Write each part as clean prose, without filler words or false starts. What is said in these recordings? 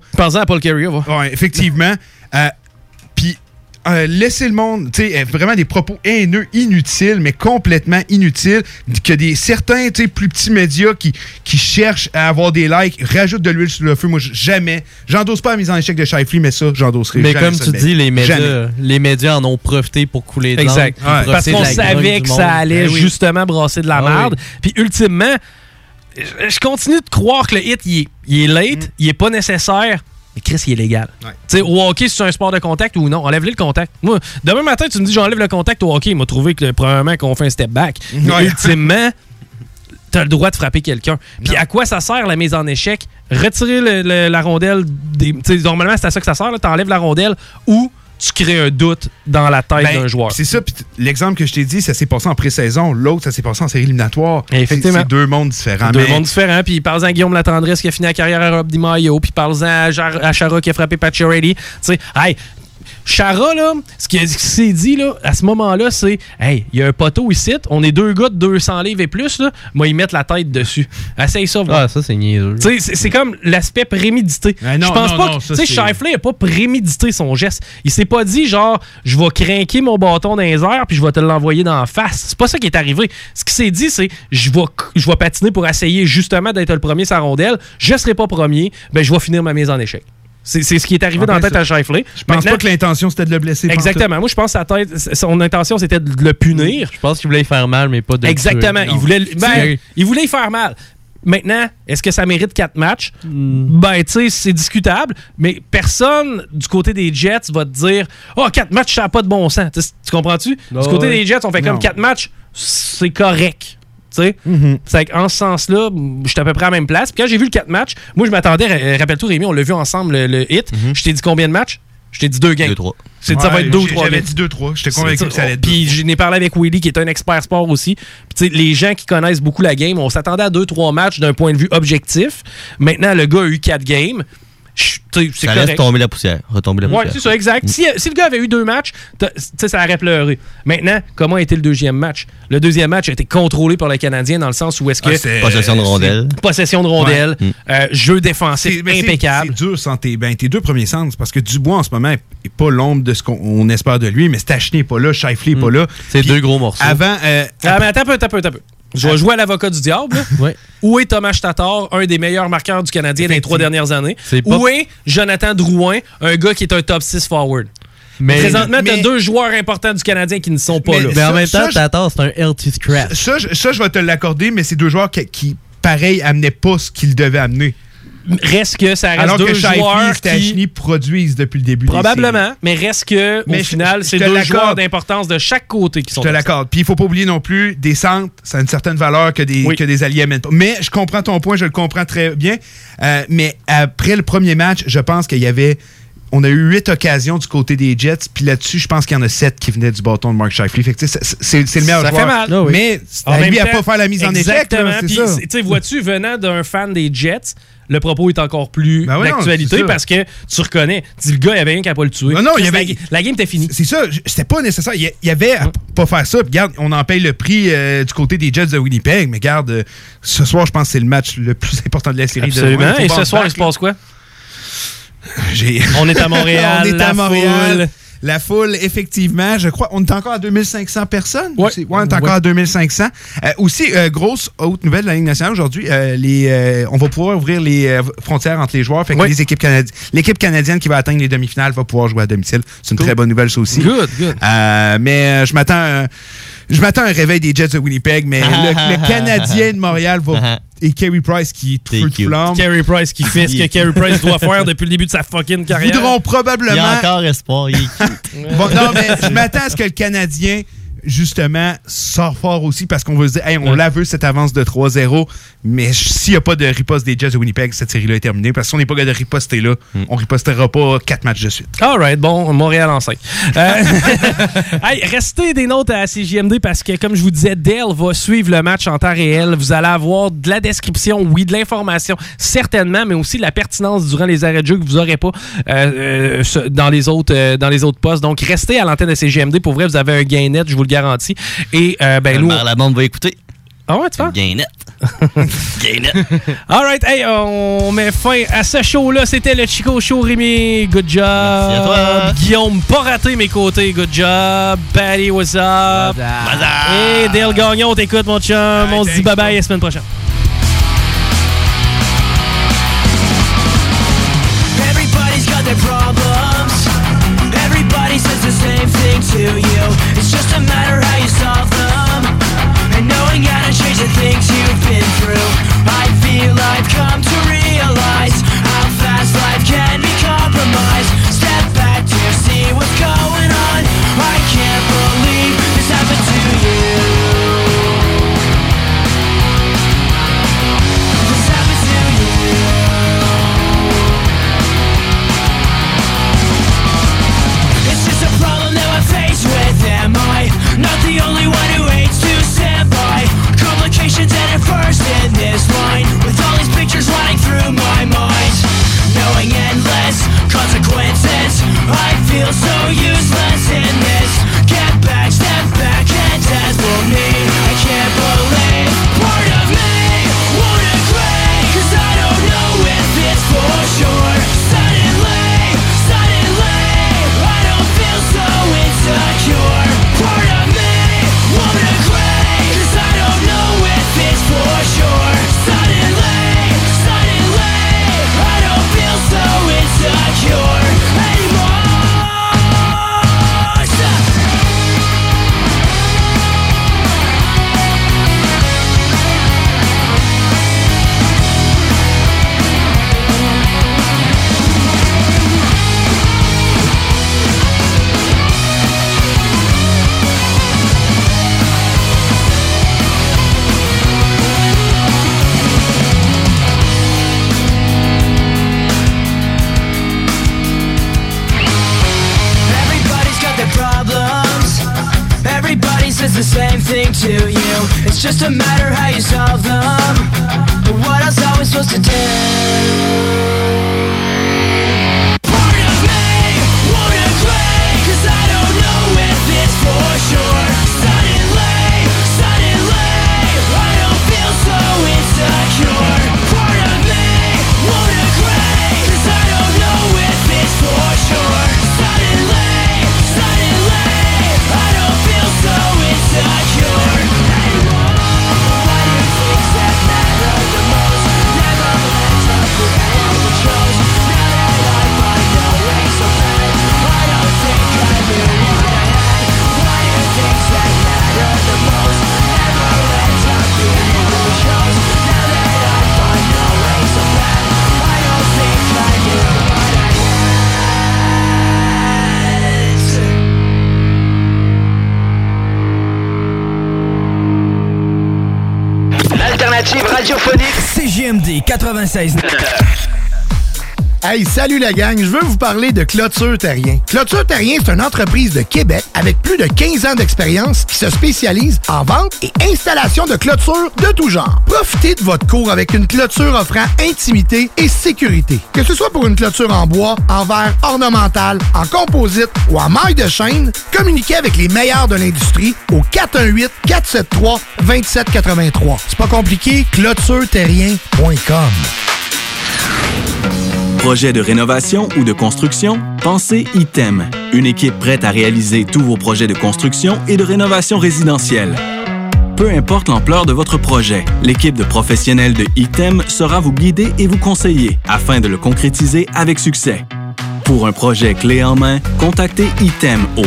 Pensez à Paul Carrier, va. Oui, effectivement. Puis, laisser le monde, tu sais, vraiment des propos haineux, inutiles, mais complètement inutiles, que certains, tu sais, plus petits médias qui cherchent à avoir des likes, rajoutent de l'huile sur le feu. Moi, jamais. J'endosse pas la mise en échec de Scheifele, mais ça, j'endosserai mais jamais. Mais comme tu dis, les médias en ont profité pour couler de exact. l'encre. Parce qu'on savait que ça allait justement brasser de la merde. Puis, ultimement, je continue de croire que le hit, il est late, il est pas nécessaire. Mais Chris, il est légal. Ouais. Tu sais, au hockey, c'est un sport de contact ou non? Enlève-le le contact. Moi, demain matin, tu me dis j'enlève le contact au hockey. Il m'a trouvé que premièrement qu'on fait un step back. Mais ultimement, t'as le droit de frapper quelqu'un. Puis à quoi ça sert la mise en échec? Retirer la rondelle. Normalement, c'est à ça que ça sert. T'enlèves la rondelle ou tu crées un doute dans la tête d'un joueur. C'est ça. Puis l'exemple que je t'ai dit, ça s'est passé en pré-saison. L'autre, ça s'est passé en série éliminatoire. Effectivement. C'est deux mondes différents. Deux mondes différents. Puis parle-en à Guillaume Latendresse qui a fini la carrière à Rob DiMaio. Puis parle-en à Chara qui a frappé Pacioretty. Tu sais, hey, Chara, là, ce qui s'est dit là, à ce moment-là, c'est hey, il y a un poteau ici, on est deux gars de 200 livres et plus, là, moi, ils mettent la tête dessus. Essaye ça, voilà. Ah, ça, c'est niaiseux. C'est comme l'aspect prémédité. Je pense pas que. Tu sais, Scheifele n'a pas prémédité son geste. Il s'est pas dit, genre, je vais crinquer mon bâton dans les airs puis je vais te l'envoyer dans la face. C'est pas ça qui est arrivé. Ce qui s'est dit, c'est je vais patiner pour essayer justement d'être le premier sur la rondelle. Je serai pas premier, ben je vais finir ma mise en échec. C'est ce qui est arrivé dans la tête à Scheifele. Je pense pas que l'intention, c'était de le blesser. Exactement. Moi, je pense que son intention, c'était de le punir. Je pense qu'il voulait y faire mal, mais pas de exactement. Il voulait y faire mal. Maintenant, est-ce que ça mérite 4 matchs? Ben, tu sais, c'est discutable, mais personne du côté des Jets va te dire « Oh, 4 matchs, ça n'a pas de bon sens. » Tu comprends-tu? Du côté des Jets, on fait comme 4 matchs, c'est correct. C'est qu'en ce sens-là, je suis à peu près à la même place. Puis quand j'ai vu le 4 matchs, moi, je m'attendais, rappelle-toi, Rémi, on l'a vu ensemble, le hit. Je t'ai dit combien de matchs? Je t'ai dit 2 games. 2-3. Ça va être 2 ou 3 J'avais dit 2-3. J'étais convaincu que ça allait être 2. Puis j'en ai parlé avec Willy, qui est un expert sport aussi. Puis les gens qui connaissent beaucoup la game, on s'attendait à 2-3 matchs d'un point de vue objectif. Maintenant, le gars a eu 4 games. C'est ça laisse tomber la poussière. Oui, c'est ça, exact. Si le gars avait eu 2 matchs, ça aurait pleuré. Maintenant, comment a été le deuxième match? Le deuxième match a été contrôlé par le Canadien dans le sens où est-ce que... Possession de rondelle. Possession de rondelle. Ouais. Jeu défensif impeccable. C'est dur sans tes 2 premiers centres parce que Dubois, en ce moment, n'est pas l'ombre de ce qu'on espère de lui, mais Stachny n'est pas là, Scheifele n'est pas là. C'est 2 gros morceaux. Avant... mais attends un peu. Je vais jouer à l'avocat du diable. Ouais. Où est Thomas Tatar, un des meilleurs marqueurs du Canadien dans les 3 dernières années? Où est Jonathan Drouin, un gars qui est un top 6 forward? Présentement, tu as 2 joueurs importants du Canadien qui ne sont pas là. Mais en même temps, Tatar, c'est un healthy scratch. Ça, je vais te l'accorder, mais c'est 2 joueurs qui pareil, amenaient pas ce qu'ils devaient amener. Reste que ça reste alors 2 que joueurs et Stachny produisent depuis le début probablement, mais reste que au final, c'est 2 joueurs d'importance de chaque côté qui sont. Je te l'accorde. Puis il faut pas oublier non plus, des centres, ça a une certaine valeur que des alliés amènent pas. Mais je comprends ton point, je le comprends très bien. Mais après le premier match, je pense qu'il y avait... On a eu 8 occasions du côté des Jets, puis là-dessus, je pense qu'il y en a 7 qui venaient du bâton de Mark Scheifele. Fait que c'est le meilleur joueur. Ça fait mal. Ah, oui. Mais lui, à pas faire la mise en échec. Exactement. Puis, vois-tu, venant d'un fan des Jets, le propos est encore plus d'actualité parce que tu reconnais. Le gars, il y avait rien qui n'a pas le tué. Non, la game était finie. C'est ça, c'était pas nécessaire. Il y avait à pas faire ça. Puis, regarde, on en paye le prix du côté des Jets de Winnipeg. Mais regarde, ce soir, je pense que c'est le match le plus important de la série. Absolument. Et ce soir, il se passe quoi? On est à Montréal. On est à Montréal. La foule, effectivement, je crois, on est encore à 2500 personnes. Oui, on est encore à 2500. Aussi, grosse haute nouvelle de la Ligue nationale aujourd'hui, on va pouvoir ouvrir les frontières entre les joueurs. Fait que l'équipe canadienne qui va atteindre les demi-finales va pouvoir jouer à domicile. C'est une très bonne nouvelle, ça aussi. Good. Mais je m'attends à un réveil des Jets de Winnipeg, mais le Canadien de Montréal va... Et Carey Price qui est feu de flamme. Carey Price qui fait ce que Carey Price doit faire depuis le début de sa fucking carrière. Voudront probablement... Il y a encore espoir, il est cute. Bon, non, mais je m'attends à ce que le Canadien, justement, sort fort aussi parce qu'on veut se dire, hey, on la veut cette avance de 3-0, mais s'il n'y a pas de riposte des Jets de Winnipeg, cette série-là est terminée. Parce que si on n'est pas capable de riposter là, on ripostera pas 4 matchs de suite. All right, bon, Montréal en 5. Hey, restez des notes à CJMD parce que, comme je vous disais, Dale va suivre le match en temps réel. Vous allez avoir de la description, oui, de l'information, certainement, mais aussi de la pertinence durant les arrêts de jeu que vous n'aurez pas dans les autres postes. Donc, restez à l'antenne de CJMD. Pour vrai, vous avez un gain net, je vous le garantis. Et, nous... La bande va écouter. Ah ouais, tu penses? Gainette. Gainette. All right, hey, on met fin à ce show-là. C'était le Chico Show, Rémi. Good job. Merci à toi. Guillaume, pas raté mes côtés. Good job. Patty, what's up? Et Dale Gagnon, on t'écoute, mon chum. On se dit bye-bye la semaine prochaine. Everybody's got their problems. Everybody says the same thing to you. It's just a matter how you solve them. And knowing how to change the things you've been through, I feel I've come to realize how fast life can be compromised. Step back to see what's going on. I can't believe this happened to you. This happened to you. It's just a problem that I face with. Am I not the only one who hates to stand by? Complications at first in this line, with all these pictures running through my mind. Knowing endless consequences, I feel so useless in this. Get back, step back, and death will mean I can't believe. Part of me won't agree, 'cause I don't know if it's for sure. Suddenly, I don't feel so insecure. Part of me won't agree, 'cause I don't know if it's for sure. Suddenly, I don't feel so insecure anymore. Everybody says the same thing to you. It's just a matter how you solve them. But what else are we supposed to do? Part of me won't agree, 'cause I don't know if it's for sure. Suddenly, I don't feel so insecure. Part of me won't agree, 'cause I don't know if it's for sure. Suddenly, I don't feel so insecure anymore. Why do things that matter the most never ends up the way we chose? Now that I find no way so bad, I don't think I knew what I had. Why do things that matter the most never ends up the way we chose? Now that I find no way so bad, I don't think I knew what I had. Alternative radiophonique CJMD 96. Hey, salut la gang, je veux vous parler de Clôture Terrien. Clôture Terrien, c'est une entreprise de Québec avec plus de 15 ans d'expérience qui se spécialise en vente et installation de clôtures de tout genre. Profitez de votre cour avec une clôture offrant intimité et sécurité. Que ce soit pour une clôture en bois, en verre ornemental, en composite ou en maille de chaîne, communiquez avec les meilleurs de l'industrie au 418-473-2783. C'est pas compliqué, clôtureterrien.com. Projet de rénovation ou de construction? Pensez ITEM. Une équipe prête à réaliser tous vos projets de construction et de rénovation résidentielle. Peu importe l'ampleur de votre projet, l'équipe de professionnels de ITEM sera vous guider et vous conseiller afin de le concrétiser avec succès. Pour un projet clé en main, contactez ITEM au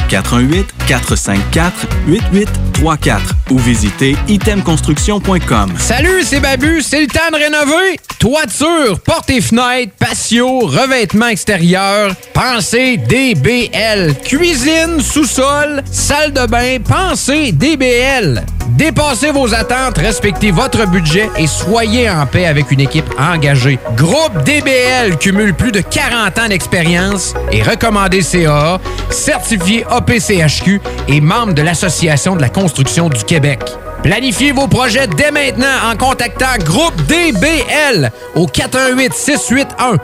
418-454-8834 ou visitez itemconstruction.com. Salut, c'est Babu, c'est le temps de rénover. Toiture, portes et fenêtres, patio, revêtement extérieur, pensez DBL. Cuisine, sous-sol, salle de bain, pensez DBL. Dépassez vos attentes, respectez votre budget et soyez en paix avec une équipe engagée. Groupe DBL cumule plus de 40 ans d'expérience et recommandé CAA, certifié APCHQ et membre de l'Association de la construction du Québec. Planifiez vos projets dès maintenant en contactant Groupe DBL au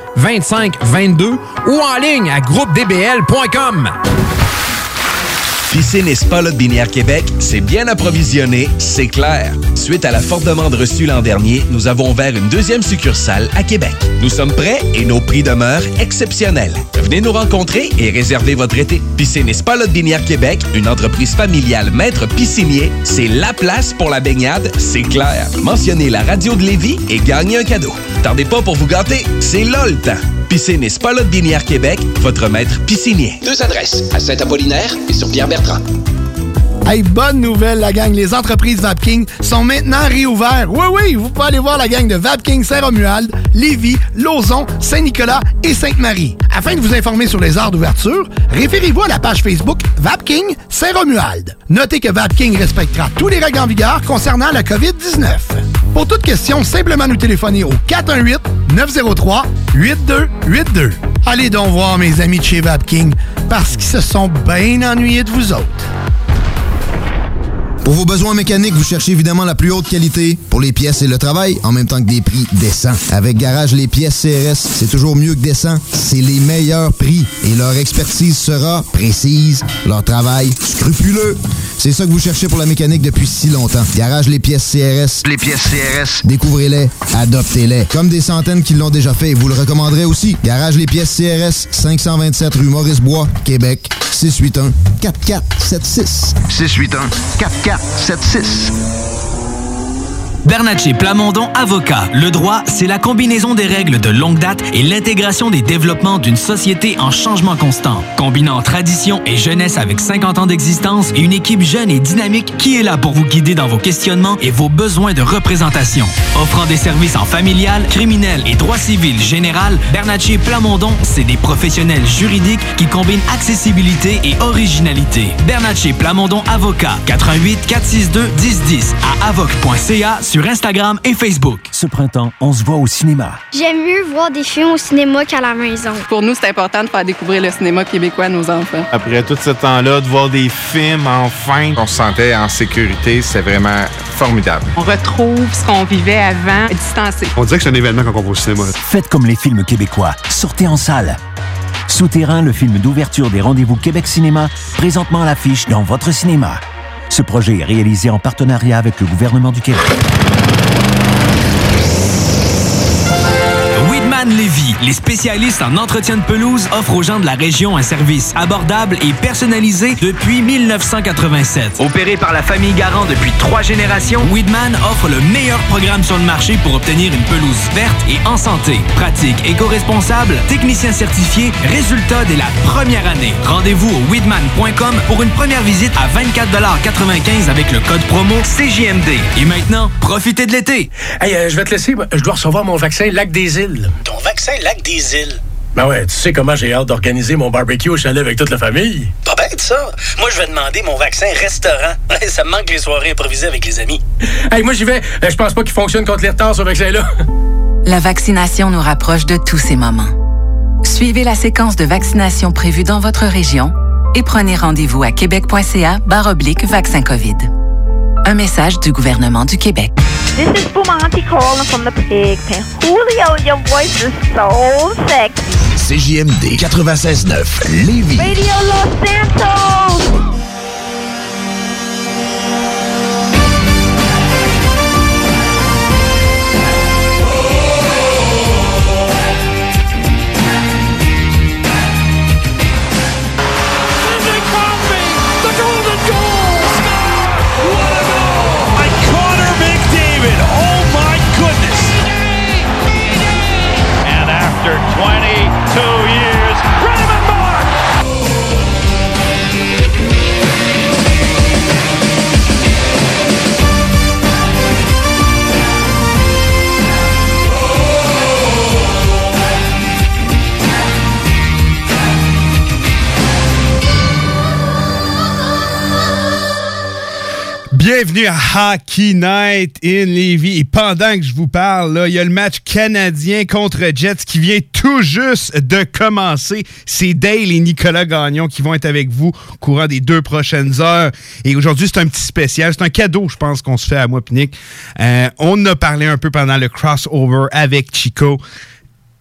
418-681-2522 ou en ligne à groupedbl.com. Piscine et Spa Lotbinière Québec, c'est bien approvisionné, c'est clair. Suite à la forte demande reçue l'an dernier, nous avons ouvert une deuxième succursale à Québec. Nous sommes prêts et nos prix demeurent exceptionnels. Venez nous rencontrer et réserver votre été. Piscine et Spa Lotbinière Québec, une entreprise familiale maître piscinier, c'est la place pour la baignade, c'est clair. Mentionnez la radio de Lévis et gagnez un cadeau. Tardez pas pour vous gâter, c'est là le temps. Piscine et Spa Lotbinière Québec, votre maître piscinier. 2 adresses, à Saint-Apollinaire et sur Pierre-Bertrand. Hey, bonne nouvelle, la gang. Les entreprises Vapking sont maintenant réouvertes. Oui, vous pouvez aller voir la gang de Vapking Saint-Romuald, Lévis, Lauson, Saint-Nicolas et Sainte-Marie. Afin de vous informer sur les heures d'ouverture, référez-vous à la page Facebook Vapking Saint-Romuald. Notez que Vapking respectera tous les règles en vigueur concernant la COVID-19. Pour toute question, simplement nous téléphoner au 418-903-8282. Allez donc voir mes amis de chez Vapking, parce qu'ils se sont bien ennuyés de vous autres. Pour vos besoins mécaniques, vous cherchez évidemment la plus haute qualité pour les pièces et le travail, en même temps que des prix décents. Avec Garage Les Pièces CRS, c'est toujours mieux que décent. C'est les meilleurs prix et leur expertise sera précise, leur travail scrupuleux. C'est ça que vous cherchez pour la mécanique depuis si longtemps. Garage Les Pièces CRS. Les pièces CRS. Découvrez-les, adoptez-les. Comme des centaines qui l'ont déjà fait et vous le recommanderez aussi. Garage Les Pièces CRS, 527 rue Maurice-Bois, Québec, 681-4476. 681-4476. Bernatchez Plamondon Avocat. Le droit, c'est la combinaison des règles de longue date et l'intégration des développements d'une société en changement constant. Combinant tradition et jeunesse avec 50 ans d'existence et une équipe jeune et dynamique qui est là pour vous guider dans vos questionnements et vos besoins de représentation. Offrant des services en familial, criminel et droit civil général, Bernatchez Plamondon, c'est des professionnels juridiques qui combinent accessibilité et originalité. Bernatchez Plamondon Avocat. 88-462-1010 à avoc.ca sur Instagram et Facebook. Ce printemps, on se voit au cinéma. J'aime mieux voir des films au cinéma qu'à la maison. Pour nous, c'est important de faire découvrir le cinéma québécois à nos enfants. Après tout ce temps-là, de voir des films, enfin, on se sentait en sécurité, c'est vraiment formidable. On retrouve ce qu'on vivait avant, distancé. On dirait que c'est un événement quand on va au cinéma. Faites comme les films québécois. Sortez en salle. Souterrain, le film d'ouverture des rendez-vous Québec Cinéma, présentement à l'affiche dans votre cinéma. Ce projet est réalisé en partenariat avec le gouvernement du Québec. Weedman Lévis, les spécialistes en entretien de pelouse, offrent aux gens de la région un service abordable et personnalisé depuis 1987. Opéré par la famille Garand depuis 3 générations, Weedman offre le meilleur programme sur le marché pour obtenir une pelouse verte et en santé. Pratique, éco-responsable, technicien certifié, résultat dès la première année. Rendez-vous au weedman.com pour une première visite à 24,95 $ avec le code promo CJMD. Et maintenant, profitez de l'été. Hey, je vais te laisser. Je dois recevoir mon vaccin Lac des Îles. Ton vaccin Lac des Îles? Ben ouais, tu sais comment j'ai hâte d'organiser mon barbecue au chalet avec toute la famille. Pas bête, ça. Moi, je vais demander mon vaccin restaurant. Ça me manque les soirées improvisées avec les amis. Hey, moi, j'y vais. Je pense pas qu'il fonctionne contre les retards, ce vaccin-là. La vaccination nous rapproche de tous ces moments. Suivez la séquence de vaccination prévue dans votre région et prenez rendez-vous à québec.ca/vaccin COVID. Un message du gouvernement du Québec. This is Bumanti calling from the pig pen. Julio, your voice is so sexy. CJMD 96.9 Lévis. Radio Los Santos. After 22 years, Raymond Mark! Bienvenue à Hockey Night in Lévis. Et pendant que je vous parle, il y a le match canadien contre Jets qui vient tout juste de commencer. C'est Dale et Nicolas Gagnon qui vont être avec vous au courant des 2 prochaines heures. Et aujourd'hui, c'est un petit spécial. C'est un cadeau, je pense, qu'on se fait à moi et Nick. On a parlé un peu pendant le crossover avec Chico.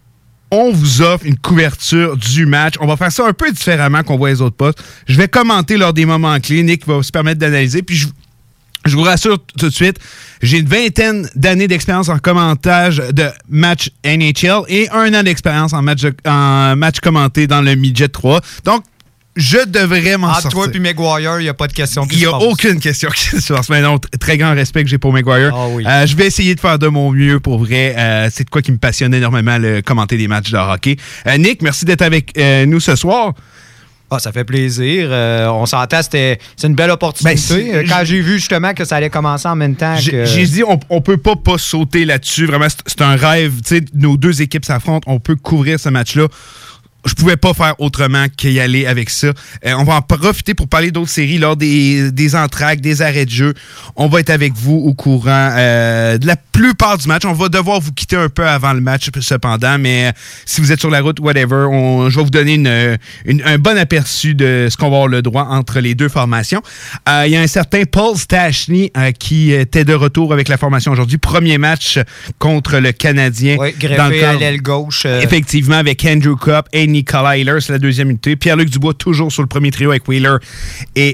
on vous offre une couverture du match. On va faire ça un peu différemment qu'on voit les autres postes. Je vais commenter lors des moments clés. Nick va se permettre d'analyser. Puis je vous rassure tout de suite, j'ai une vingtaine d'années d'expérience en commentage de match NHL et 1 an d'expérience en match commenté dans le Midget 3. Donc, je devrais m'en sortir. Toi et Maguire, il n'y a pas de question qui se se pose. Il n'y a aucune question qui se pose. Mais non, très grand respect que j'ai pour Maguire. Oh oui. Je vais essayer de faire de mon mieux pour vrai. C'est de quoi qui me passionne énormément, commenter des matchs de hockey. Nick, merci d'être avec nous ce soir. Ah, ça fait plaisir. On s'entend, c'est une belle opportunité. Quand j'ai vu justement que ça allait commencer en même temps que... J'ai dit, on peut pas sauter là-dessus. Vraiment, c'est un rêve. Tu sais, nos deux équipes s'affrontent. On peut couvrir ce match-là. Je pouvais pas faire autrement qu'y aller avec ça. On va en profiter pour parler d'autres séries lors des entr'actes, des arrêts de jeu. On va être avec vous au courant de la plupart du match. On va devoir vous quitter un peu avant le match, cependant, mais si vous êtes sur la route, whatever, je vais vous donner un bon aperçu de ce qu'on va avoir le droit entre les deux formations. Il y a un certain Paul Stastny qui était de retour avec la formation aujourd'hui. Premier contre le Canadien. Oui, greffé à l'aile gauche. Effectivement, avec Andrew Copp et Nicolas Wheeler, c'est la deuxième unité. Pierre-Luc Dubois, toujours sur le premier trio avec Wheeler et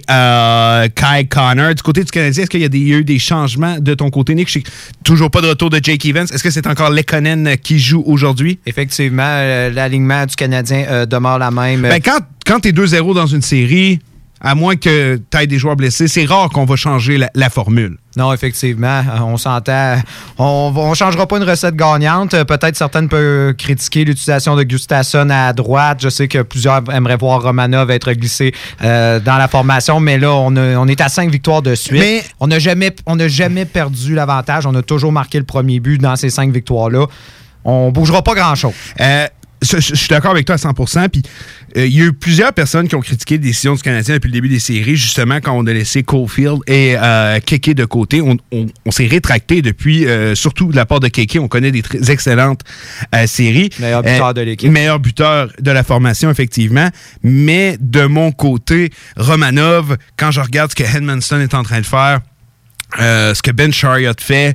Kai Connor. Du côté du Canadien, est-ce qu'il y a eu des changements de ton côté, Nick? Je sais toujours pas de retour de Jake Evans. Est-ce que c'est encore Lekkonen qui joue aujourd'hui? Effectivement, l'alignement du Canadien demeure la même. Ben, quand tu es 2-0 dans une série, à moins que tu aies des joueurs blessés, c'est rare qu'on va changer la formule. Non, effectivement, on s'entend. On ne changera pas une recette gagnante. Peut-être certaines peuvent critiquer l'utilisation de Gustafsson à droite. Je sais que plusieurs aimeraient voir Romanov être glissé dans la formation, mais là, on est à 5 victoires de suite. Mais on n'a jamais perdu l'avantage. On a toujours marqué le premier but dans ces 5 victoires-là. On ne bougera pas grand-chose. Je suis d'accord avec toi à 100%. Puis il y a eu plusieurs personnes qui ont critiqué les décisions du Canadien depuis le début des séries, justement quand on a laissé Caulfield et Keke de côté. On s'est rétracté depuis, surtout de la part de Keke. On connaît des très excellentes séries. Meilleur buteur de l'équipe. Meilleur buteur de la formation, effectivement. Mais de mon côté, Romanov, quand je regarde ce que Edmundson est en train de faire, ce que Ben Chariot fait,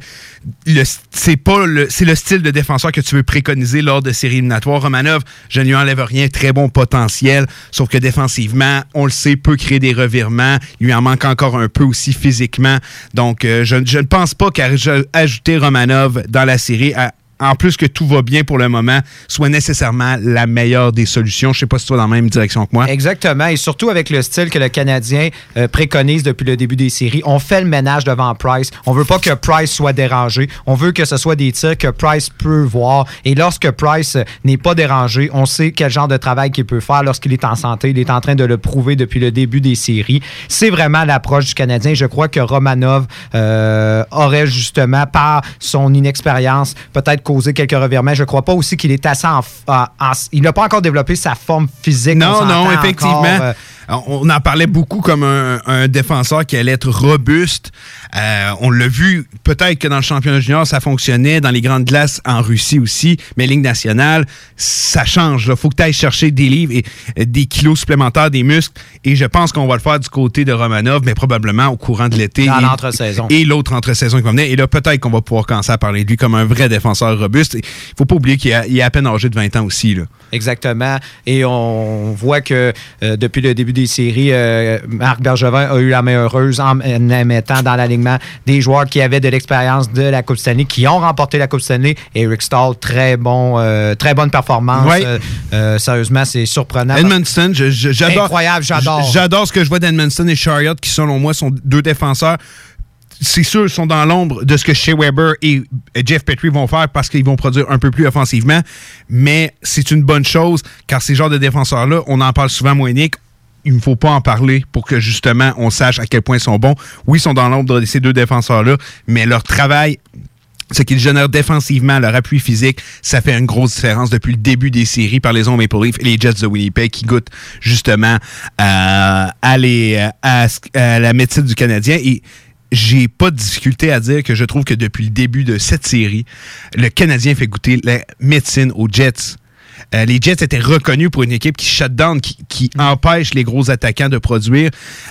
c'est le style de défenseur que tu veux préconiser lors de séries éliminatoires. Romanov, je ne lui enlève rien, très bon potentiel, sauf que défensivement, on le sait, peut créer des revirements. Il lui en manque encore un peu aussi physiquement. Donc, je ne pense pas qu'ajouter Romanov dans la série en plus que tout va bien pour le moment, soit nécessairement la meilleure des solutions. Je ne sais pas si tu vas dans la même direction que moi. Exactement, et surtout avec le style que le Canadien préconise depuis le début des séries. On fait le ménage devant Price. On veut pas que Price soit dérangé. On veut que ce soit des tirs que Price peut voir. Et lorsque Price n'est pas dérangé, on sait quel genre de travail qu'il peut faire lorsqu'il est en santé. Il est en train de le prouver depuis le début des séries. C'est vraiment l'approche du Canadien. Je crois que Romanov aurait justement, par son inexpérience, peut-être causé quelques revirements. Je ne crois pas aussi qu'il est assez il n'a pas encore développé sa forme physique. Non, effectivement. On en parlait beaucoup comme un défenseur qui allait être robuste. On l'a vu, peut-être que dans le championnat junior, ça fonctionnait, dans les grandes glaces en Russie aussi, mais Ligue nationale, ça change. Il faut que tu ailles chercher des livres et des kilos supplémentaires, des muscles, et je pense qu'on va le faire du côté de Romanov, mais probablement au courant de l'été. Dans l'entre-saison. Et l'autre entre-saison qui va venir. Et là, peut-être qu'on va pouvoir commencer à parler de lui comme un vrai défenseur robuste. Il ne faut pas oublier qu'il est à peine âgé de 20 ans aussi. Là. Exactement. Et on voit que depuis le début des séries, Marc Bergevin a eu la main heureuse en mettant dans l'alignement des joueurs qui avaient de l'expérience de la Coupe Stanley, qui ont remporté la Coupe Stanley. Eric Stahl, très bonne performance. Ouais. Sérieusement, c'est surprenant. Edmundson, j'adore. Incroyable, j'adore. J'adore ce que je vois d'Edmundson et Chariot, qui selon moi sont deux défenseurs. C'est sûr, ils sont dans l'ombre de ce que Shea Weber et Jeff Petrie vont faire parce qu'ils vont produire un peu plus offensivement. Mais c'est une bonne chose, car ces genres de défenseurs-là, on en parle souvent, moi et Nick, il ne faut pas en parler pour que, justement, on sache à quel point ils sont bons. Oui, ils sont dans l'ombre de ces deux défenseurs-là, mais leur travail, ce qu'ils génèrent défensivement, leur appui physique, ça fait une grosse différence depuis le début des séries par les Maple Leafs et les Jets de Winnipeg qui goûtent, justement, à la médecine du Canadien. Et j'ai pas de difficulté à dire que je trouve que depuis le début de cette série, le Canadien fait goûter la médecine aux Jets. Les Jets étaient reconnus pour une équipe qui shut down, qui empêche les gros attaquants de produire.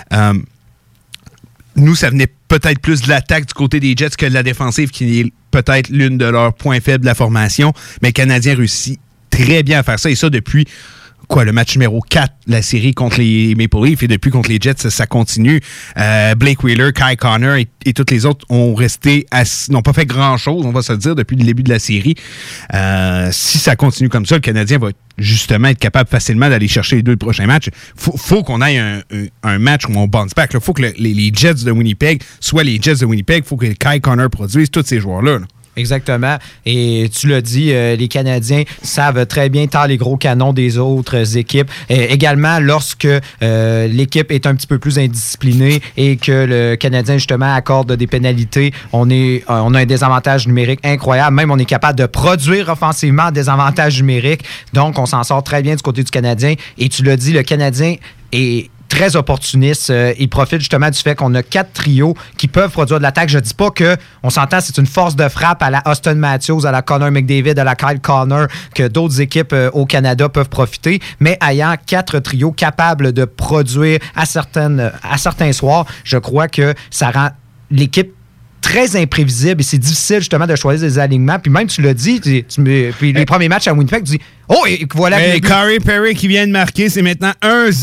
Nous, ça venait peut-être plus de l'attaque du côté des Jets que de la défensive, qui est peut-être l'une de leurs points faibles de la formation. Mais le Canadien réussit très bien à faire ça, et ça depuis le match numéro 4 de la série contre les Maple Leafs, et depuis contre les Jets, ça continue. Blake Wheeler, Kyle Connor et toutes les autres n'ont pas fait grand-chose, on va se le dire, depuis le début de la série. Si ça continue comme ça, le Canadien va justement être capable facilement d'aller chercher les 2 prochains matchs. Faut qu'on aille un match où on bounce back. Il faut que les Jets de Winnipeg soient les Jets de Winnipeg. Il faut que Kyle Connor produise tous ces joueurs-là. Exactement. Et tu l'as dit, les Canadiens savent très bien taire les gros canons des autres équipes. Également, lorsque l'équipe est un petit peu plus indisciplinée et que le Canadien, justement, accorde des pénalités, on a un désavantage numérique incroyable. Même, on est capable de produire offensivement des avantages numériques. Donc, on s'en sort très bien du côté du Canadien. Et tu l'as dit, le Canadien est très opportuniste. Il profite justement du fait qu'on a 4 trios qui peuvent produire de l'attaque. Je dis pas que, on s'entend, c'est une force de frappe à la Auston Matthews, à la Connor McDavid, à la Kyle Connor, que d'autres équipes au Canada peuvent profiter, mais ayant 4 trios capables de produire à certains soirs, je crois que ça rend l'équipe très imprévisible et c'est difficile justement de choisir des alignements. Puis même, tu l'as dit, puis les premiers matchs à Winnipeg, tu dis « Oh, et voilà! » Corey Perry qui vient de marquer, c'est maintenant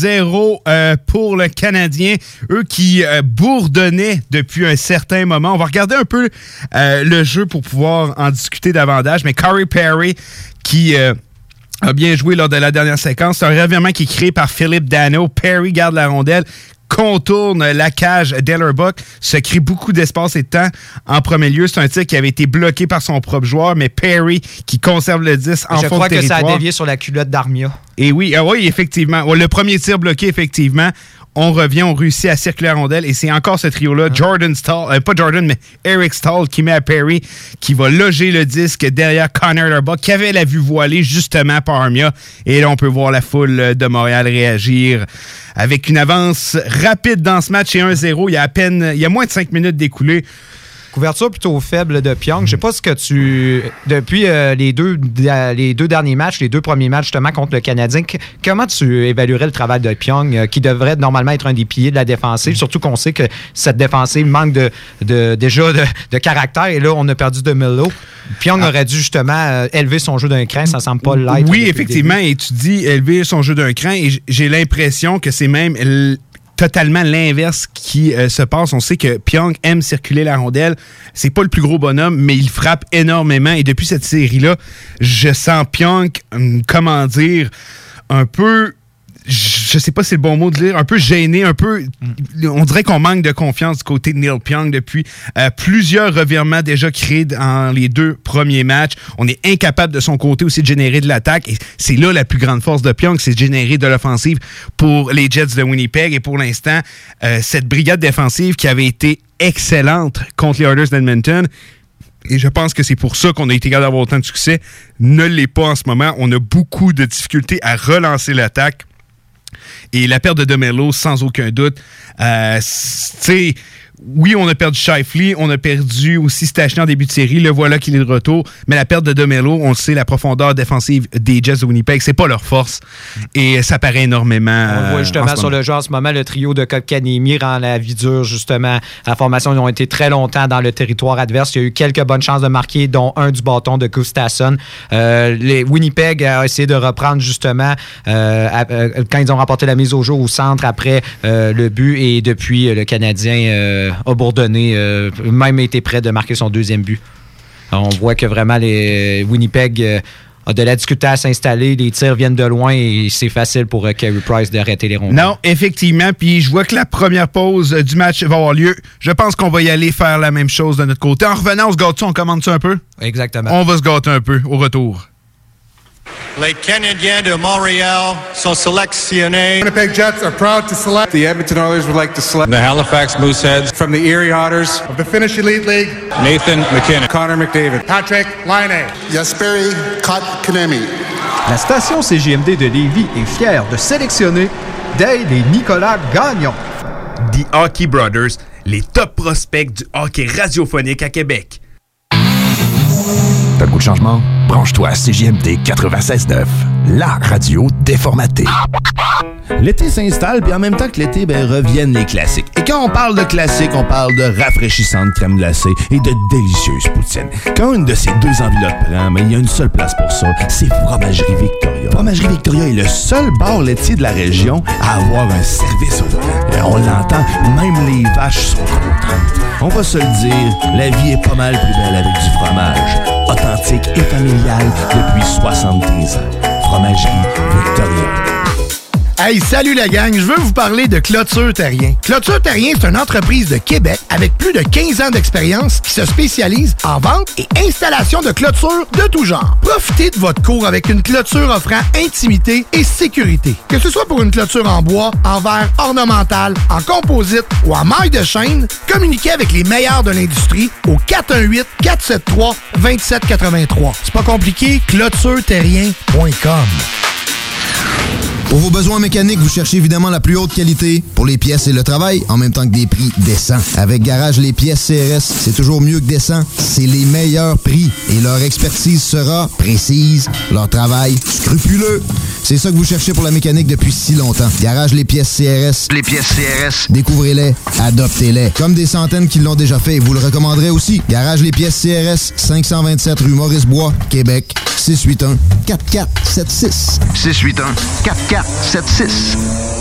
1-0 pour le Canadien. Eux qui bourdonnaient depuis un certain moment. On va regarder un peu le jeu pour pouvoir en discuter davantage. Mais Corey Perry qui a bien joué lors de la dernière séquence. C'est un revirement qui est créé par Philippe Danault. Perry garde la rondelle, contourne la cage d'Hellerbuck, se crée beaucoup d'espace et de temps. En premier lieu, c'est un tir qui avait été bloqué par son propre joueur, mais Perry qui conserve le 10 en fond de territoire. Je crois que ça a dévié sur la culotte d'Armia. Et oui, effectivement. Le premier tir bloqué, effectivement. On revient, on réussit à circuler la rondelle et c'est encore ce trio-là, Jordan Staal, pas Jordan, mais Eric Staal qui met à Perry, qui va loger le disque derrière Connor Hellerbuck, qui avait la vue voilée justement par Armia. Et là, on peut voir la foule de Montréal réagir avec une avance rapide dans ce match et 1-0. Il y a moins de 5 minutes d'écoulé. Couverture plutôt faible de Pyong. Je sais pas ce que tu... Depuis les deux derniers matchs, les 2 premiers matchs justement contre le Canadien, comment tu évaluerais le travail de Pyong qui devrait normalement être un des piliers de la défensive, surtout qu'on sait que cette défensive manque de caractère et là, on a perdu de Melo. Pyong aurait dû justement élever son jeu d'un cran, ça semble pas l'être. Oui, effectivement, et tu dis élever son jeu d'un cran et j'ai l'impression que c'est même... totalement l'inverse qui se passe. On sait que Pyong aime circuler la rondelle. C'est pas le plus gros bonhomme, mais il frappe énormément. Et depuis cette série-là, je sens Pyong, comment dire, un peu... Je sais pas si c'est le bon mot de dire, un peu gêné, un peu... On dirait qu'on manque de confiance du côté de Neil Pyong depuis plusieurs revirements déjà créés dans les 2 premiers matchs. On est incapable de son côté aussi de générer de l'attaque. Et c'est là la plus grande force de Pyong, c'est de générer de l'offensive pour les Jets de Winnipeg. Et pour l'instant, cette brigade défensive qui avait été excellente contre les Oilers d'Edmonton, et je pense que c'est pour ça qu'on a été capable d'avoir autant de succès, ne l'est pas en ce moment. On a beaucoup de difficultés à relancer l'attaque. Et la perte de DeMelo, sans aucun doute, oui, on a perdu Scheifele, on a perdu aussi Stachny en début de série, le voilà qu'il est de retour, mais la perte de DeMelo, on le sait, la profondeur défensive des Jets de Winnipeg, c'est pas leur force, et ça paraît énormément. On voit justement sur le jeu en ce moment, le trio de Kotkaniemi rend la vie dure, justement, à la formation. Ils ont été très longtemps dans le territoire adverse. Il y a eu quelques bonnes chances de marquer, dont un du bâton de Gustafsson. Les Winnipeg a essayé de reprendre, justement, quand ils ont remporté la mise au jeu au centre après le but, et depuis, le Canadien a bourdonné, même été prêt de marquer son 2e but. Alors, on voit que vraiment les Winnipeg a de la difficulté à s'installer, les tirs viennent de loin et c'est facile pour Carey Price d'arrêter les rondelles. Non, effectivement, puis je vois que la première pause du match va avoir lieu. Je pense qu'on va y aller faire la même chose de notre côté. En revenant, on se gâte-tu, on commande ça un peu? Exactement. On va se gâter un peu au retour. Les Canadiens de Montréal sont sélectionnés. Winnipeg Jets are proud to select. The Edmonton Oilers would like to select. The Halifax Mooseheads. From the Erie Otters. Of the Finnish Elite League. Nathan McKinnon. Connor McDavid. Patrick Laine. Jesperi Kotkaniemi. La station CJMD de Lévis est fière de sélectionner Dale et Nicolas Gagnon. The Hockey Brothers, les top prospects du hockey radiophonique à Québec. T'as le goût de changement? Branche-toi à CJMD 96.9, la radio déformatée. L'été s'installe, puis en même temps que l'été, reviennent les classiques. Et quand on parle de classiques, on parle de rafraîchissantes crèmes glacées et de délicieuses poutines. Quand une de ces deux enveloppes prend, il y a une seule place pour ça, c'est Fromagerie Victoria. Fromagerie Victoria est le seul bar laitier de la région à avoir un service au volant. On l'entend, même les vaches sont contentes. On va se le dire, la vie est pas mal plus belle avec du fromage. Authentique et familial depuis 73 ans. Fromagerie Victoria. Hey, salut la gang, je veux vous parler de Clôture Terrien. Clôture Terrien, c'est une entreprise de Québec avec plus de 15 ans d'expérience qui se spécialise en vente et installation de clôtures de tout genre. Profitez de votre cour avec une clôture offrant intimité et sécurité. Que ce soit pour une clôture en bois, en verre ornemental, en composite ou en maille de chaîne, communiquez avec les meilleurs de l'industrie au 418-473-2783. C'est pas compliqué, clôtureterrien.com. Pour vos besoins mécaniques, vous cherchez évidemment la plus haute qualité pour les pièces et le travail, en même temps que des prix décents. Avec Garage Les Pièces CRS, c'est toujours mieux que décent. C'est les meilleurs prix et leur expertise sera précise, leur travail scrupuleux. C'est ça que vous cherchez pour la mécanique depuis si longtemps. Garage Les Pièces CRS. Les pièces CRS. Découvrez-les, adoptez-les. Comme des centaines qui l'ont déjà fait, vous le recommanderez aussi. Garage Les Pièces CRS, 527 rue Maurice-Bois, Québec, 681-4476. 681-4476.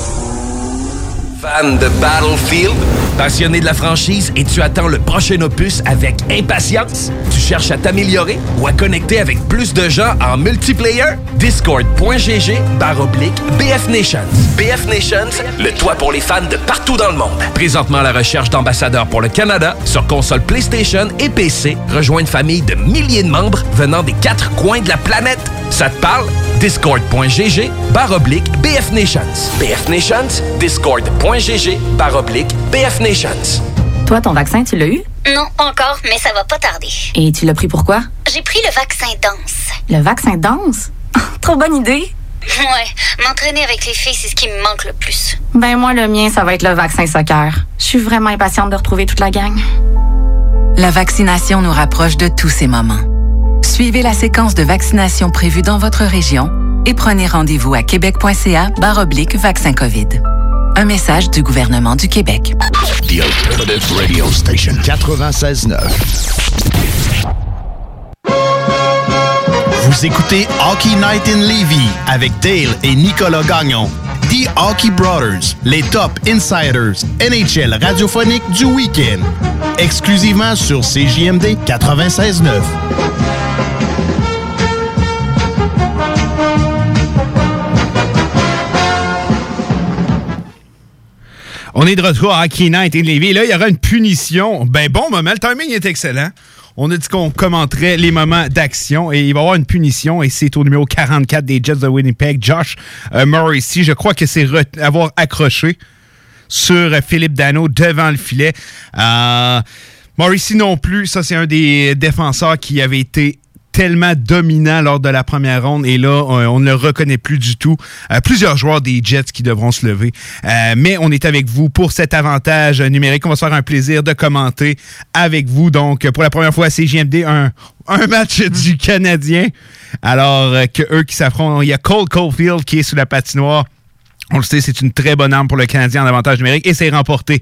Fan de Battlefield? Passionné de la franchise et tu attends le prochain opus avec impatience? Tu cherches à t'améliorer ou à connecter avec plus de gens en multiplayer? Discord.gg/BF Nations. BF Nations, le toit pour les fans de partout dans le monde. Présentement à la recherche d'ambassadeurs pour le Canada sur console PlayStation et PC. Rejoins une famille de milliers de membres venant des 4 coins de la planète. Ça te parle? Discord.gg/BF Nations. BF Nations, Discord.gg/BF Nations. Toi, ton vaccin, tu l'as eu? Non, pas encore, mais ça va pas tarder. Et tu l'as pris pourquoi? J'ai pris le vaccin danse. Le vaccin danse? Trop bonne idée! Ouais, m'entraîner avec les filles, c'est ce qui me manque le plus. Ben moi, le mien, ça va être le vaccin soccer. Je suis vraiment impatiente de retrouver toute la gang. La vaccination nous rapproche de tous ces moments. Suivez la séquence de vaccination prévue dans votre région et prenez rendez-vous à québec.ca/vaccin COVID. Un message du gouvernement du Québec. The Alternative Radio Station 96.9. Vous écoutez Hockey Night in Lévis avec Dale et Nicolas Gagnon. The Hockey Brothers, les top insiders NHL radiophonique du week-end. Exclusivement sur CJMD 96.9. On est de retour à Hockey Night in Lévis. Là, il y aura une punition. Ben bon moment, le timing est excellent. On a dit qu'on commenterait les moments d'action et il va y avoir une punition et c'est au numéro 44 des Jets de Winnipeg, Josh Morrissey. Je crois que c'est avoir accroché sur Philippe Danault devant le filet. Morrissey non plus, ça c'est un des défenseurs qui avait été tellement dominant lors de la première ronde et là, on ne le reconnaît plus du tout. Plusieurs joueurs des Jets qui devront se lever. Mais on est avec vous pour cet avantage numérique. On va se faire un plaisir de commenter avec vous. Donc, pour la première fois à CJMD, un match du Canadien. Alors que eux qui s'affrontent, il y a Cole Caulfield qui est sous la patinoire. On le sait, c'est une très bonne arme pour le Canadien en avantage numérique et c'est remporté.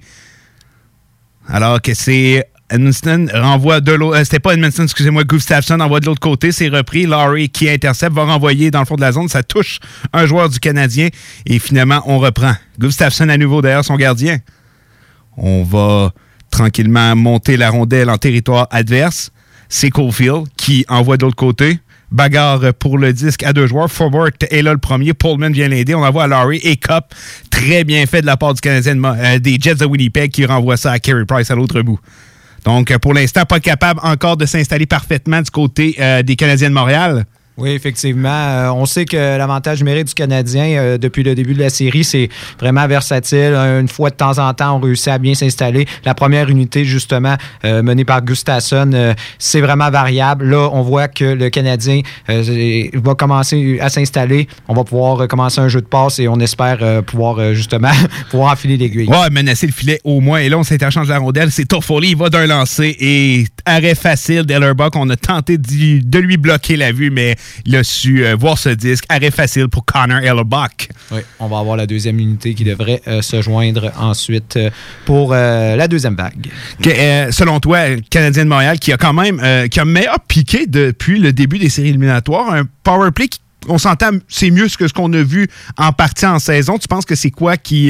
Alors que c'est Edmundston renvoie de l'autre. C'était pas Edmundston, excusez-moi. Gustafsson envoie de l'autre côté. C'est repris. Laurie qui intercepte va renvoyer dans le fond de la zone. Ça touche un joueur du Canadien. Et finalement, on reprend. Gustafsson à nouveau derrière son gardien. On va tranquillement monter la rondelle en territoire adverse. C'est Caulfield qui envoie de l'autre côté. Bagarre pour le disque à 2 joueurs. Forward est là le premier. Pullman vient l'aider. On envoie à Laurie et Cup. Très bien fait de la part du Canadien des Jets de Winnipeg qui renvoie ça à Carey Price à l'autre bout. Donc, pour l'instant, pas capable encore de s'installer parfaitement du côté des Canadiens de Montréal. Oui, effectivement. On sait que l'avantage numérique du Canadien, depuis le début de la série, c'est vraiment versatile. Une fois de temps en temps, on réussit à bien s'installer. La première unité, justement, menée par Gustafsson, c'est vraiment variable. Là, on voit que le Canadien va commencer à s'installer. On va pouvoir commencer un jeu de passe et on espère pouvoir, justement, pouvoir enfiler l'aiguille. Ouais, menacer le filet au moins. Et là, on s'interchange la rondelle. C'est Toffoli, il va d'un lancer et arrêt facile d'Ellerbuck. On a tenté de lui bloquer la vue, mais il a su voir ce disque. Arrêt facile pour Connor Hellebuck. Oui, on va avoir la deuxième unité qui devrait se joindre ensuite pour la deuxième vague. Selon toi, le Canadien de Montréal qui a quand même qui a meilleur piqué depuis le début des séries éliminatoires, un powerplay qui, on s'entend, c'est mieux que ce qu'on a vu en partie en saison. Tu penses que c'est quoi qui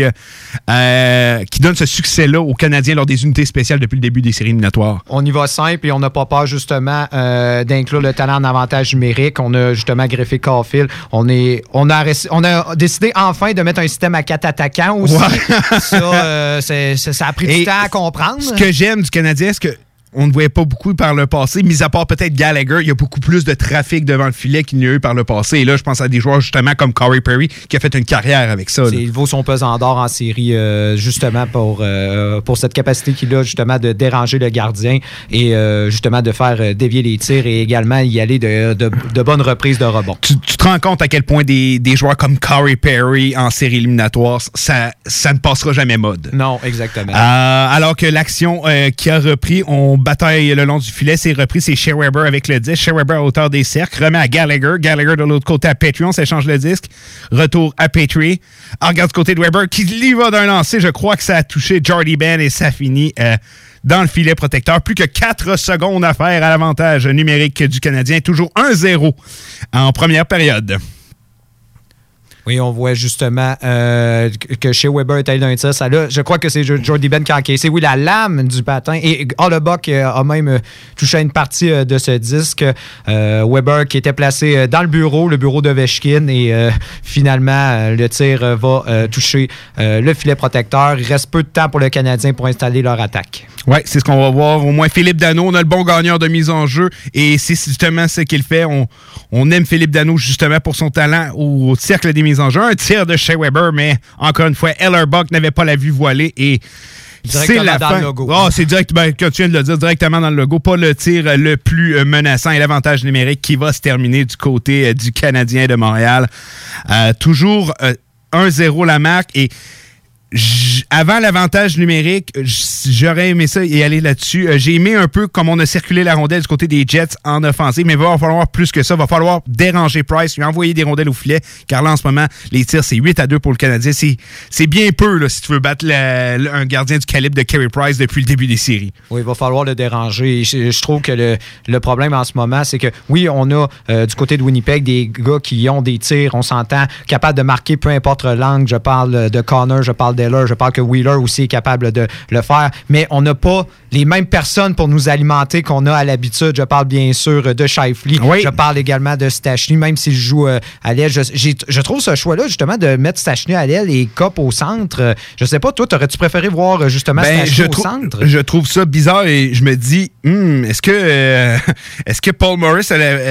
donne ce succès-là aux Canadiens lors des unités spéciales depuis le début des séries éliminatoires? On y va simple et on n'a pas peur justement d'inclure le talent en avantage numérique. On a justement greffé Caulfield. On a décidé enfin de mettre un système à 4 attaquants aussi. Ouais. Ça a pris du temps à comprendre. Ce que j'aime du Canadien, c'est que on ne voyait pas beaucoup par le passé, mis à part peut-être Gallagher, il y a beaucoup plus de trafic devant le filet qu'il n'y a eu par le passé. Et là, je pense à des joueurs justement comme Corey Perry qui a fait une carrière avec ça. Il vaut son pesant d'or en série justement pour cette capacité qu'il a justement de déranger le gardien et justement de faire dévier les tirs et également y aller de bonnes reprises de rebond. Tu te rends compte à quel point des joueurs comme Corey Perry en série éliminatoire, ça ne passera jamais mode. Non, exactement. Alors que l'action qui a repris, on bataille le long du filet, c'est repris, c'est Shea Weber avec le disque. Shea Weber à hauteur des cercles, remet à Gallagher. Gallagher de l'autre côté à Petrie, on s'échange le disque. Retour à Petrie. Regarde du côté de Weber qui lui va d'un lancer. Je crois que ça a touché Jordie Benn et ça finit dans le filet protecteur. Plus que 4 secondes à faire à l'avantage numérique du Canadien. Toujours 1-0 en première période. Oui, on voit justement que Shea Weber est allé dans un tir. Ça, là, je crois que c'est Jordie Benn qui a encaissé. Oui, la lame du patin. Et Hellebuck a même touché une partie de ce disque. Weber qui était placé dans le bureau d'Ovechkin. Et finalement, le tir va toucher le filet protecteur. Il reste peu de temps pour le Canadien pour installer leur attaque. Oui, c'est ce qu'on va voir. Au moins, Philippe Danault, on a le bon gagneur de mise en jeu. Et c'est justement ce qu'il fait. On aime Philippe Danault justement pour son talent au cercle des mises en jeu. Un tir de Shea Weber, mais encore une fois, Hellebuck n'avait pas la vue voilée et c'est la fin. Le logo. Oh, c'est directement, quand tu viens de le dire, directement dans le logo. Pas le tir le plus menaçant et l'avantage numérique qui va se terminer du côté du Canadien de Montréal. Toujours 1-0 la marque et avant l'avantage numérique, j'aurais aimé ça et aller là-dessus. J'ai aimé un peu comme on a circulé la rondelle du côté des Jets en offensive, mais il va falloir plus que ça. Il va falloir déranger Price, lui envoyer des rondelles au filet, car là, en ce moment, les tirs, c'est 8-2 pour le Canadien. C'est bien peu là, si tu veux battre un gardien du calibre de Carey Price depuis le début des séries. Oui, il va falloir le déranger. Je trouve que le problème en ce moment, c'est que oui, on a du côté de Winnipeg des gars qui ont des tirs, on s'entend, capables de marquer peu importe l'angle. Je parle de Connor, je parle d'Ehlers, je parle que Wheeler aussi est capable de le faire, mais on n'a pas les mêmes personnes pour nous alimenter qu'on a à l'habitude. Je parle bien sûr de Scheifele, oui. Je parle également de Stachny, même s'il joue à l'aile. Je trouve ce choix-là, justement, de mettre Stachny à l'aile et Copp au centre. Je sais pas, toi, t'aurais-tu préféré voir justement Stachny au centre? Je trouve ça bizarre et je me dis, est-ce que Paul Maurice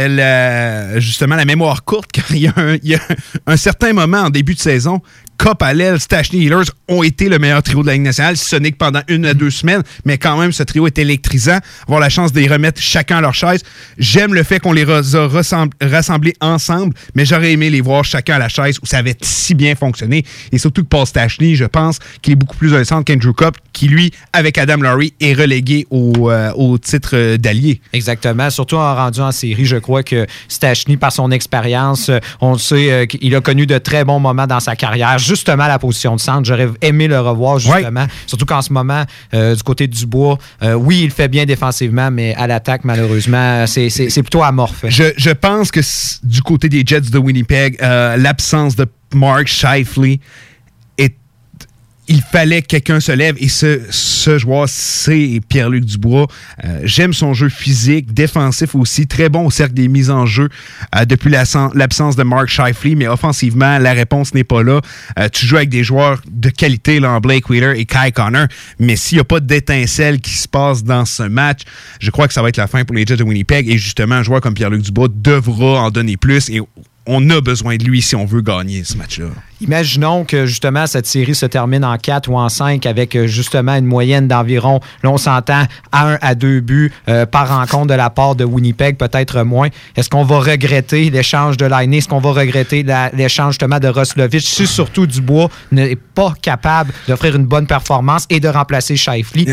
a justement la mémoire courte, car il y a un certain moment en début de saison, Copp à l'aile, Stachny et Ehlers ont été le meilleur trio de la Ligue nationale, si ce n'est que pendant 1 à 2 semaines, mais quand même, ce trio est électrisant. Avoir la chance de les remettre chacun à leur chaise. J'aime le fait qu'on les a rassemblés ensemble, mais j'aurais aimé les voir chacun à la chaise où ça avait si bien fonctionné. Et surtout que Paul Stachny, je pense qu'il est beaucoup plus un centre qu'Andrew Copp, qui, lui, avec Adam Lowry, est relégué au titre d'allié. Exactement. Surtout en rendu en série, je crois que Stachny, par son expérience, on le sait qu'il a connu de très bons moments dans sa carrière. Justement, à la position de centre. J'aurais aimé le revoir, justement. Ouais. Surtout qu'en ce moment, du côté de Dubois, oui, il fait bien défensivement, mais à l'attaque, malheureusement, c'est plutôt amorphe. Je pense que du côté des Jets de Winnipeg, l'absence de Mark Scheifele il fallait que quelqu'un se lève et ce joueur, c'est Pierre-Luc Dubois. J'aime son jeu physique, défensif aussi, très bon au cercle des mises en jeu depuis l'absence de Mark Scheifele, mais offensivement, la réponse n'est pas là. Tu joues avec des joueurs de qualité là, en Blake Wheeler et Kai Connor, mais s'il n'y a pas d'étincelle qui se passe dans ce match, je crois que ça va être la fin pour les Jets de Winnipeg et justement, un joueur comme Pierre-Luc Dubois devra en donner plus et on a besoin de lui si on veut gagner ce match-là. Imaginons que justement cette série se termine en 4 ou en 5 avec justement une moyenne d'environ, là on s'entend, 1 à 2 buts par rencontre de la part de Winnipeg, peut-être moins. Est-ce qu'on va regretter l'échange de Laine? Est-ce qu'on va regretter l'échange justement de Roslovic? Si surtout Dubois n'est pas capable d'offrir une bonne performance et de remplacer Scheifele.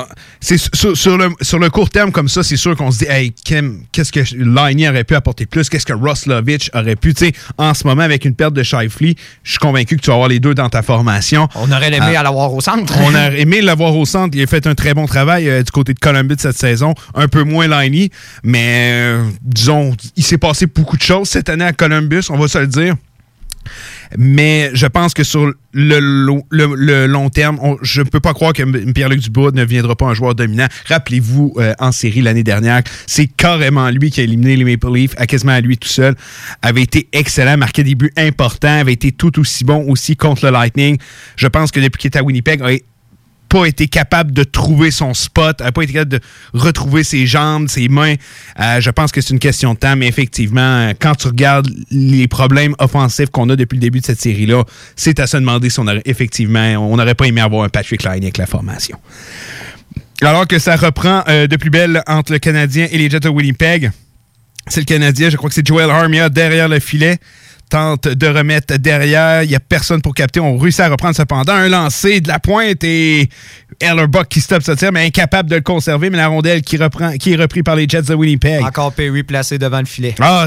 Sur le court terme comme ça, c'est sûr qu'on se dit hey, qu'est-ce que Laine aurait pu apporter plus? Qu'est-ce que Roslovic aurait pu? Tu sais, en ce moment, avec une perte de Scheifele, je suis convaincu que tu vas avoir les deux dans ta formation. On aurait aimé l'avoir au centre. On aurait aimé l'avoir au centre. Il a fait un très bon travail du côté de Columbus cette saison. Un peu moins Laine, mais disons, il s'est passé beaucoup de choses cette année à Columbus, on va se le dire. Mais je pense que sur le long terme, je ne peux pas croire que Pierre-Luc Dubois ne viendra pas un joueur dominant. Rappelez-vous, en série l'année dernière, c'est carrément lui qui a éliminé les Maple Leafs, à quasiment à lui tout seul. Avait été excellent, marqué des buts importants, avait été tout aussi bon aussi contre le Lightning. Je pense que depuis qu'il est à Winnipeg, pas été capable de trouver son spot, n'a pas été capable de retrouver ses jambes, ses mains. Je pense que c'est une question de temps, mais effectivement, quand tu regardes les problèmes offensifs qu'on a depuis le début de cette série-là, c'est à se demander si on n'aurait pas aimé avoir un Patrick Laine avec la formation. Alors que ça reprend de plus belle entre le Canadien et les Jets de Winnipeg, c'est le Canadien, je crois que c'est Joel Armia derrière le filet, tente de remettre derrière. Il n'y a personne pour capter. On réussit à reprendre cependant un lancer de la pointe et Hellerbuck qui stoppe ce tir, mais incapable de le conserver. Mais la rondelle qui est reprise par les Jets de Winnipeg. Encore Perry placé devant le filet. Ah,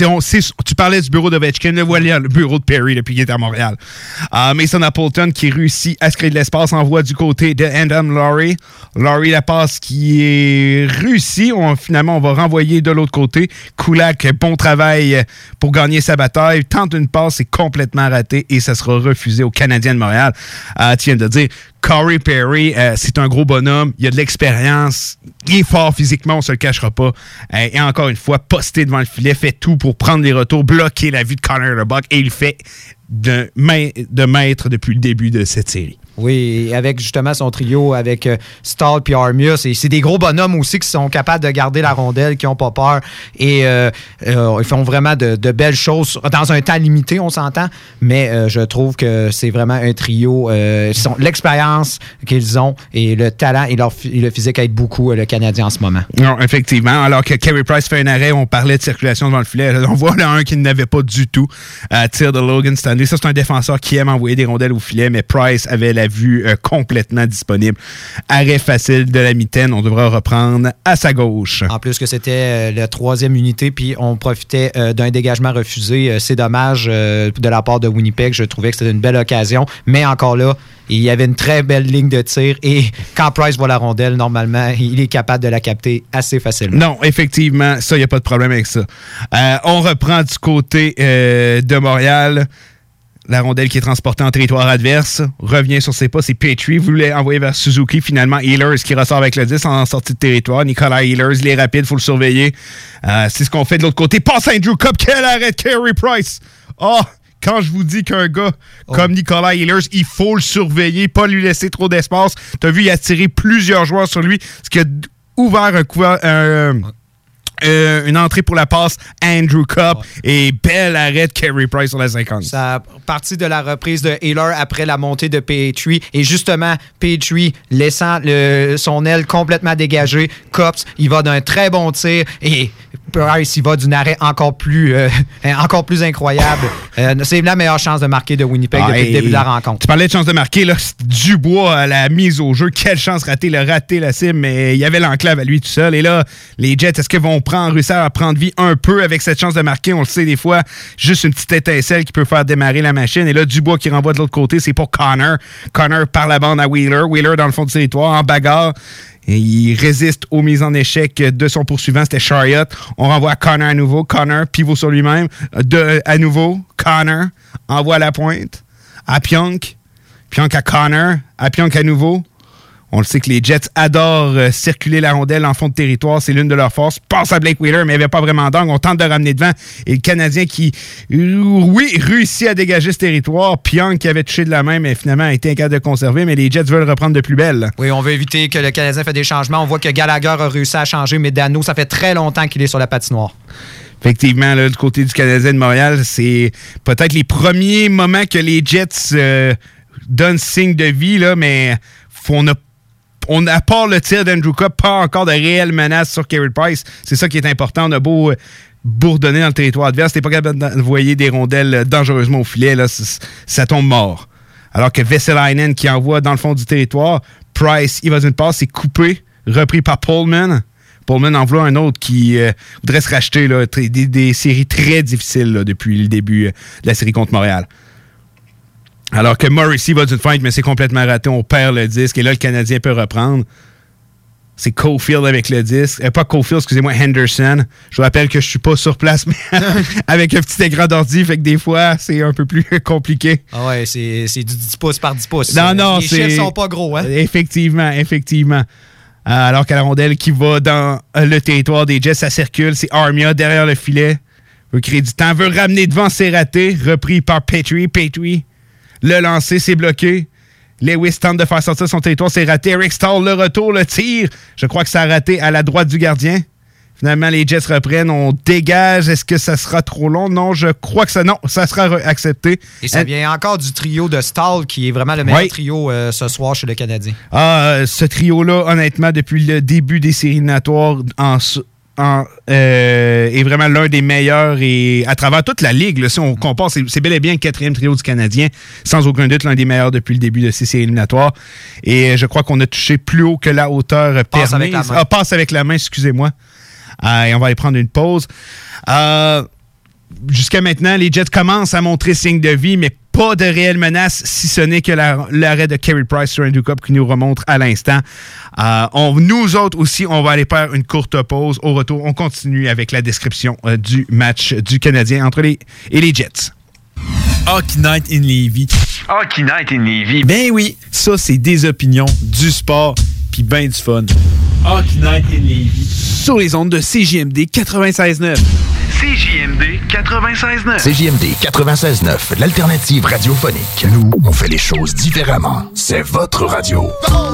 tu parlais du bureau d'Ovechkin. Le voilà, le bureau de Perry depuis qu'il est à Montréal. Mason Appleton qui réussit à se créer de l'espace, envoie du côté de Adam Laurie. Laurie, la passe qui est réussie. Finalement, on va renvoyer de l'autre côté. Kulak, bon travail pour gagner sa bataille. Tente une passe, c'est complètement raté et ça sera refusé aux Canadiens de Montréal. Tu viens de dire, Corey Perry, c'est un gros bonhomme, il a de l'expérience, il est fort physiquement, on se le cachera pas. Et encore une fois, posté devant le filet, fait tout pour prendre les retours, bloquer la vue de Connor Hellerbuck et il le fait de maître depuis le début de cette série. Oui, avec justement son trio avec Stahl puis Armia, c'est des gros bonhommes aussi qui sont capables de garder la rondelle, qui n'ont pas peur et ils font vraiment de belles choses dans un temps limité, on s'entend, mais je trouve que c'est vraiment un trio. L'expérience qu'ils ont et le talent et le physique aident beaucoup le Canadien en ce moment. Non, effectivement. Alors que Carey Price fait un arrêt, on parlait de circulation devant le filet. On voit là un qui n'avait pas du tout. Tir de Logan Stanley. Ça, c'est un défenseur qui aime envoyer des rondelles au filet, mais Price avait la vue complètement disponible. Arrêt facile de la mitaine. On devra reprendre à sa gauche. En plus que c'était la 3e unité, puis on profitait d'un dégagement refusé. C'est dommage de la part de Winnipeg. Je trouvais que c'était une belle occasion, mais encore là, il y avait une très belle ligne de tir et quand Price voit la rondelle, normalement, il est capable de la capter assez facilement. Non, effectivement, ça, il n'y a pas de problème avec ça. On reprend du côté de Montréal. La rondelle qui est transportée en territoire adverse revient sur ses pas. C'est Petrie, voulait envoyer vers Suzuki. Finalement, Ehlers qui ressort avec le 10 en sortie de territoire. Nicolas Ehlers, il est rapide, il faut le surveiller. C'est ce qu'on fait de l'autre côté. Passe Andrew Copp, quel arrêt de Carey Price! Oh! Quand je vous dis qu'un gars comme Nicolas Ehlers, il faut le surveiller, pas lui laisser trop d'espace. T'as vu, il a tiré plusieurs joueurs sur lui, ce qui a ouvert une entrée pour la passe Andrew Copp et bel arrêt de Carey Price sur la 50. Ça a parti de la reprise de Ehlers après la montée de Petrie et justement Petrie laissant son aile complètement dégagée. Copp, il va d'un très bon tir et Price, il va d'une arrêt encore plus incroyable. C'est la meilleure chance de marquer de Winnipeg depuis le début de la rencontre. Tu parlais de chance de marquer, là, Dubois à la mise au jeu. Quelle chance ratée, il a raté la cible, mais il y avait l'enclave à lui tout seul. Et là, les Jets, est-ce qu'ils vont réussir à prendre vie un peu avec cette chance de marquer? On le sait des fois, juste une petite étincelle qui peut faire démarrer la machine. Et là, Dubois qui renvoie de l'autre côté, c'est pour Connor. Connor par la bande à Wheeler. Wheeler dans le fond du territoire, en bagarre. Et il résiste aux mises en échec de son poursuivant, c'était Chariot. On renvoie à Connor à nouveau. Connor pivot sur lui-même. À nouveau, Connor envoie à la pointe. À Pionk. Pionk à Connor. À Pionk à nouveau. On le sait que les Jets adorent circuler la rondelle en fond de territoire. C'est l'une de leurs forces. Passe à Blake Wheeler, mais il n'y avait pas vraiment d'angle. On tente de ramener devant. Et le Canadien qui, réussit à dégager ce territoire. Pionk qui avait touché de la main, mais finalement a été incapable de conserver. Mais les Jets veulent reprendre de plus belle. Oui, on veut éviter que le Canadien fait des changements. On voit que Gallagher a réussi à changer, mais Dano, ça fait très longtemps qu'il est sur la patinoire. Effectivement, là, du côté du Canadien de Montréal, c'est peut-être les premiers moments que les Jets donnent signe de vie, là, mais on à part le tir d'Andrew Copp, pas encore de réelle menace sur Carey Price. C'est ça qui est important. On a beau bourdonner dans le territoire adverse, t'es pas capable d'envoyer des rondelles dangereusement au filet, là, ça tombe mort. Alors que Vesalainen qui envoie dans le fond du territoire, Price, il va d'une passe, c'est coupé, repris par Pullman. Pullman envoie un autre qui voudrait se racheter là, des séries très difficiles là, depuis le début de la série contre Montréal. Alors que Morrissey va d'une feinte, mais c'est complètement raté. On perd le disque et là, le Canadien peut reprendre. C'est Caulfield avec le disque. Pas Caulfield, excusez-moi, Henderson. Je vous rappelle que je suis pas sur place, mais avec un petit écran d'ordi, fait que des fois, c'est un peu plus compliqué. Ah ouais, c'est du 10 pouces par 10 pouces. Non, les chiffres sont pas gros, hein? Effectivement. Alors qu'à la rondelle qui va dans le territoire des Jets, ça circule. C'est Armia derrière le filet. Veut créer du temps. Veut ramener devant, c'est raté. Repris par Petrie. Le lancer, c'est bloqué. Lewis tente de faire sortir son territoire, c'est raté. Eric Stahl, le retour, le tir. Je crois que ça a raté à la droite du gardien. Finalement, les Jets reprennent. On dégage. Est-ce que ça sera trop long? Non, je crois que ça sera accepté. Et ça vient encore du trio de Stahl, qui est vraiment le meilleur trio ce soir chez le Canadien. Ce trio-là, honnêtement, depuis le début des séries éliminatoires, est vraiment l'un des meilleurs et à travers toute la ligue, là, si on compare, c'est bel et bien le 4e trio du Canadien, sans aucun doute l'un des meilleurs depuis le début de ces séries éliminatoires. Et je crois qu'on a touché plus haut que la hauteur permise. Passe avec la main, excusez-moi. Et on va aller prendre une pause. Jusqu'à maintenant, les Jets commencent à montrer signe de vie, mais pas de réelle menace, si ce n'est que l'arrêt de Carey Price sur Andrew Copp qui nous remonte à l'instant. Nous autres aussi, on va aller faire une courte pause. Au retour, on continue avec la description du match du Canadien entre les Jets. Hockey Night in Lévis. Hockey Night in Lévis. Ben oui, ça c'est des opinions, du sport, puis ben du fun. Hockey Night in Lévis. Sur les ondes de CJMD 96.9. CJMD 96.9. CJMD 96.9, l'alternative radiophonique. Nous, on fait les choses différemment. C'est votre radio.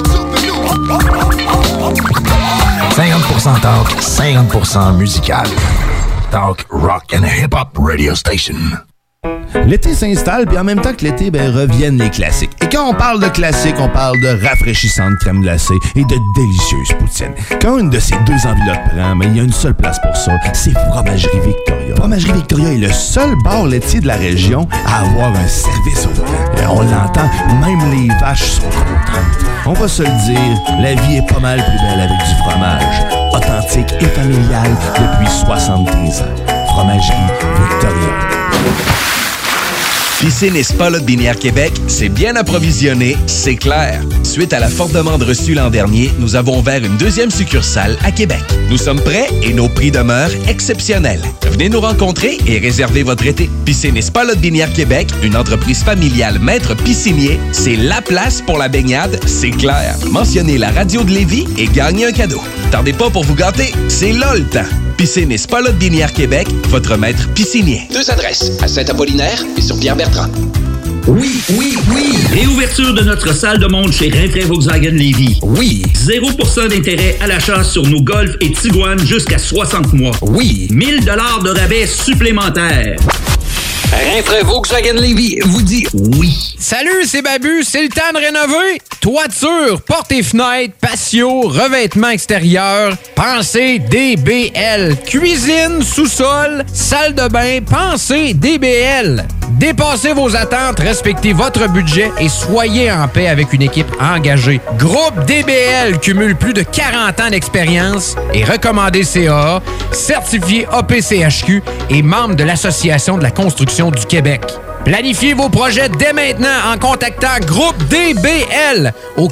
50% talk, 50% musical. Talk, rock and hip-hop radio station. L'été s'installe, puis en même temps que l'été, reviennent les classiques. Et quand on parle de classiques, on parle de rafraîchissante crème glacée et de délicieuse poutine. Quand une de ces deux enveloppes prend, il y a une seule place pour ça, c'est Fromagerie Victoria. Fromagerie Victoria est le seul bar laitier de la région à avoir un service au volant. On l'entend, même les vaches sont contentes. On va se le dire, la vie est pas mal plus belle avec du fromage. Authentique et familial depuis 73 ans. Fromagerie Victoria. Piscine et Spa Binière Québec, c'est bien approvisionné, c'est clair. Suite à la forte demande reçue l'an dernier, nous avons ouvert une deuxième succursale à Québec. Nous sommes prêts et nos prix demeurent exceptionnels. Venez nous rencontrer et réserver votre été. Piscine et Spa Binière Québec, une entreprise familiale maître piscinier, c'est la place pour la baignade, c'est clair. Mentionnez la radio de Lévis et gagnez un cadeau. Tardez pas pour vous gâter, c'est là le temps. Piscine et Spa Binière Québec, votre maître piscinier. 2 adresses, à Saint-Apollinaire et sur Pierre-Bertrand. Oui. Réouverture de notre salle de monde chez Rinfrae Volkswagen Lévis. Oui. 0% d'intérêt à l'achat sur nos Golf et Tiguan jusqu'à 60 mois. Oui. 1000 $ de rabais supplémentaires. Rinfrae Volkswagen Lévis vous dit oui. Salut, c'est Babu, c'est le temps de rénover. Toiture, portes et fenêtres, patio, revêtement extérieur. Pensez DBL. Cuisine, sous-sol, salle de bain, pensez DBL. Dépassez vos attentes, respectez votre budget et soyez en paix avec une équipe engagée. Groupe DBL cumule plus de 40 ans d'expérience et recommandé CAA, certifié APCHQ et membre de l'Association de la construction du Québec. Planifiez vos projets dès maintenant en contactant Groupe DBL au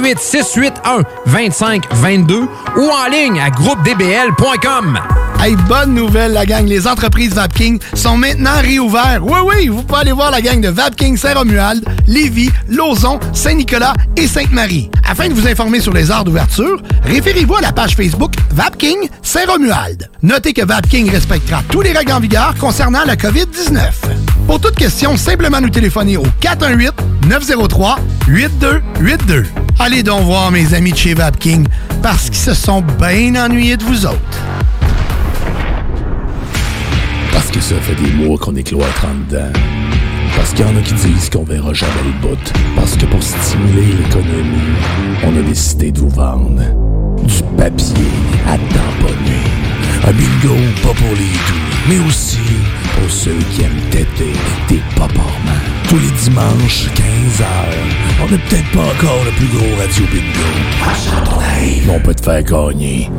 418-681-2522 ou en ligne à groupedbl.com. Hey, bonne nouvelle, la gang. Les entreprises Vapking sont maintenant réouvertes. Oui, vous pouvez aller voir la gang de Vapking Saint-Romuald, Lévis, Lauson, Saint-Nicolas et Sainte-Marie. Afin de vous informer sur les heures d'ouverture, référez-vous à la page Facebook Vapking Saint-Romuald. Notez que Vapking respectera tous les règles en vigueur concernant la COVID-19. Pour toute question, simplement nous téléphoner au 418-903-8282. Allez donc voir mes amis de chez Vapking, parce qu'ils se sont bien ennuyés de vous autres. Parce que ça fait des mois qu'on est cloître en dedans. Parce qu'il y en a qui disent qu'on verra jamais le bout. Parce que pour stimuler l'économie, on a décidé de vous vendre du papier à tamponner. Un bingo pas pour les doux, mais aussi pour ceux qui aiment têter des paparmans. Tous les dimanches, 15h, on n'est peut-être pas encore le plus gros radio bingo. Achète ton aïe, on peut te faire gagner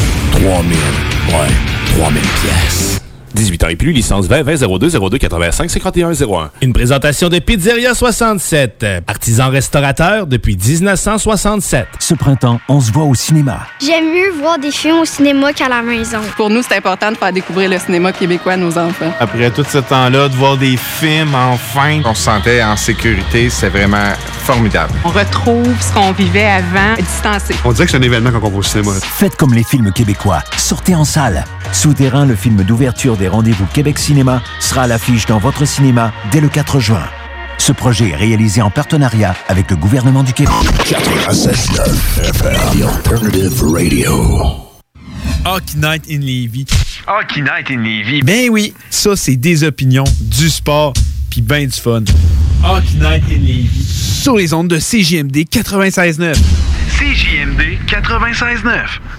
3000 pièces. 18 ans et plus, licence 20 02 02 85 51 01. Une présentation de Pizzeria 67, artisan restaurateur depuis 1967. Ce printemps, on se voit au cinéma. J'aime mieux voir des films au cinéma qu'à la maison. Pour nous, c'est important de faire découvrir le cinéma québécois à nos enfants. Après tout ce temps-là, de voir des films, enfin, on se sentait en sécurité, c'est vraiment formidable. On retrouve ce qu'on vivait avant, distancé. On dirait que c'est un événement quand on va au cinéma. Faites comme les films québécois. Sortez en salle. Souterrain, le film d'ouverture des rendez-vous Québec Cinéma, sera à l'affiche dans votre cinéma dès le 4 juin. Ce projet est réalisé en partenariat avec le gouvernement du Québec. 96.9 FM, The Alternative Radio. Hockey Night in Lévis. Hockey Night in Lévis. Ben oui, ça, c'est des opinions, du sport, puis ben du fun. Hockey Night in Lévis. Sur les ondes de CJMD 96.9. CJMD 96.9.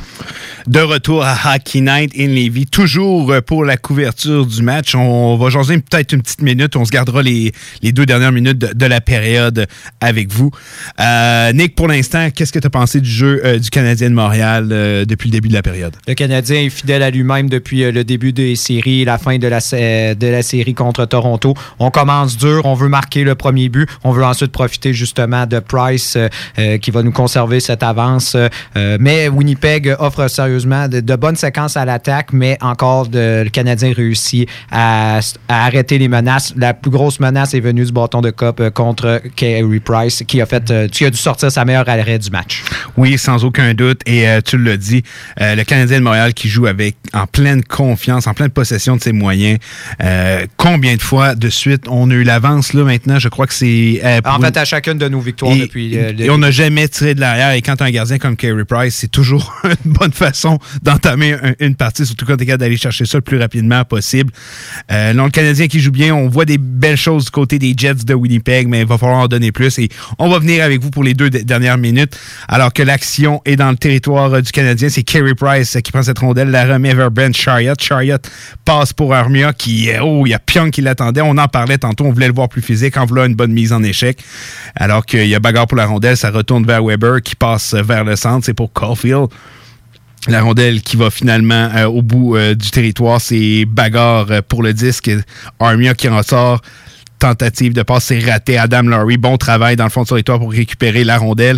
De retour à Hockey Night in Lévis, toujours pour la couverture du match. On va jaser peut-être une petite minute. On se gardera les 2 dernières minutes de la période avec vous. Nick, pour l'instant, qu'est-ce que tu as pensé du jeu du Canadien de Montréal depuis le début de la période? Le Canadien est fidèle à lui-même depuis le début des séries et la fin de la série contre Toronto. On commence dur, on veut marquer le premier but. On veut ensuite profiter justement de Price qui va nous conserver cette avance. Mais Winnipeg offre sérieusement de bonnes séquences à l'attaque, mais encore le Canadien réussit à arrêter les menaces. La plus grosse menace est venue du bâton de Cup contre Carey Price, qui a dû sortir sa meilleure arrêt du match. Oui, sans aucun doute. Et tu l'as dit, le Canadien de Montréal qui joue en pleine confiance, en pleine possession de ses moyens. Combien de fois de suite on a eu l'avance là maintenant? Je crois que c'est... en fait, à chacune de nos victoires depuis... Et on n'a jamais tiré de l'arrière. Et quand tu as un gardien comme Carey Price, c'est toujours une bonne façon d'entamer une partie, surtout quand tu es capable d'aller chercher ça le plus rapidement possible. Non, le Canadien qui joue bien, on voit des belles choses du côté des Jets de Winnipeg, mais il va falloir en donner plus. Et on va venir avec vous pour les 2 dernières minutes, alors que l'action est dans le territoire du Canadien. C'est Carey Price qui prend cette rondelle, la remet vers Brent Chariot. Chariot passe pour Armia qui... il y a Pion qui l'attendait. On en parlait tantôt, on voulait le voir plus physique, en voulant une bonne mise en échec. Alors qu'il y a bagarre pour la rondelle, ça retourne vers Weber qui passe vers le centre. C'est pour Caulfield. La rondelle qui va finalement au bout du territoire, c'est bagarre pour le disque. Armia qui en sort, tentative de passe, c'est raté. Adam Lowry, bon travail dans le fond du territoire pour récupérer la rondelle.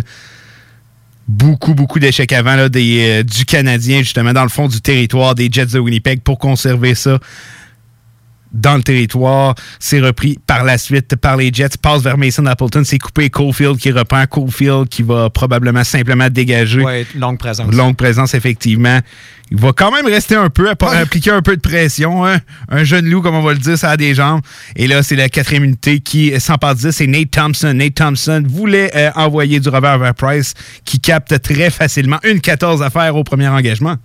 Beaucoup d'échecs avant là, du Canadien, justement, dans le fond du territoire des Jets de Winnipeg pour conserver ça dans le territoire. C'est repris par la suite par les Jets. Passe vers Mason Appleton. C'est coupé. Caulfield qui reprend. Caulfield qui va probablement simplement dégager. Oui, longue présence. Longue présence, effectivement. Il va quand même rester un peu, appliquer un peu de pression. Hein? Un jeune loup, comme on va le dire, ça a des jambes. Et là, c'est la 4e unité qui s'empare de ça. C'est Nate Thompson. Nate Thompson voulait envoyer du revers vers Price qui capte très facilement. 1-14 à faire au premier engagement.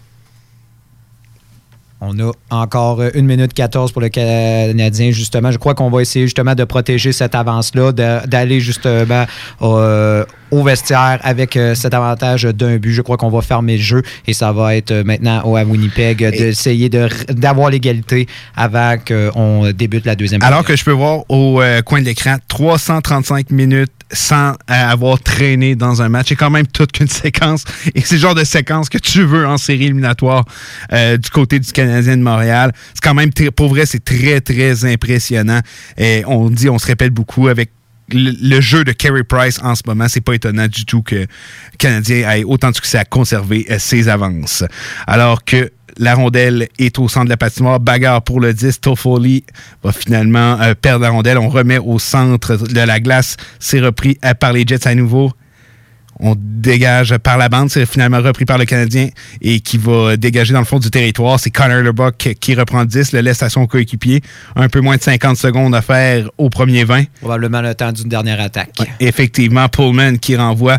On a encore 1 minute 14 pour le Canadien, justement. Je crois qu'on va essayer justement de protéger cette avance-là, d'aller justement au vestiaire avec cet avantage d'un but. Je crois qu'on va fermer le jeu et ça va être maintenant à Winnipeg d'essayer d'avoir l'égalité avant qu'on débute la deuxième période. Alors que je peux voir au coin de l'écran 335 minutes sans avoir traîné dans un match. C'est quand même toute qu'une séquence. Et c'est le genre de séquence que tu veux en série éliminatoire du côté du Canadien de Montréal. C'est quand même, pour vrai, c'est très, très impressionnant. Et on se répète beaucoup avec le jeu de Carey Price en ce moment. C'est pas étonnant du tout que le Canadien ait autant de succès à conserver ses avances. Alors que la rondelle est au centre de la patinoire. Bagarre pour le 10. Toffoli va finalement perdre la rondelle. On remet au centre de la glace. C'est repris par les Jets à nouveau. On dégage par la bande. C'est finalement repris par le Canadien et qui va dégager dans le fond du territoire. C'est Connor Leboeuf qui reprend le 10, le laisse à son coéquipier. Un peu moins de 50 secondes à faire au premier 20. Probablement le temps d'une dernière attaque. Ouais, effectivement, Pullman qui renvoie.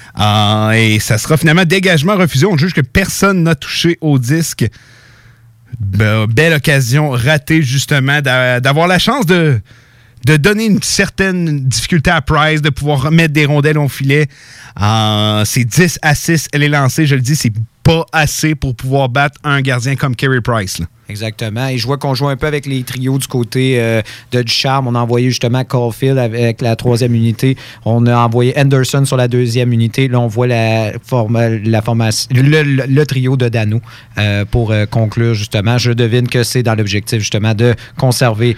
Et ça sera finalement dégagement refusé. On juge que personne n'a touché au disque. Belle occasion ratée, justement, d'avoir la chance de donner une certaine difficulté à Price, de pouvoir remettre des rondelles au filet. C'est 10 à 6, elle est lancée. Je le dis, c'est pas assez pour pouvoir battre un gardien comme Carey Price, là. Exactement. Et je vois qu'on joue un peu avec les trios du côté de Ducharme. On a envoyé justement Caulfield avec la 3e unité. On a envoyé Anderson sur la 2e unité. Là, on voit la formation, le trio de Dano pour conclure justement. Je devine que c'est dans l'objectif justement de conserver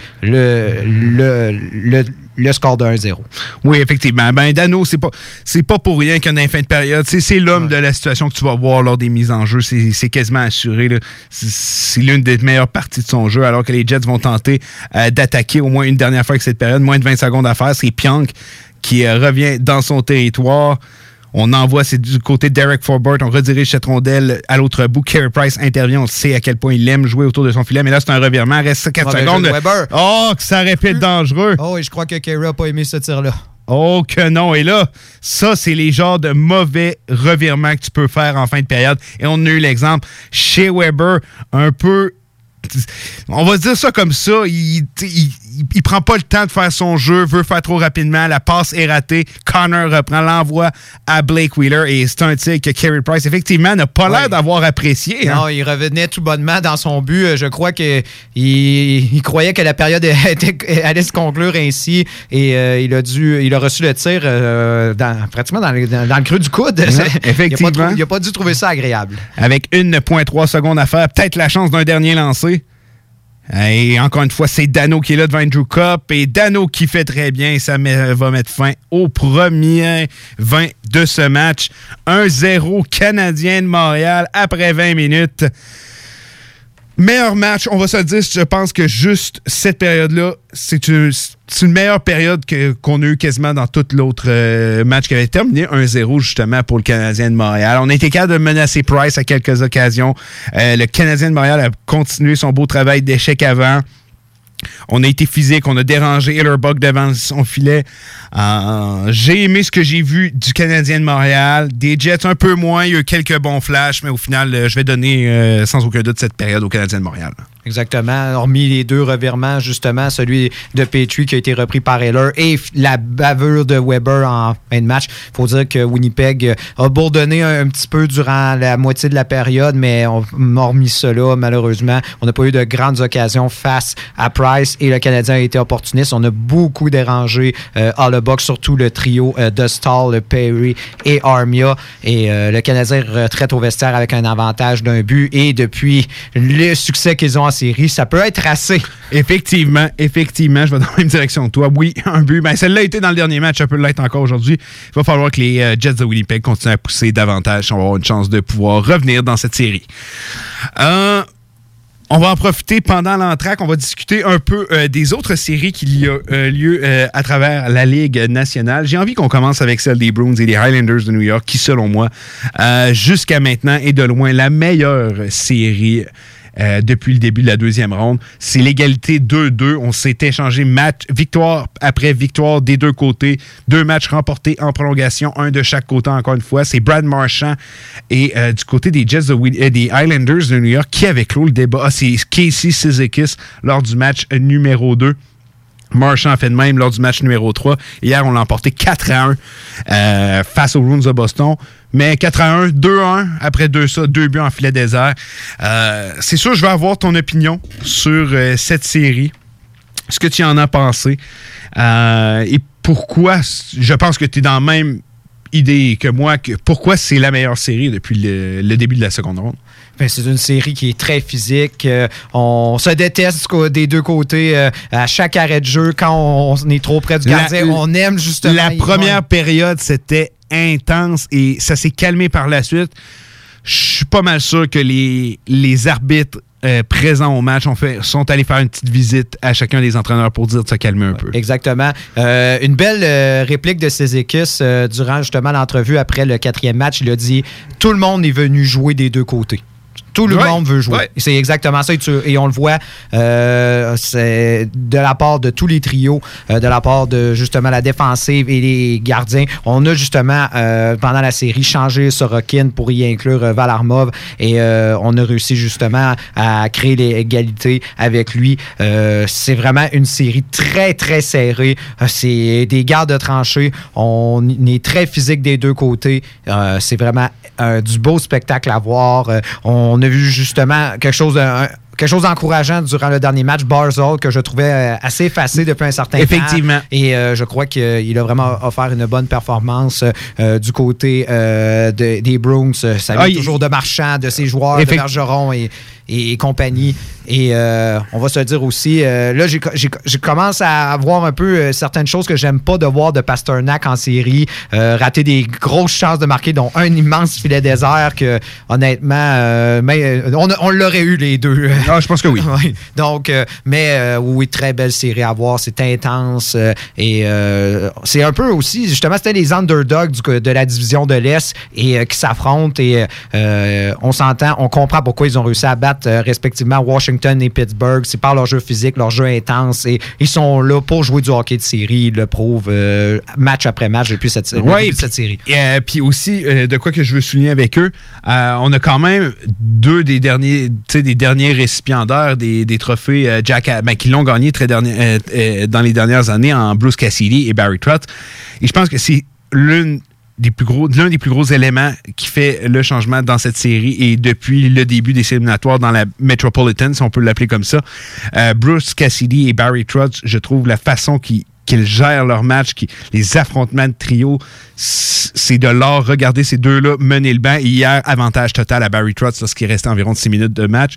le score de 1-0. Oui, effectivement. Ben, Dano, c'est pas pour rien qu'en fin de période. C'est l'homme de la situation que tu vas voir lors des mises en jeu. C'est quasiment assuré, là. C'est l'une des meilleures parties de son jeu, alors que les Jets vont tenter d'attaquer au moins une dernière fois avec cette période. Moins de 20 secondes à faire. C'est Pionk qui revient dans son territoire. On envoie, c'est du côté de Derek Forbort. On redirige cette rondelle à l'autre bout. Carey Price intervient. On sait à quel point il aime jouer autour de son filet. Mais là, c'est un revirement. Reste 4 secondes. Oh, que ça aurait pu être dangereux. Oh, et je crois que Carey n'a pas aimé ce tir-là. Oh que non. Et là, ça, c'est les genres de mauvais revirements que tu peux faire en fin de période. Et on a eu l'exemple chez Weber, un peu... On va dire ça comme ça, il prend pas le temps de faire son jeu, veut faire trop rapidement, la passe est ratée, Connor reprend l'envoi à Blake Wheeler et c'est un tir que Carey Price, effectivement, n'a pas l'air d'avoir apprécié. Hein? Non, il revenait tout bonnement dans son but. Je crois qu'il croyait que la période allait se conclure ainsi et il a reçu le tir pratiquement dans le creux du coude. Ouais, effectivement. Il n'a pas dû trouver ça agréable. Avec 1,3 secondes à faire, peut-être la chance d'un dernier lancé. Et encore une fois, c'est Dano qui est là devant Andrew Cup. Et Dano qui fait très bien. Ça va mettre fin au premier 20 de ce match. 1-0 Canadien de Montréal après 20 minutes. Meilleur match, on va se le dire, je pense que juste cette période-là, c'est une meilleure période qu'on a eu quasiment dans tout l'autre match qui avait terminé 1-0 justement pour le Canadien de Montréal. On a été capable de menacer Price à quelques occasions. Le Canadien de Montréal a continué son beau travail d'échec avant. On a été physique, on a dérangé Hillerbuck devant son filet. J'ai aimé ce que j'ai vu du Canadien de Montréal. Des Jets un peu moins, il y a eu quelques bons flashs, mais au final, je vais donner sans aucun doute cette période au Canadien de Montréal. Exactement. Hormis les deux revirements, justement, celui de Petrie qui a été repris par Heller et la bavure de Weber en fin de match. Il faut dire que Winnipeg a bourdonné un petit peu durant la moitié de la période, mais hormis cela, malheureusement, on n'a pas eu de grandes occasions face à Price et le Canadien a été opportuniste. On a beaucoup dérangé Hillerbuck, surtout le trio de Stahl, Perry et Armia. Et le Canadien retraite au vestiaire avec un avantage d'un but et depuis le succès qu'ils ont série, ça peut être assez. Effectivement, je vais dans la même direction que toi. Oui, un but. Ben, celle-là a été dans le dernier match, ça peut l'être encore aujourd'hui. Il va falloir que les Jets de Winnipeg continuent à pousser davantage. On va avoir une chance de pouvoir revenir dans cette série. On va en profiter pendant l'entraque. On va discuter un peu des autres séries qu'il y a lieu à travers la Ligue nationale. J'ai envie qu'on commence avec celle des Bruins et des Highlanders de New York, qui, selon moi, jusqu'à maintenant, est de loin la meilleure série depuis le début de la deuxième ronde. C'est l'égalité 2-2. On s'est échangé victoire après victoire des deux côtés. 2 matchs remportés en prolongation, un de chaque côté encore une fois. C'est Brad Marchand et du côté des Jets des Highlanders de New York qui avait clos le débat. C'est Casey Cizikas lors du match numéro 2. Marchand a fait de même lors du match numéro 3. Hier, on l'a emporté 4-1 face aux Bruins de Boston. Mais 4-1, 2-1 après 2 buts en filet désert. C'est sûr, je vais avoir ton opinion sur cette série. Ce que tu en as pensé. Et pourquoi, je pense que tu es dans la même idée que moi, pourquoi c'est la meilleure série depuis le début de la seconde ronde. Ben, c'est une série qui est très physique. On se déteste des deux côtés. À chaque arrêt de jeu, quand on est trop près du gardien, on aime justement... La première période, c'était intense et ça s'est calmé par la suite. Je suis pas mal sûr que les arbitres présents au match sont allés faire une petite visite à chacun des entraîneurs pour dire de se calmer un peu. Exactement. Une belle réplique de Cizikas durant justement l'entrevue après le 4e match. Il a dit « Tout le monde est venu jouer des deux côtés ». Tout le monde veut jouer. C'est exactement ça. Et on le voit, c'est de la part de tous les trios, de la part de justement la défensive et les gardiens. On a justement, pendant la série, changé Sorokin pour y inclure Varlamov et on a réussi justement à créer l'égalité avec lui. C'est vraiment une série très, très serrée. C'est des gardes de tranchées. On est très physique des deux côtés. C'est vraiment du beau spectacle à voir. On a vu justement quelque chose d'encourageant durant le dernier match, Barzal, que je trouvais assez effacé depuis un certain temps. Effectivement. Et je crois qu'il a vraiment offert une bonne performance du côté des Bruins. Ça vient toujours de Marchand, de ses joueurs, de Bergeron et compagnie. Et on va se le dire aussi, là, j'ai commencé à voir un peu certaines choses que j'aime pas de voir de Pasternak en série. Rater des grosses chances de marquer, dont un immense filet désert que, honnêtement, on l'aurait eu les deux. Ah, je pense que oui. Oui. Donc, oui, très belle série à voir. C'est intense. Et c'est un peu aussi, justement, c'était les underdogs de la division de l'Est et qui s'affrontent. Et on s'entend, on comprend pourquoi ils ont réussi à battre respectivement Washington et Pittsburgh. C'est par leur jeu physique, leur jeu intense. Et ils sont là pour jouer du hockey de série. Ils le prouvent match après match depuis cette série. Puis aussi, de quoi que je veux souligner avec eux, on a quand même deux des derniers récipiendaires des trophées qui l'ont gagné dans les dernières années en Bruce Cassidy et Barry Trotz. Et je pense que c'est l'un des plus gros éléments qui fait le changement dans cette série et depuis le début des éliminatoires dans la Metropolitan, si on peut l'appeler comme ça. Bruce Cassidy et Barry Trotz, je trouve la façon qu'ils gèrent leur match, les affrontements de trio, c'est de l'art. Regardez ces deux-là mener le banc. Hier, avantage total à Barry Trotz lorsqu'il restait environ 6 minutes de match.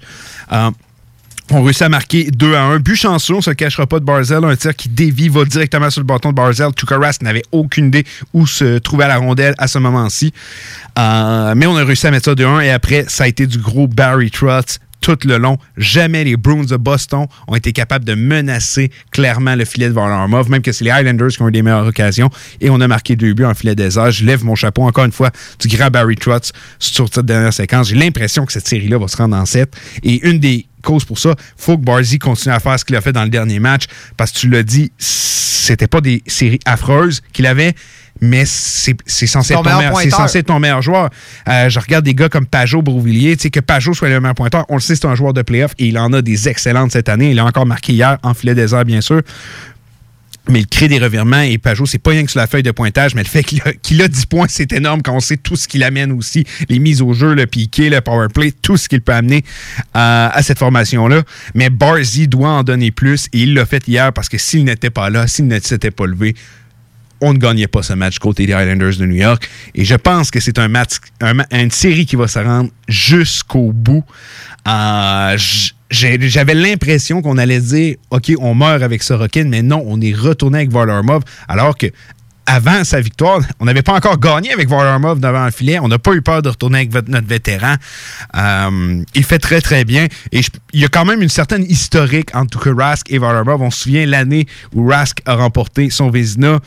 On réussit à marquer 2-1. But chanceux, on ne se cachera pas de Barzal. Un tir qui dévie, va directement sur le bâton de Barzal. Tuukka Rask n'avait aucune idée où se trouvait la rondelle à ce moment-ci. Mais on a réussi à mettre ça 2-1 et après, ça a été du gros Barry Trotz tout le long. Jamais les Bruins de Boston ont été capables de menacer clairement le filet de Varlamov, même que c'est les Islanders qui ont eu des meilleures occasions. Et on a marqué 2 buts en filet désert. Je lève mon chapeau encore une fois du grand Barry Trotz sur cette dernière séquence. J'ai l'impression que cette série-là va se rendre en 7. Et une des causes pour ça, il faut que Barzy continue à faire ce qu'il a fait dans le dernier match, parce que tu l'as dit, c'était pas des séries affreuses qu'il avait, mais c'est censé être ton meilleur joueur. Je regarde des gars comme Pajot Beauvillier, tu sais, que Pajot soit le meilleur pointeur, on le sait, c'est un joueur de playoff et il en a des excellentes cette année. Il a encore marqué hier en filet désert, bien sûr. Mais il crée des revirements et Pajot, c'est pas rien que sur la feuille de pointage, mais le fait qu'il a 10 points, c'est énorme quand on sait tout ce qu'il amène aussi. Les mises au jeu, le piqué, le power play, tout ce qu'il peut amener à cette formation-là. Mais Barzy doit en donner plus et il l'a fait hier parce que s'il n'était pas là, s'il ne s'était pas levé, on ne gagnait pas ce match côté des Islanders de New York. Et je pense que c'est une série qui va se rendre jusqu'au bout. J'avais l'impression qu'on allait dire « OK, on meurt avec Sorokin », mais non, on est retourné avec Varlamov, alors que avant sa victoire, on n'avait pas encore gagné avec Varlamov devant le filet. On n'a pas eu peur de retourner avec notre vétéran. Il fait très, très bien. Et il y a quand même une certaine historique entre Tuukka Rask et Varlamov. On se souvient l'année où Rask a remporté son Vezina.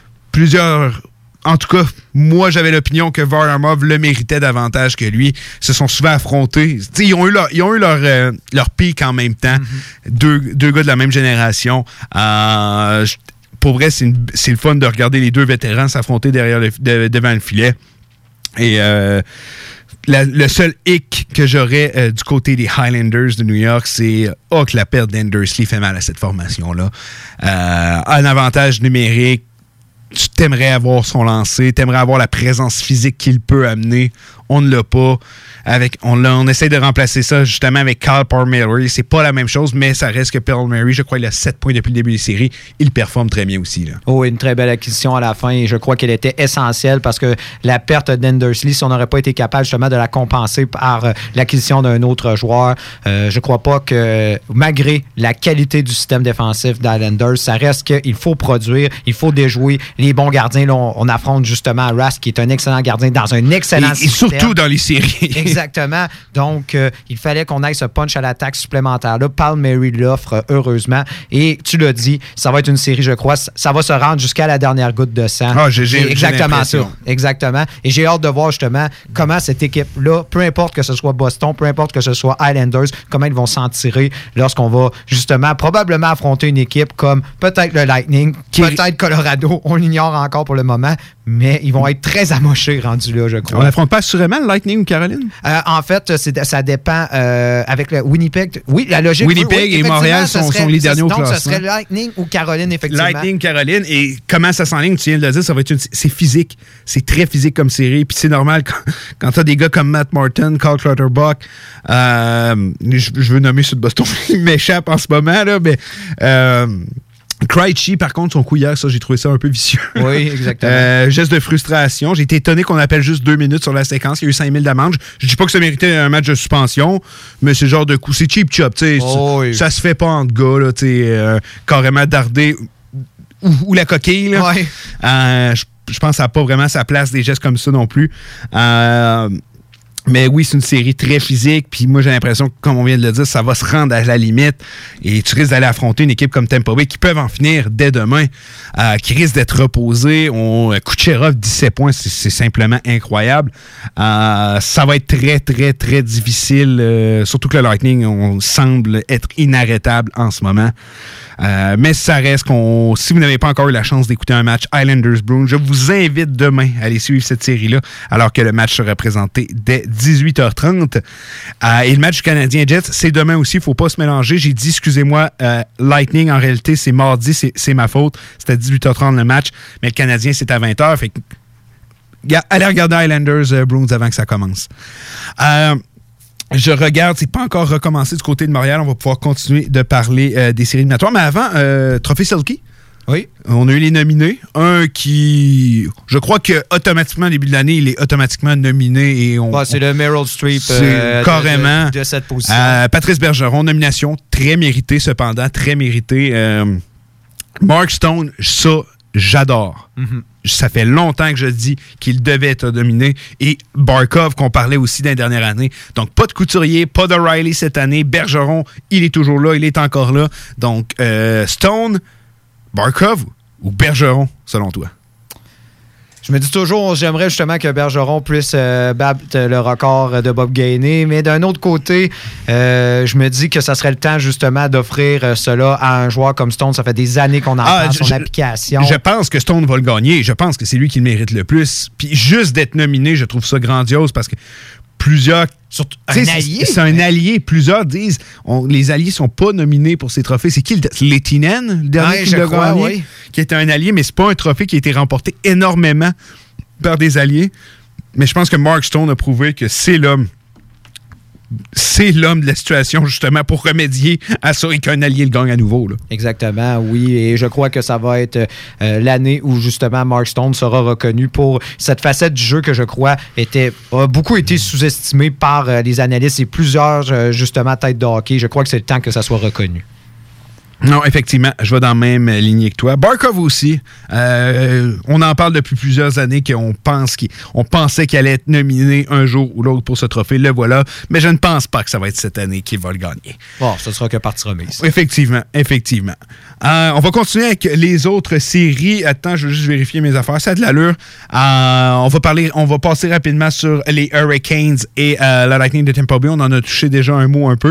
En tout cas, moi, j'avais l'opinion que Varlamov le méritait davantage que lui. Ils se sont souvent affrontés. Ils ont eu leur pic en même temps. Mm-hmm. Deux gars de la même génération. Pour vrai, c'est le fun de regarder les deux vétérans s'affronter devant le filet. Et le seul hic que j'aurais du côté des Highlanders de New York, c'est que la perte d'Endersley fait mal à cette formation-là. Un avantage numérique. Tu t'aimerais avoir son lancer, t'aimerais avoir la présence physique qu'il peut amener. On ne l'a pas. On essaie de remplacer ça justement avec Kyle Palmieri. C'est pas la même chose, mais ça reste que Palmieri, je crois, il a 7 points depuis le début des séries. Il performe très bien aussi. Là. Oh, une très belle acquisition à la fin et je crois qu'elle était essentielle parce que la perte d'Endersley, si on n'aurait pas été capable justement de la compenser par l'acquisition d'un autre joueur, je crois pas que malgré la qualité du système défensif d'Islanders, ça reste qu'il faut produire, il faut déjouer les bons gardiens. Là, on affronte justement Rask qui est un excellent gardien dans un excellent système. Surtout dans les séries. Exactement. Donc, il fallait qu'on aille ce punch à l'attaque supplémentaire-là. Palmieri l'offre, heureusement. Et tu l'as dit, ça va être une série, je crois. Ça va se rendre jusqu'à la dernière goutte de sang. Ah, j'ai exactement ça. Exactement. Et j'ai hâte de voir justement comment cette équipe-là, peu importe que ce soit Boston, peu importe que ce soit Islanders, comment ils vont s'en tirer lorsqu'on va justement probablement affronter une équipe comme peut-être le Lightning, peut-être Colorado, on l'ignore encore pour le moment, mais ils vont être très amochés rendus là, je crois. On n'affronte pas assurément le Lightning ou Caroline? En fait, ça dépend avec le Winnipeg. Oui, la logique. Winnipeg et Montréal sont les derniers au classement. Donc, ce serait Lightning ou Caroline, effectivement. Lightning, Caroline. Et comment ça s'enligne, tu viens de le dire, ça va être c'est physique. C'est très physique comme série. Puis c'est normal quand tu as des gars comme Matt Martin, Carl Clutterbuck, je veux nommer ceux de Boston, il m'échappe en ce moment, là, mais Krejci, par contre, son coup hier, ça, j'ai trouvé ça un peu vicieux. Oui, exactement. Geste de frustration. J'ai été étonné qu'on appelle juste 2 minutes sur la séquence. Il y a eu 5 000 d'amende. Je dis pas que ça méritait un match de suspension, mais c'est le genre de coup. C'est cheap chop, tu sais. Ça se fait pas entre gars, là, tu sais, carrément darder ou la coquille, là. Ouais. Je pense que ça n'a pas vraiment sa place, des gestes comme ça non plus. Mais oui, c'est une série très physique. Puis moi, j'ai l'impression que, comme on vient de le dire, ça va se rendre à la limite. Et tu risques d'aller affronter une équipe comme Tampa Bay qui peuvent en finir dès demain, qui risque d'être reposée. Kucherov, 17 points, c'est simplement incroyable. Ça va être très, très, très difficile. Surtout que le Lightning, on semble être inarrêtable en ce moment. Mais ça reste si vous n'avez pas encore eu la chance d'écouter un match Islanders-Bruins, je vous invite demain à aller suivre cette série-là, alors que le match sera présenté dès 18h30. Et le match Canadien-Jets, c'est demain aussi, il ne faut pas se mélanger. J'ai dit, excusez-moi, Lightning, en réalité, c'est mardi, c'est ma faute. C'est à 18h30 le match, mais le Canadien, c'est à 20h. Fait que, allez regarder Islanders-Bruins avant que ça commence. Je regarde, c'est pas encore recommencé du côté de Montréal. On va pouvoir continuer de parler des séries éliminatoires. Mais avant, Trophée Selke. Oui. On a eu les nominés. Un qui, je crois que automatiquement, au début de l'année, il est automatiquement nominé. Et c'est le Meryl Streep carrément de cette position. Patrice Bergeron, nomination très méritée cependant, très méritée. Mark Stone, ça, j'adore. Mm-hmm. Ça fait longtemps que je dis qu'il devait être nominé. Et Barkov, qu'on parlait aussi dans les dernières années. Donc, pas de Couturier, pas de Riley cette année. Bergeron, il est toujours là, il est encore là. Donc, Stone, Barkov ou Bergeron, selon toi? Je me dis toujours, j'aimerais justement que Bergeron puisse battre le record de Bob Gainey, mais d'un autre côté, je me dis que ça serait le temps justement d'offrir cela à un joueur comme Stone. Ça fait des années qu'on entend son application. Je pense que Stone va le gagner. Je pense que c'est lui qui le mérite le plus. Puis juste d'être nominé, je trouve ça grandiose parce que plusieurs... Un allié? C'est un allié. Plusieurs disent les alliés sont pas nominés pour ces trophées. C'est qui? Lehtinen, le dernier qui l'a gagné, oui. Qui était un allié, mais c'est pas un trophée qui a été remporté énormément par des alliés. Mais je pense que Mark Stone a prouvé que c'est l'homme. C'est l'homme de la situation, justement, pour remédier à ça et qu'un allié le gagne à nouveau. Là. Exactement, oui. Et je crois que ça va être l'année où, justement, Mark Stone sera reconnu pour cette facette du jeu que, je crois, a beaucoup été sous-estimée par les analystes et plusieurs, justement, têtes de hockey. Je crois que c'est le temps que ça soit reconnu. Non, effectivement, je vais dans la même lignée que toi. Barkov aussi. On en parle depuis plusieurs années qu'on pensait qu'il allait être nominé un jour ou l'autre pour ce trophée. Le voilà. Mais je ne pense pas que ça va être cette année qu'il va le gagner. Bon, ce sera que partie remise. Effectivement. On va continuer avec les autres séries. Attends, je veux juste vérifier mes affaires. Ça a de l'allure. On va passer rapidement sur les Hurricanes et la Lightning de Tampa Bay. On en a touché déjà un mot un peu.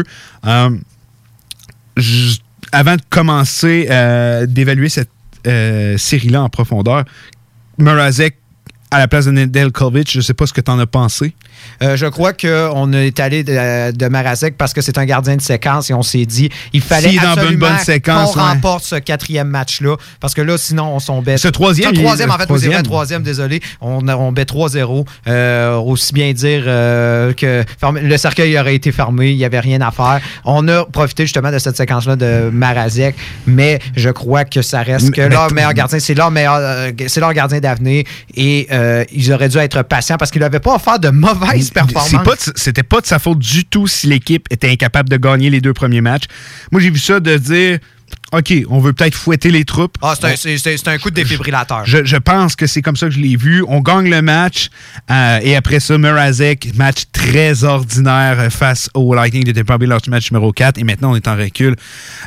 Avant de commencer d'évaluer cette série-là en profondeur, Mrazek à la place de Nedeljkovic, je ne sais pas ce que tu en as pensé. Je crois qu'on est allé de Mrazek parce que c'est un gardien de séquence et on s'est dit il fallait absolument qu'on remporte ce 4e match-là parce que là, sinon, on s'en bête. Ce troisième, désolé. On bet 3-0. Aussi bien dire que le cercueil aurait été fermé, il n'y avait rien à faire. On a profité justement de cette séquence-là de Mrazek, mais je crois que ça reste que leur meilleur gardien, c'est leur gardien d'avenir et ils auraient dû être patients parce qu'ils n'avaient pas offert de mauvaise performance. C'était pas de sa faute du tout si l'équipe était incapable de gagner les 2 premiers matchs. Moi, j'ai vu ça de dire OK, on veut peut-être fouetter les troupes. Ah, c'est un coup de défibrillateur. Je pense que c'est comme ça que je l'ai vu. On gagne le match et après ça, Mrazek, match très ordinaire face au Lightning de Tampa Bay lors du match numéro 4 et maintenant on est en recul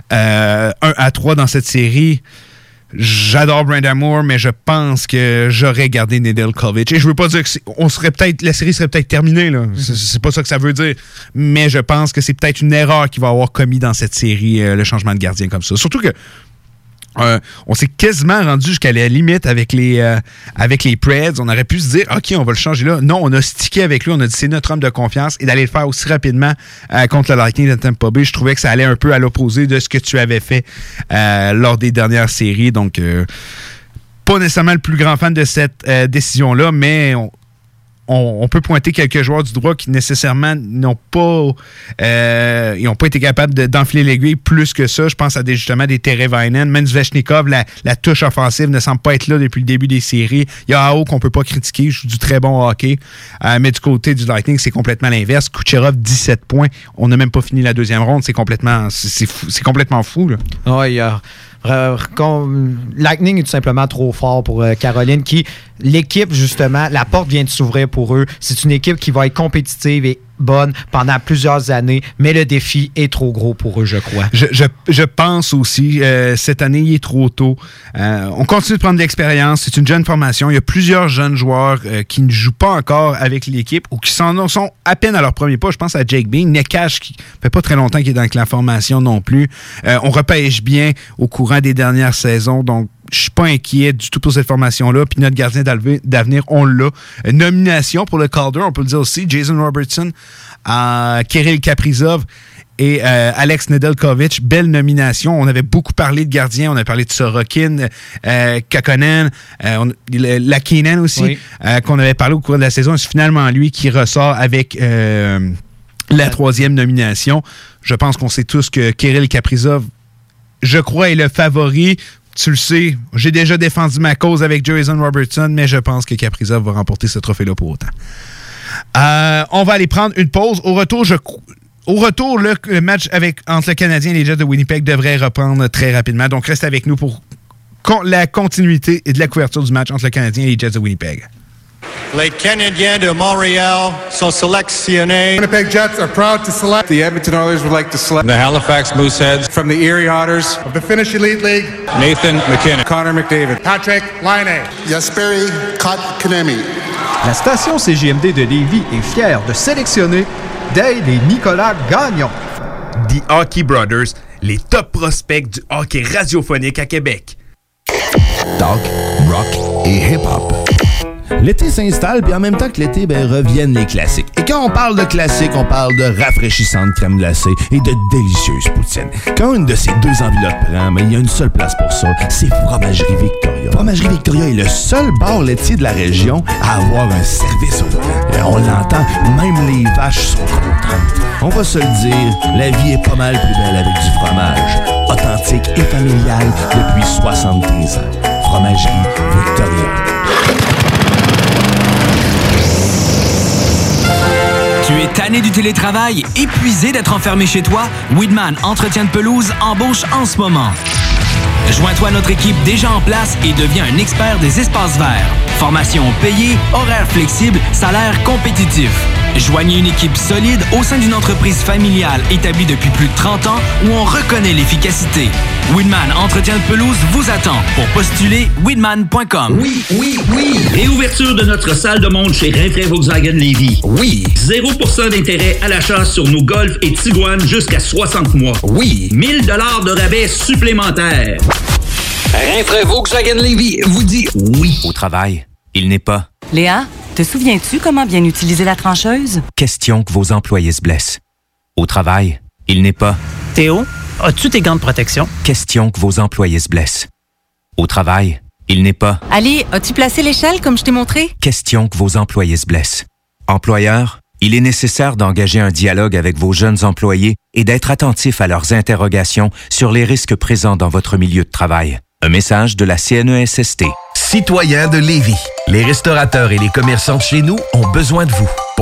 1-3 dans cette série. J'adore Brandon Moore, mais je pense que j'aurais gardé Nedeljkovic. Et je veux pas dire que la série serait peut-être terminée, là. C'est pas ça que ça veut dire. Mais je pense que c'est peut-être une erreur qu'il va avoir commis dans cette série, le changement de gardien comme ça. Surtout que on s'est quasiment rendu jusqu'à la limite avec les Preds. On aurait pu se dire, OK, on va le changer là. Non, on a stické avec lui. On a dit, c'est notre homme de confiance. Et d'aller le faire aussi rapidement contre le Lightning de Tampa Bay, je trouvais que ça allait un peu à l'opposé de ce que tu avais fait lors des dernières séries. Donc, pas nécessairement le plus grand fan de cette décision-là, mais on peut pointer quelques joueurs du droit qui nécessairement n'ont pas été capables d'enfiler l'aiguille plus que ça. Je pense à justement des Teravainen, même Svechnikov, la touche offensive ne semble pas être là depuis le début des séries. Il y a Aho qu'on ne peut pas critiquer, il joue du très bon hockey. Mais du côté du Lightning, c'est complètement l'inverse. Kucherov, 17 points. On n'a même pas fini la deuxième ronde. C'est complètement fou. Là. Oui, Lightning est tout simplement trop fort pour Caroline l'équipe, justement, la porte vient de s'ouvrir pour eux. C'est une équipe qui va être compétitive et bonne pendant plusieurs années, mais le défi est trop gros pour eux, je crois. Je pense aussi, cette année, il est trop tôt. On continue de prendre de l'expérience. C'est une jeune formation. Il y a plusieurs jeunes joueurs qui ne jouent pas encore avec l'équipe ou qui sont à peine à leur premier pas. Je pense à Jake Bean, Nekash, qui fait pas très longtemps qu'il est dans la formation non plus. On repêche bien au courant des dernières saisons, donc je suis pas inquiet du tout pour cette formation-là. Puis notre gardien d'avenir, on l'a. Nomination pour le Calder, on peut le dire aussi. Jason Robertson, Kirill Kaprizov et Alex Nedeljkovic. Belle nomination. On avait beaucoup parlé de gardiens. On a parlé de Sorokin, Kakkonen, Lakinen aussi, oui. Qu'on avait parlé au cours de la saison. C'est finalement lui qui ressort avec la troisième nomination. Je pense qu'on sait tous que Kirill Kaprizov, je crois, est le favori. Tu le sais, j'ai déjà défendu ma cause avec Jason Robertson, mais je pense que Kaprizov va remporter ce trophée-là pour autant. On va aller prendre une pause. Au retour, le match entre le Canadien et les Jets de Winnipeg devrait reprendre très rapidement. Donc, reste avec nous pour la continuité et de la couverture du match entre le Canadien et les Jets de Winnipeg. Les Canadiens de Montréal sont sélectionnés. Winnipeg Jets are proud to select. The Edmonton Oilers would like to select. The Halifax Mooseheads. From the Erie Otters. Of the Finnish Elite League. Nathan McKinnon. Connor McDavid. Patrick Laine. Jesperi Kotkaniemi. La station CJMD de Lévis est fière de sélectionner Dale et Nicolas Gagnon. The Hockey Brothers, les top prospects du hockey radiophonique à Québec. Talk, rock et hip-hop. L'été s'installe, puis en même temps que l'été, reviennent les classiques. Et quand on parle de classiques, on parle de rafraîchissante crème glacée et de délicieuse poutine. Quand une de ces deux enveloppes prend, il y a une seule place pour ça, c'est Fromagerie Victoria. Fromagerie Victoria est le seul bar laitier de la région à avoir un service au volant. Et on l'entend, même les vaches sont contentes. On va se le dire, la vie est pas mal plus belle avec du fromage. Authentique et familial depuis 73 ans. Fromagerie Victoria. Tu es tanné du télétravail, épuisé d'être enfermé chez toi? Weedman Entretien de pelouse embauche en ce moment. Joins-toi à notre équipe déjà en place et deviens un expert des espaces verts. Formation payée, horaires flexibles, salaire compétitif. Joignez une équipe solide au sein d'une entreprise familiale établie depuis plus de 30 ans où on reconnaît l'efficacité. Weedman Entretien de pelouse vous attend. Pour postuler, weedman.com. Oui. Réouverture de notre salle de monde chez Rainfray Volkswagen Lévis. Oui. 0% d'intérêt à l'achat sur nos Golf et Tiguan jusqu'à 60 mois. Oui. 1000 $ de rabais supplémentaires. Rainfray Volkswagen Lévis vous dit oui. Au travail, il n'est pas. Léa, te souviens-tu comment bien utiliser la trancheuse? Question que vos employés se blessent. Au travail, il n'est pas. Théo, as-tu tes gants de protection? Question que vos employés se blessent. Au travail, il n'est pas. Ali, as-tu placé l'échelle comme je t'ai montré? Question que vos employés se blessent. Employeur, il est nécessaire d'engager un dialogue avec vos jeunes employés et d'être attentif à leurs interrogations sur les risques présents dans votre milieu de travail. Un message de la CNESST. Citoyens de Lévis, les restaurateurs et les commerçants de chez nous ont besoin de vous. Pour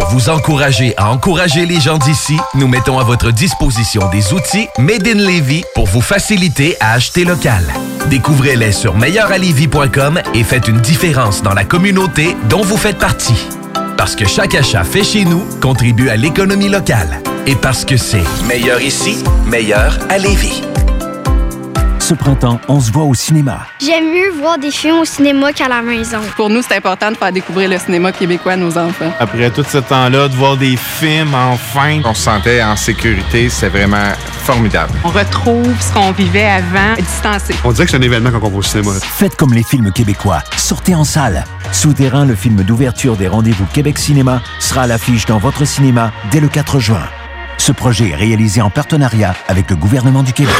Pour vous encourager à encourager les gens d'ici, nous mettons à votre disposition des outils Made in Lévis pour vous faciliter à acheter local. Découvrez-les sur meilleuralevis.com et faites une différence dans la communauté dont vous faites partie. Parce que chaque achat fait chez nous contribue à l'économie locale. Et parce que c'est meilleur ici, meilleur à Lévis. Ce printemps, on se voit au cinéma. J'aime mieux voir des films au cinéma qu'à la maison. Pour nous, c'est important de faire découvrir le cinéma québécois à nos enfants. Après tout ce temps-là, de voir des films, enfin, on se sentait en sécurité, c'est vraiment formidable. On retrouve ce qu'on vivait avant, distancé. On dirait que c'est un événement quand on va au cinéma. Faites comme les films québécois. Sortez en salle. Souterrain, le film d'ouverture des rendez-vous Québec Cinéma, sera à l'affiche dans votre cinéma dès le 4 juin. Ce projet est réalisé en partenariat avec le gouvernement du Québec.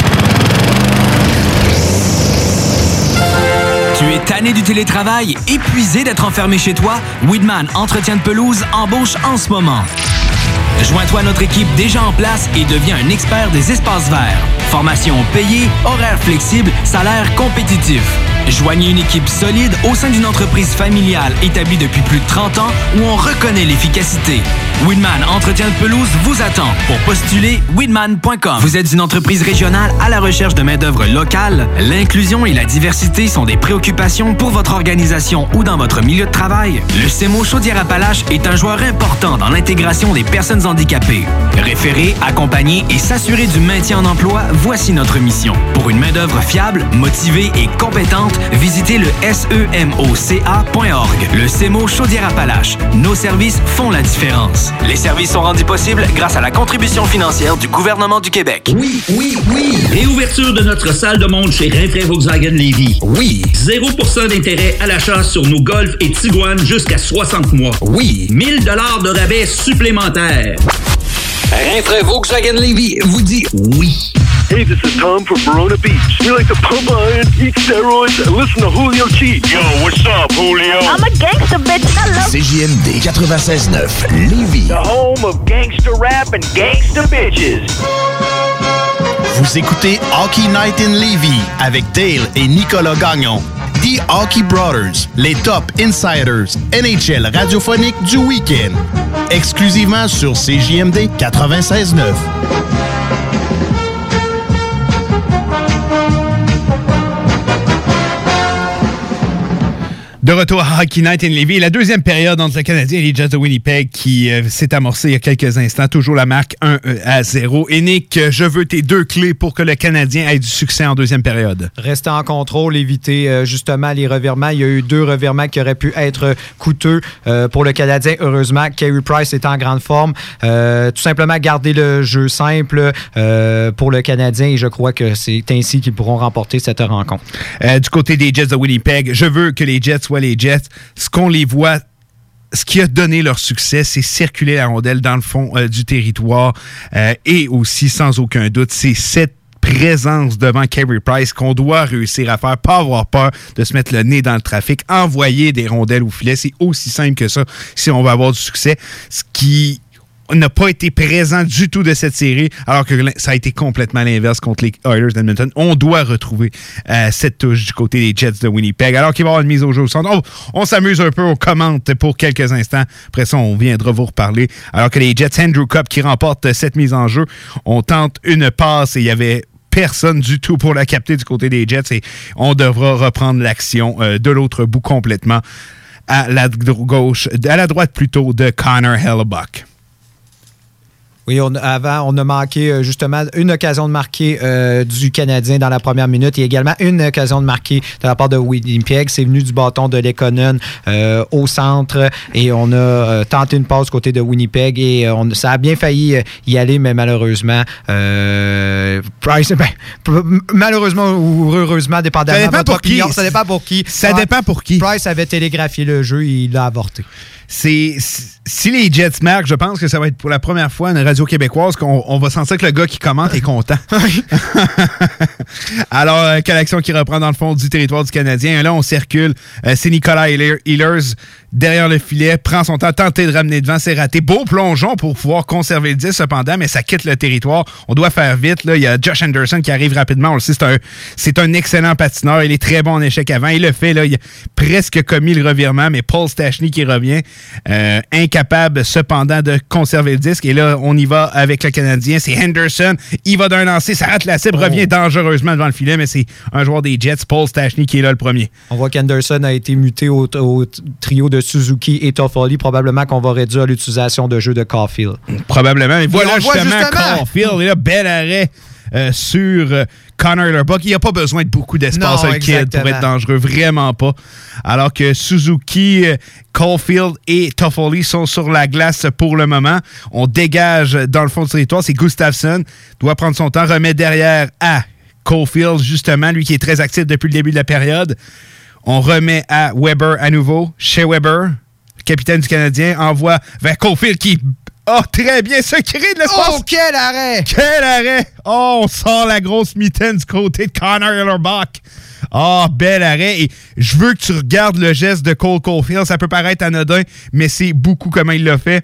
Tu es tanné du télétravail, épuisé d'être enfermé chez toi? Weedman Entretien de pelouse embauche en ce moment. Joins-toi à notre équipe déjà en place et deviens un expert des espaces verts. Formation payée, horaires flexibles, salaire compétitif. Joignez une équipe solide au sein d'une entreprise familiale établie depuis plus de 30 ans où on reconnaît l'efficacité. Weedman Entretien de pelouse vous attend. Pour postuler, weedman.com. Vous êtes une entreprise régionale à la recherche de main-d'œuvre locale? L'inclusion et la diversité sont des préoccupations pour votre organisation ou dans votre milieu de travail? Le CEMO Chaudière-Appalaches est un joueur important dans l'intégration des personnes handicapées. Référer, accompagner et s'assurer du maintien en emploi, voici notre mission. Pour une main-d'œuvre fiable, motivée et compétente, visitez le semoca.org. Le CEMO Chaudière-Appalaches. Nos services font la différence. Les services sont rendus possibles grâce à la contribution financière du gouvernement du Québec. Oui, oui, oui! Réouverture de notre salle de monde chez Rainfray Volkswagen Lévis. Oui! 0% d'intérêt à l'achat sur nos Golf et Tiguan jusqu'à 60 mois. Oui! 1000 $ de rabais supplémentaires. Rainfray Volkswagen Lévis vous dit oui. Hey, this is Tom from Verona Beach. We like to pump iron, eat steroids, and listen to Julio Cheat. Yo, what's up, Julio? I'm a gangster, bitch. CJMD 96.9 Lévis. The home of gangster rap and gangster bitches. Vous écoutez Hockey Night in Lévis avec Dale et Nicolas Gagnon. The Hockey Brothers, les top insiders NHL radiophonique du week-end. Exclusivement sur CJMD 96.9. De retour à Hockey Night in Lévis. La deuxième période entre le Canadien et les Jets de Winnipeg qui s'est amorcée il y a quelques instants. Toujours la marque 1-0. Et Nick, je veux tes deux clés pour que le Canadien ait du succès en deuxième période. Rester en contrôle, éviter justement les revirements. Il y a eu 2 revirements qui auraient pu être coûteux pour le Canadien. Heureusement, Carey Price est en grande forme. Tout simplement garder le jeu simple pour le Canadien et je crois que c'est ainsi qu'ils pourront remporter cette rencontre. Du côté des Jets de Winnipeg, je veux que les Jets soient les Jets. Ce qu'on les voit, ce qui a donné leur succès, c'est circuler la rondelle dans le fond du territoire et aussi, sans aucun doute, c'est cette présence devant Carey Price qu'on doit réussir à faire, pas avoir peur de se mettre le nez dans le trafic, envoyer des rondelles au filet. C'est aussi simple que ça si on veut avoir du succès. Ce qui n'a pas été présent du tout de cette série, alors que ça a été complètement l'inverse contre les Oilers d'Edmonton. On doit retrouver cette touche du côté des Jets de Winnipeg, alors qu'il va y avoir une mise au jeu au centre. Oh, on s'amuse un peu, on commente pour quelques instants. Après ça, on viendra vous reparler. Alors que les Jets, Andrew Copp qui remporte cette mise en jeu, on tente une passe et il y avait personne du tout pour la capter du côté des Jets et on devra reprendre l'action de l'autre bout complètement à la gauche, à la droite plutôt de Connor Hellebuyck. Oui, avant, on a manqué justement une occasion de marquer du Canadien dans la première minute et également une occasion de marquer de la part de Winnipeg. C'est venu du bâton de Lekonen au centre et on a tenté une passe côté de Winnipeg et ça a bien failli y aller, mais malheureusement, Price, malheureusement ou heureusement, dépendamment de votre opinion, ça dépend pour qui. Ça dépend pour qui. Price avait télégraphié le jeu et il l'a avorté. Si les Jets marquent, je pense que ça va être pour la première fois une radio québécoise qu'on va sentir que le gars qui commente est content. Alors, quelle action qui reprend dans le fond du territoire du Canadien. Là, on circule. C'est Nicolas Ehlers derrière le filet, prend son temps, tenter de ramener devant, c'est raté. Beau plongeon pour pouvoir conserver le 10 cependant, mais ça quitte le territoire. On doit faire vite. Là. Il y a Josh Anderson qui arrive rapidement. On le sait, c'est un excellent patineur. Il est très bon en échec avant. Il le fait. Là. Il a presque commis le revirement, mais Paul Stastny qui revient, incapable cependant de conserver le disque. Et là, on y va avec le Canadien. C'est Henderson. Il va d'un lancer, ça rate la cible, revient dangereusement devant le filet, mais c'est un joueur des Jets, Paul Stastny, qui est là le premier. On voit qu'Henderson a été muté au trio de Suzuki et Toffoli. Probablement qu'on va réduire l'utilisation de jeu de Caulfield. Probablement. Mais voilà justement Caulfield. Et là, bel arrêt sur Connor Hellebuyck. Il n'y a pas besoin de beaucoup d'espace, le kid, pour être dangereux. Vraiment pas. Alors que Suzuki, Caulfield et Toffoli sont sur la glace pour le moment. On dégage dans le fond du territoire. C'est Gustafsson. Doit prendre son temps. Remet derrière à Caulfield, justement. Lui qui est très actif depuis le début de la période. On remet à Weber à nouveau. Shea Weber, le capitaine du Canadien, envoie vers Caulfield qui... Oh, très bien, se crée de l'espace. Oh, quel arrêt! Quel arrêt! Oh, on sort la grosse mitaine du côté de Connor Hellebuyck. Oh, bel arrêt. Et je veux que tu regardes le geste de Cole Caulfield. Ça peut paraître anodin, mais c'est beaucoup comment il l'a fait.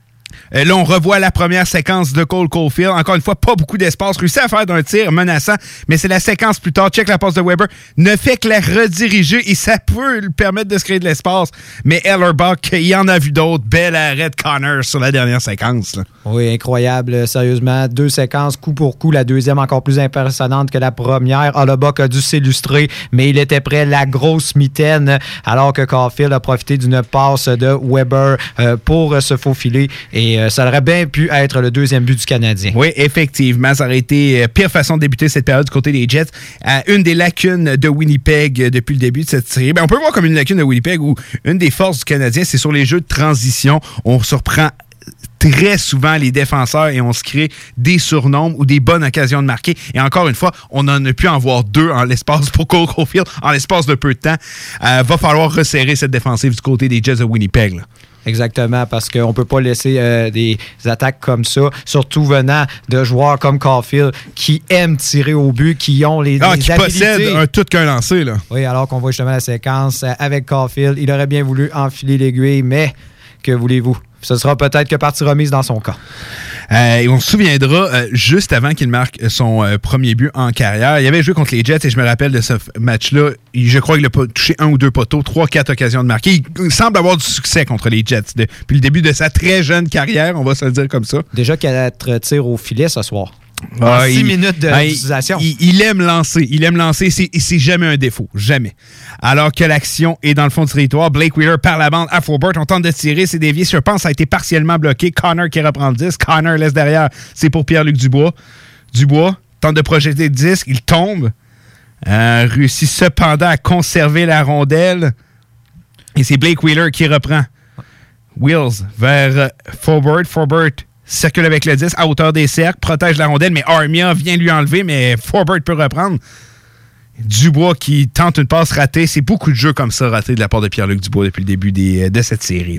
Là, on revoit la première séquence de Cole Caulfield. Encore une fois, pas beaucoup d'espace. Réussi à faire d'un tir menaçant, mais c'est la séquence plus tard. Check la passe de Weber. Ne fait que la rediriger et ça peut lui permettre de se créer de l'espace. Mais Hellebuyck, il en a vu d'autres. Bel arrêt de Connor sur la dernière séquence. Là. Oui, incroyable. Sérieusement, 2 séquences coup pour coup. La deuxième encore plus impressionnante que la première. Hellebuyck a dû s'illustrer, mais il était prêt, la grosse mitaine, alors que Caulfield a profité d'une passe de Weber pour se faufiler. Et ça aurait bien pu être le deuxième but du Canadien. Oui, effectivement. Ça aurait été pire façon de débuter cette période du côté des Jets. Une des lacunes de Winnipeg depuis le début de cette série. On peut voir comme une lacune de Winnipeg où une des forces du Canadien, c'est sur les jeux de transition. On surprend très souvent les défenseurs et on se crée des surnombres ou des bonnes occasions de marquer. Et encore une fois, on en a pu en voir 2 en l'espace pour Cole Caulfield en l'espace de peu de temps. Va falloir resserrer cette défensive du côté des Jets de Winnipeg. Là. Exactement, parce qu'on ne peut pas laisser des attaques comme ça, surtout venant de joueurs comme Caulfield qui aiment tirer au but, qui ont les qui habilités. possèdent un tout qu'un lancé. Là. Oui, alors qu'on voit justement la séquence avec Caulfield. Il aurait bien voulu enfiler l'aiguille, mais que voulez-vous? Ce sera peut-être que partie remise dans son cas. Et on se souviendra, juste avant qu'il marque son premier but en carrière, il avait joué contre les Jets et je me rappelle de ce match-là. Je crois qu'il a touché 1 ou 2 poteaux, 3-4 occasions de marquer. Il semble avoir du succès contre les Jets depuis le début de sa très jeune carrière, on va se le dire comme ça. Déjà qu'il a tir au filet ce soir. 6 minutes d'utilisation. Il aime lancer. Il aime lancer. C'est jamais un défaut. Jamais. Alors que l'action est dans le fond du territoire. Blake Wheeler par la bande à Forbort. On tente de tirer. C'est dévié. Je pense que ça a été partiellement bloqué. Connor qui reprend le disque. Connor laisse derrière. C'est pour Pierre-Luc Dubois. Dubois tente de projeter le disque. Il tombe. Réussit cependant à conserver la rondelle. Et c'est Blake Wheeler qui reprend. Wills vers Forbort. Forbort circule avec le 10 à hauteur des cercles, protège la rondelle, mais Armia vient lui enlever, mais Forbort peut reprendre. Dubois qui tente une passe ratée. C'est beaucoup de jeux comme ça ratés de la part de Pierre-Luc Dubois depuis le début de cette série.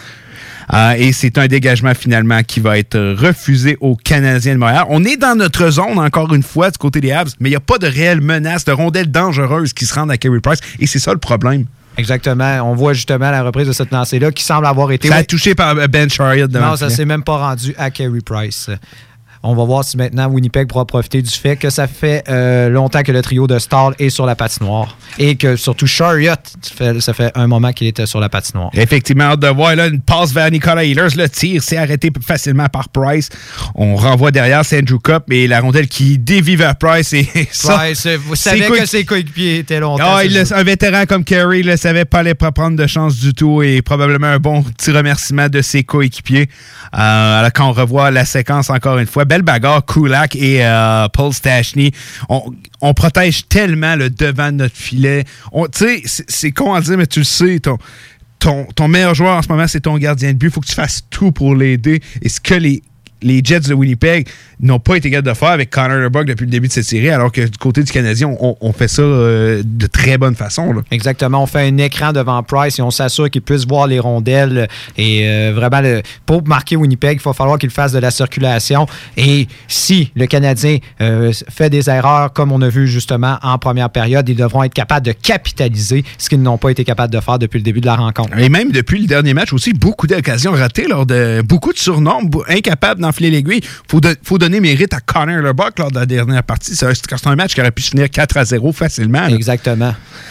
Et c'est un dégagement finalement qui va être refusé aux Canadiens de Montréal. On est dans notre zone encore une fois du côté des Habs, mais il n'y a pas de réelle menace de rondelles dangereuses qui se rendent à Carey Price et c'est ça le problème. Exactement. On voit justement la reprise de cette lancée-là qui semble avoir été... Ça a touché par Ben Chariot. Non, ça ne s'est même pas rendu à Carey Price. On va voir si maintenant Winnipeg pourra profiter du fait que ça fait longtemps que le trio de Stahl est sur la patinoire. Et que surtout Chariot, ça fait un moment qu'il était sur la patinoire. Effectivement, hâte de voir là, une passe vers Nicolas Ehlers. Le tir s'est arrêté facilement par Price. On renvoie derrière, c'est Andrew Copp et la rondelle qui dévie vers Price. Et ça, Price, vous savez que ses coéquipiers étaient longtemps. Un vétéran comme Carey ne savait pas aller prendre de chance du tout et probablement un bon petit remerciement de ses coéquipiers. Quand on revoit la séquence encore une fois, belle bagarre, Kulak et Paul Stastny. On protège tellement le devant de notre filet. Tu sais, c'est con à dire, mais tu le sais, ton meilleur joueur en ce moment, c'est ton gardien de but. Il faut que tu fasses tout pour l'aider. Et ce que les les Jets de Winnipeg n'ont pas été capables de faire avec Connor Hellebuyck depuis le début de cette série, alors que du côté du Canadien, on fait ça de très bonne façon. Là. Exactement. On fait un écran devant Price et on s'assure qu'il puisse voir les rondelles. Et vraiment, pour marquer Winnipeg, il va falloir qu'il fasse de la circulation. Et si le Canadien fait des erreurs, comme on a vu justement en première période, ils devront être capables de capitaliser ce qu'ils n'ont pas été capables de faire depuis le début de la rencontre. Et même depuis le dernier match aussi, beaucoup d'occasions ratées lors de beaucoup de surnombres, incapables d'enfiler l'aiguille. Faut donner mérite à Connor Hellebuyck lors de la dernière partie. C'est un match qui aurait pu se finir 4-0 facilement. Là. Exactement.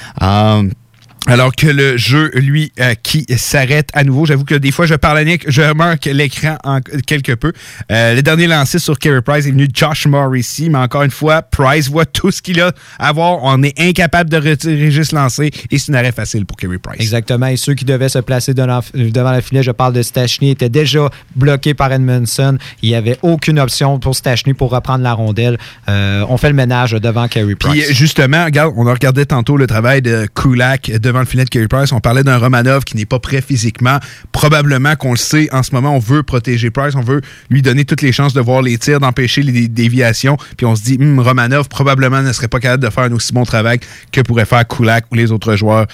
Alors que le jeu, lui, qui s'arrête à nouveau. J'avoue que des fois, je parle à Nick, je remarque l'écran en quelque peu. Le dernier lancé sur Carey Price est venu de Josh Morrissey, mais encore une fois, Price voit tout ce qu'il a à voir. On est incapable de retirer juste lancer et c'est un arrêt facile pour Carey Price. Exactement. Et ceux qui devaient se placer devant le filet, je parle de Stachny, étaient déjà bloqués par Edmondson. Il n'y avait aucune option pour Stachny pour reprendre la rondelle. On fait le ménage devant Carey Price. Puis justement, regarde, on a regardé tantôt le travail de Kulak devant le filet de Carey Price. On parlait d'un Romanov qui n'est pas prêt physiquement. Probablement qu'on le sait, en ce moment, on veut protéger Price. On veut lui donner toutes les chances de voir les tirs, d'empêcher les déviations. Puis on se dit, Romanov probablement ne serait pas capable de faire un aussi bon travail que pourrait faire Kulak ou les autres joueurs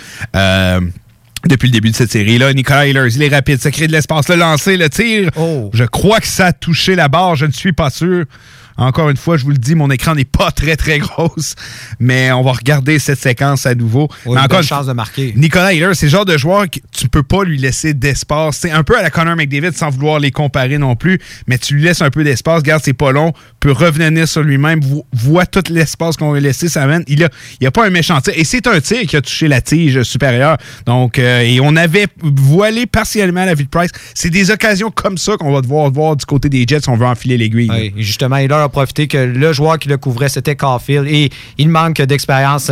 depuis le début de cette série-là. Nikolai Ehlers, il est rapide, ça crée de l'espace. Le lancer, le tir. Je crois que ça a touché la barre. Je ne suis pas sûr. Encore une fois, je vous le dis, mon écran n'est pas très, très grosse, mais on va regarder cette séquence à nouveau. Oui, mais encore une chance de marquer. Nikolai Ehlers, c'est le genre de joueur que tu ne peux pas lui laisser d'espace. C'est un peu à la Connor McDavid, sans vouloir les comparer non plus, mais tu lui laisses un peu d'espace. Regarde, c'est pas long, peut revenir sur lui-même, voit tout l'espace qu'on va laisser, ça mène. Il n'y a pas un méchant tir. Et c'est un tir qui a touché la tige supérieure. Donc, et on avait voilé partiellement la vue de Price. C'est des occasions comme ça qu'on va devoir voir du côté des Jets si on veut enfiler l'aiguille. Oui, et justement, Ehlers a profité que le joueur qui le couvrait, c'était Caulfield. Et il manque d'expérience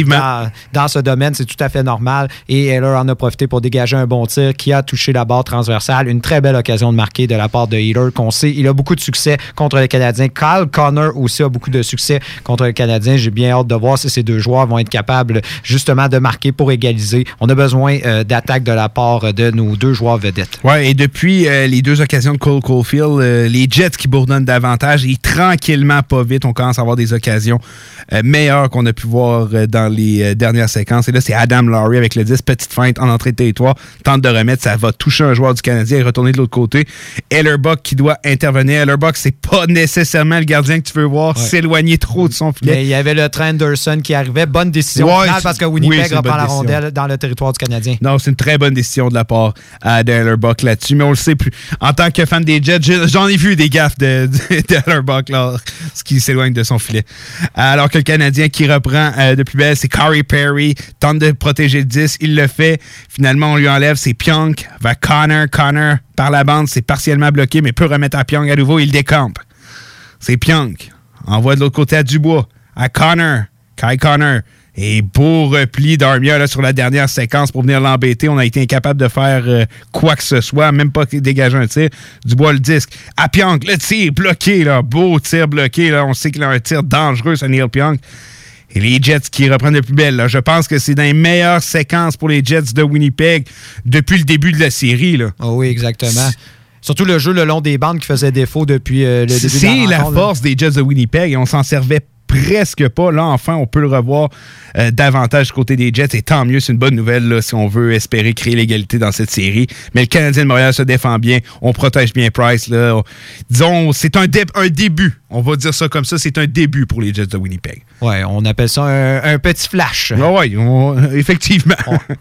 dans ce domaine. C'est tout à fait normal. Et Ehlers en a profité pour dégager un bon tir qui a touché la barre transversale. Une très belle occasion de marquer de la part de Ehlers, qu'on sait. Il a beaucoup de succès contre les Canadiens. Kyle Connor aussi a beaucoup de succès contre les Canadiens. J'ai bien hâte de voir si ces deux joueurs vont être capables justement de marquer pour égaliser. On a besoin d'attaque de la part de nos deux joueurs vedettes. Oui, et depuis les deux occasions de Cole Caulfield, les Jets qui bourdonnent davantage et tranquillement, pas vite, on commence à avoir des occasions meilleures qu'on a pu voir dans les dernières séquences. Et là, c'est Adam Lowry avec le 10, petite feinte en entrée de territoire, tente de remettre, ça va toucher un joueur du Canadien et retourner de l'autre côté. Hellebuyck qui doit intervenir. Hellebuyck, c'est pas nécessairement le gardien que tu veux voir s'éloigner trop de son filet. Mais il y avait le Trent Anderson qui arrivait. Bonne décision finale parce que Winnipeg reprend la rondelle dans le territoire du Canadien. Non, c'est une très bonne décision de la part de Hellebuyck là-dessus, mais on le sait plus. En tant que fan des Jets, j'en ai vu des gaffes de Hellebuyck là, ce qui s'éloigne de son filet. Alors que le Canadien qui reprend de plus belle, c'est Corey Perry, tente de protéger le 10, il le fait. Finalement, on lui enlève, c'est Pionk vers Connor. Connor, par la bande, c'est partiellement bloqué, mais peut remettre à Pionk à nouveau, il décampe. C'est Pionk. Envoie de l'autre côté à Dubois, à Connor. Kai Connor. Et beau repli d'Armia là, sur la dernière séquence pour venir l'embêter. On a été incapable de faire quoi que ce soit, même pas dégager un tir. Dubois le disque. À Pionk, le tir bloqué, là. Beau tir bloqué. Là. On sait qu'il a un tir dangereux, ce Neil Pionk. Et les Jets qui reprennent de plus belle. Là. Je pense que c'est dans les meilleures séquences pour les Jets de Winnipeg depuis le début de la série. Là. Oh oui, exactement. Surtout le jeu le long des bandes qui faisait défaut depuis le début de la rencontre. C'est la force des Jets de Winnipeg et on s'en servait presque pas. Là, enfin, on peut le revoir davantage du côté des Jets. Et tant mieux, c'est une bonne nouvelle là, si on veut espérer créer l'égalité dans cette série. Mais le Canadien de Montréal se défend bien. On protège bien Price. Là. Disons, c'est un début. On va dire ça comme ça. C'est un début pour les Jets de Winnipeg. Oui, on appelle ça un petit flash. Oui, effectivement.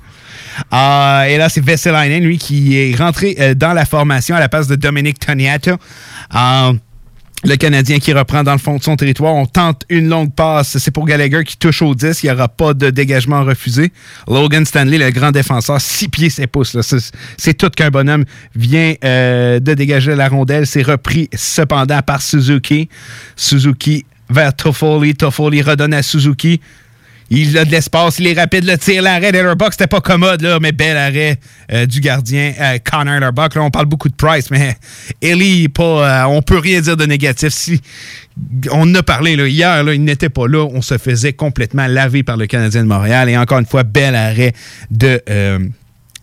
Et là, c'est Vesalainen, lui, qui est rentré dans la formation à la place de Dominic Toniato. Le Canadien qui reprend dans le fond de son territoire. On tente une longue passe. C'est pour Gallagher qui touche au 10. Il n'y aura pas de dégagement refusé. Logan Stanley, le grand défenseur, 6 pieds 7 pouces. Là. C'est tout qu'un bonhomme vient de dégager la rondelle. C'est repris cependant par Suzuki. Suzuki vers Toffoli. Toffoli redonne à Suzuki. Il a de l'espace, il est rapide, le tir, l'arrêt d'Hellebuyck, c'était pas commode, là, mais bel arrêt du gardien Connor Hellebuyck. Là, on parle beaucoup de Price, mais Ellie, on peut rien dire de négatif. Si on en a parlé là, hier, là, il n'était pas là, on se faisait complètement laver par le Canadien de Montréal. Et encore une fois, bel arrêt de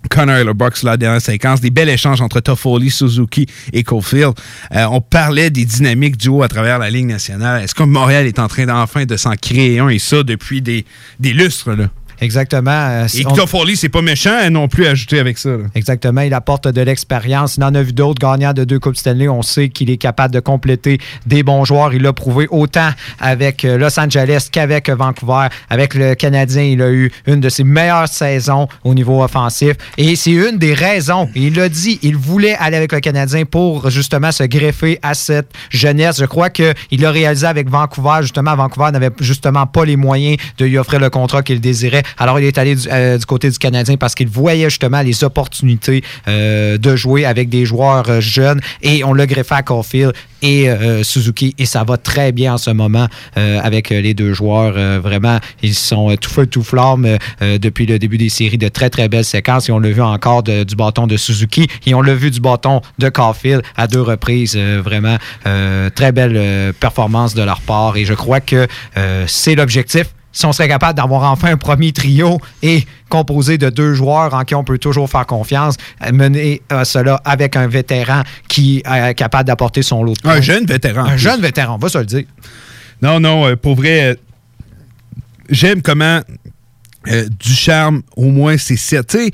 Connor Hellebuck sur la dernière séquence, des bels échanges entre Toffoli, Suzuki et Caulfield. On parlait des dynamiques du haut à travers la Ligue nationale. Est-ce que Montréal est en train d'enfin de s'en créer un, et ça depuis des lustres, là? Exactement. Et Toffoli, c'est pas méchant non plus à ajouter avec ça. Là. Exactement. Il apporte de l'expérience. Il en a vu d'autres gagnants de 2 Coupes Stanley. On sait qu'il est capable de compléter des bons joueurs. Il l'a prouvé autant avec Los Angeles qu'avec Vancouver. Avec le Canadien, il a eu une de ses meilleures saisons au niveau offensif. Et c'est une des raisons. Il l'a dit, il voulait aller avec le Canadien pour justement se greffer à cette jeunesse. Je crois qu'il l'a réalisé avec Vancouver. Justement, Vancouver n'avait justement pas les moyens de lui offrir le contrat qu'il désirait. Alors, il est allé du côté du Canadien parce qu'il voyait justement les opportunités de jouer avec des joueurs jeunes et on l'a greffé à Caulfield et Suzuki et ça va très bien en ce moment avec les deux joueurs. Vraiment, ils sont tout feu, tout flamme depuis le début des séries, de très, très belles séquences et on l'a vu encore du bâton de Suzuki et on l'a vu du bâton de Caulfield à 2 reprises. Vraiment, très belle performance de leur part et je crois que c'est l'objectif. Si on serait capable d'avoir enfin un premier trio et composé de 2 joueurs en qui on peut toujours faire confiance, mener cela avec un vétéran qui est capable d'apporter son lot de points. Un jeune vétéran. Un jeune vétéran, on va se le dire. Non, pour vrai, j'aime comment Ducharme, au moins, c'est 7. Tu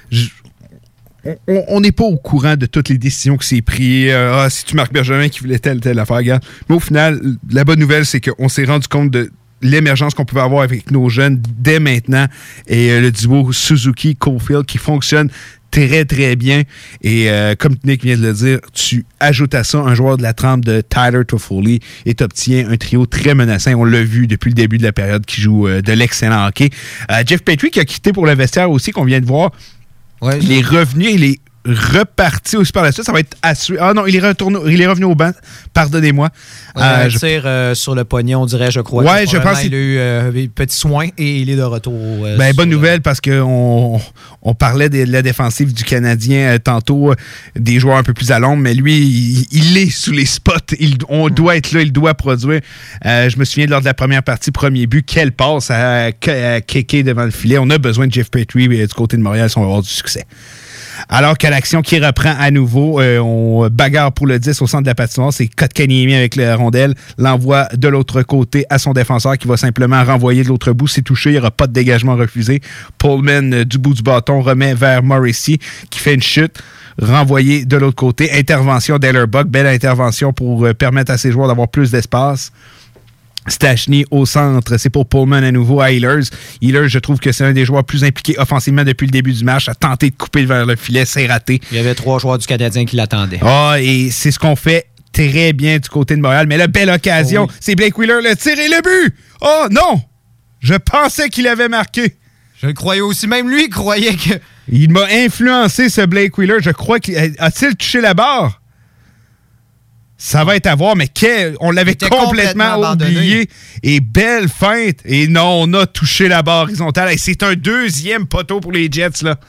sais, on n'est pas au courant de toutes les décisions que c'est prises. Si tu Marc Bergevin qui voulait telle affaire, regarde. Mais au final, la bonne nouvelle, c'est qu'on s'est rendu compte de l'émergence qu'on pouvait avoir avec nos jeunes dès maintenant et le duo Suzuki-Caulfield qui fonctionne très, très bien. Et comme Nick vient de le dire, tu ajoutes à ça un joueur de la trempe de Tyler Toffoli et tu obtiens un trio très menaçant. On l'a vu depuis le début de la période qui joue de l'excellent hockey. Jeff Petrie qui a quitté pour le vestiaire aussi, qu'on vient de voir. Ouais, il est revenu, il est reparti aussi par la suite. Ça va être à suivre. Ah non, il est revenu au banc. Pardonnez-moi. Un tir sur le poignet, on dirait, je crois. Ouais, je pense qu'il a eu des petits soins et il est de retour. Bonne nouvelle parce qu'on parlait de la défensive du Canadien tantôt, des joueurs un peu plus à l'ombre, mais lui, il est sous les spots. On doit être là, il doit produire. Je me souviens lors de la première partie, premier but, quelle passe à Kéké devant le filet. On a besoin de Jeff Petrie du côté de Montréal si on va avoir du succès. Alors que l'action qui reprend à nouveau, on bagarre pour le 10 au centre de la patinoire, c'est Kotkaniemi avec la rondelle, l'envoie de l'autre côté à son défenseur qui va simplement renvoyer de l'autre bout. C'est touché, il n'y aura pas de dégagement refusé. Pullman, du bout du bâton, remet vers Morrissey qui fait une chute. Renvoyé de l'autre côté. Intervention d'Hellebuck, belle intervention pour permettre à ses joueurs d'avoir plus d'espace. Stachny au centre, c'est pour Pullman à nouveau à Ehlers. Ehlers, je trouve que c'est un des joueurs plus impliqués offensivement depuis le début du match, a tenté de couper vers le filet, c'est raté. Il y avait 3 joueurs du Canadien qui l'attendaient. Et c'est ce qu'on fait très bien du côté de Montréal. Mais la belle occasion, c'est Blake Wheeler, le tir et le but! Oh non! Je pensais qu'il avait marqué. Je le croyais aussi. Même lui, il croyait que... Il m'a influencé, ce Blake Wheeler. Je crois qu'il... A-t-il touché la barre? Ça va être à voir, mais on l'avait complètement oublié. Et belle feinte. Et non, on a touché la barre horizontale. Et c'est un 2e poteau pour les Jets, là.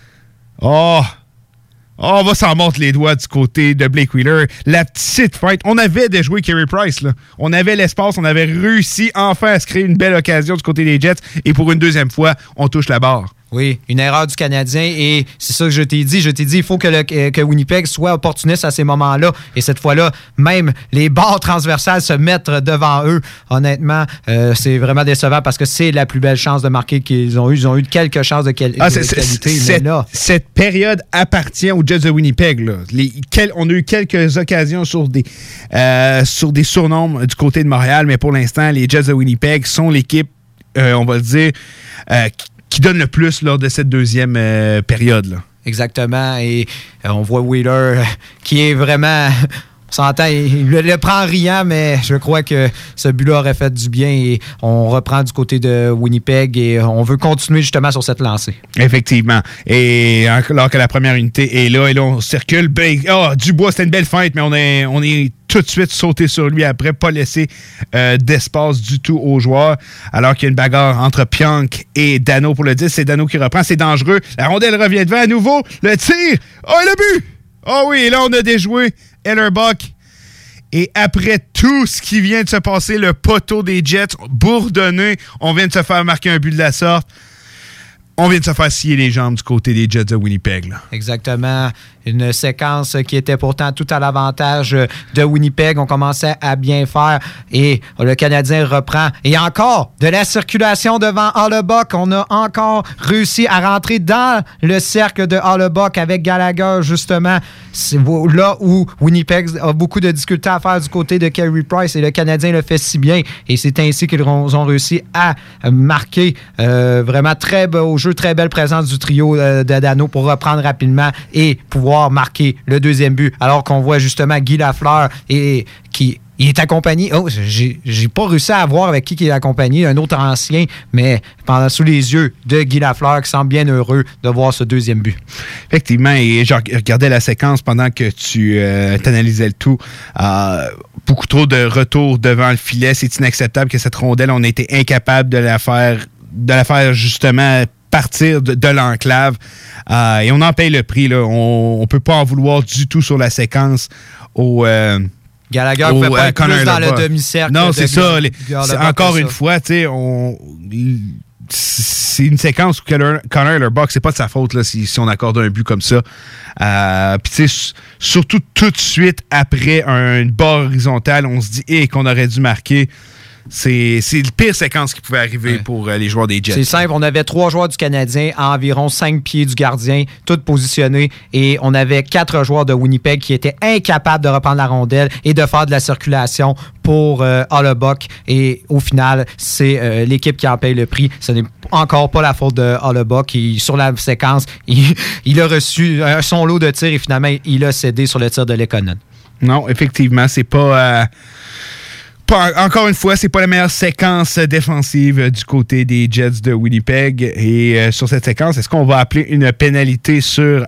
On va s'en mordre les doigts du côté de Blake Wheeler. La petite feinte. On avait déjoué Carey Price, là. On avait l'espace. On avait réussi enfin à se créer une belle occasion du côté des Jets. Et pour une 2e fois, on touche la barre. Oui, une erreur du Canadien et c'est ça que je t'ai dit. Je t'ai dit, il faut que Winnipeg soit opportuniste à ces moments-là. Et cette fois-là, même les barres transversales se mettent devant eux. Honnêtement, c'est vraiment décevant parce que c'est la plus belle chance de marquer qu'ils ont eu. Ils ont eu quelques chances de qualité. Mais là, cette période appartient aux Jets de Winnipeg. Là. On a eu quelques occasions sur des surnombres du côté de Montréal, mais pour l'instant, les Jets de Winnipeg sont l'équipe, on va le dire, qui donne le plus lors de cette 2e période. Là. Exactement. Et on voit Wheeler qui est vraiment... On s'entend, il le prend en riant, mais je crois que ce but-là aurait fait du bien et on reprend du côté de Winnipeg et on veut continuer justement sur cette lancée. Effectivement. Et alors que la première unité est là, et là, on circule. Dubois, c'était une belle feinte, mais on est tout de suite sauté sur lui après, pas laissé d'espace du tout aux joueurs. Alors qu'il y a une bagarre entre Pionk et Dano pour le 10. C'est Dano qui reprend, c'est dangereux. La rondelle revient devant à nouveau. Le tir! Le but! Oui, et là, on a déjoué Hellebuck. Et après tout ce qui vient de se passer, le poteau des Jets bourdonné, on vient de se faire marquer un but de la sorte. on vient de se faire scier les jambes du côté des Jets de Winnipeg. Là. Exactement. Une séquence qui était pourtant tout à l'avantage de Winnipeg. On commençait à bien faire et le Canadien reprend. Et encore de la circulation devant Hellebuyck. On a encore réussi à rentrer dans le cercle de Hellebuyck avec Gallagher, justement. C'est là où Winnipeg a beaucoup de difficultés à faire du côté de Carey Price et le Canadien le fait si bien. Et c'est ainsi qu'ils ont réussi à marquer vraiment très beau jeu, très belle présence du trio de Dano pour reprendre rapidement et pouvoir marquer le deuxième but, alors qu'on voit justement Guy Lafleur qui est accompagné. Oh, j'ai pas réussi à voir avec qui il est accompagné, un autre ancien, mais sous les yeux de Guy Lafleur qui semble bien heureux de voir ce deuxième but. Effectivement, et je regardais la séquence pendant que tu t'analysais le tout. Beaucoup trop de retours devant le filet. C'est inacceptable que cette rondelle, on a été incapable de la faire justement partir de l'enclave. Et on en paye le prix. Là. On ne peut pas en vouloir du tout sur la séquence Gallagher ne pouvait pas être plus dans le demi-cercle. Non, c'est ça. Encore une fois, tu sais, c'est une séquence où Connor Hellebuyck, c'est pas de sa faute là, si on accorde un but comme ça. Puis tu sais, surtout tout de suite après une barre horizontale, on se dit qu'on aurait dû marquer. C'est la pire séquence qui pouvait arriver pour les joueurs des Jets. C'est simple, on avait 3 joueurs du Canadien à environ 5 pieds du gardien, tous positionnés, et on avait 4 joueurs de Winnipeg qui étaient incapables de reprendre la rondelle et de faire de la circulation pour Hellebuyck. Et au final, c'est l'équipe qui en paye le prix. Ce n'est encore pas la faute de Hellebuyck. Sur la séquence, il a reçu son lot de tirs et finalement, il a cédé sur le tir de Lekonen. Non, effectivement, c'est pas... Encore une fois, c'est pas la meilleure séquence défensive du côté des Jets de Winnipeg. Et sur cette séquence, est-ce qu'on va appeler une pénalité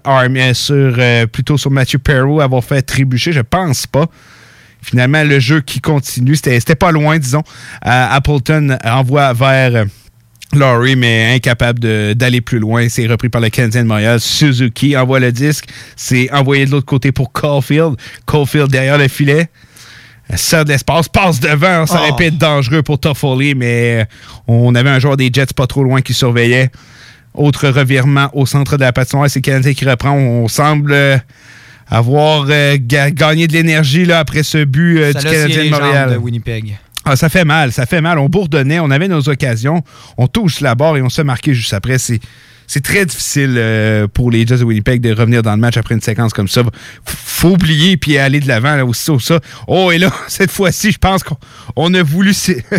plutôt sur Matthew Perreault avoir fait trébucher? Je pense pas. Finalement, le jeu qui continue, c'était pas loin, disons. Appleton envoie vers Laurie, mais incapable d'aller plus loin. C'est repris par le Canadien de Montréal. Suzuki envoie le disque. C'est envoyé de l'autre côté pour Caulfield. Caulfield derrière le filet. Ça de l'espace, passe devant, ça aurait pu être dangereux pour Toffoli, mais on avait un joueur des Jets pas trop loin qui surveillait. Autre revirement au centre de la patinoire, c'est le Canadien qui reprend. On semble avoir gagné de l'énergie là, après ce but du Canadien de Montréal. De Winnipeg. Ça fait mal. On bourdonnait, on avait nos occasions, on touche la barre et on se fait marquer juste après. C'est très difficile pour les Jets de Winnipeg de revenir dans le match après une séquence comme ça. Faut oublier puis aller de l'avant là, aussitôt ça. Oh, et là, cette fois-ci, je pense qu'on a voulu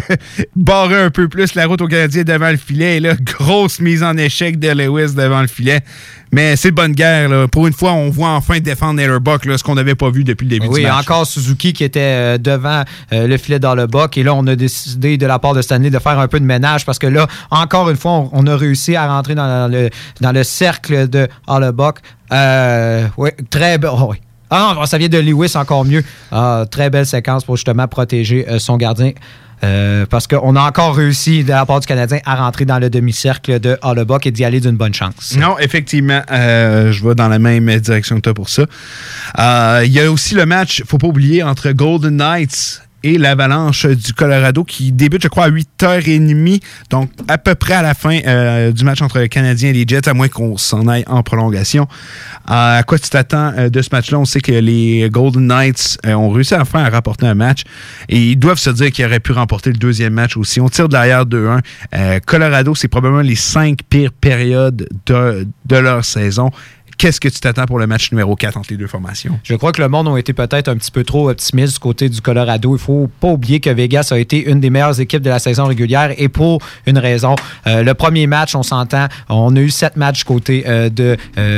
barrer un peu plus la route au Canadien devant le filet. Et là, grosse mise en échec de Lewis devant le filet. Mais c'est bonne guerre. Là. Pour une fois, on voit enfin défendre Hellebuyck, ce qu'on n'avait pas vu depuis le début du match. Oui, encore Suzuki qui était devant le filet d'Hellebuyck. Et là, on a décidé de la part de Stanley de faire un peu de ménage parce que là, encore une fois, on a réussi à rentrer dans le cercle de Hellebuyck. Oui, très bien. Oh, oui. Ah non, ça vient de Lewis, encore mieux. Très belle séquence pour justement protéger son gardien. Parce qu'on a encore réussi, de la part du Canadien, à rentrer dans le demi-cercle de Hellebuyck et d'y aller d'une bonne chance. Non, effectivement, je vais dans la même direction que toi pour ça. Il y a aussi le match, faut pas oublier, entre Golden Knights et l'Avalanche du Colorado qui débute, je crois, à 8h30. Donc, à peu près à la fin du match entre le Canadien et les Jets, à moins qu'on s'en aille en prolongation. À quoi tu t'attends de ce match-là? On sait que les Golden Knights ont réussi enfin à rapporter un match et ils doivent se dire qu'ils auraient pu remporter le deuxième match aussi. On tire de l'arrière 2-1. Colorado, c'est probablement les 5 pires périodes de leur saison. Qu'est-ce que tu t'attends pour le match numéro 4 entre les deux formations? Je crois que le monde a été peut-être un petit peu trop optimiste du côté du Colorado. Il ne faut pas oublier que Vegas a été une des meilleures équipes de la saison régulière et pour une raison. Le premier match, on s'entend, on a eu 7 matchs du côté de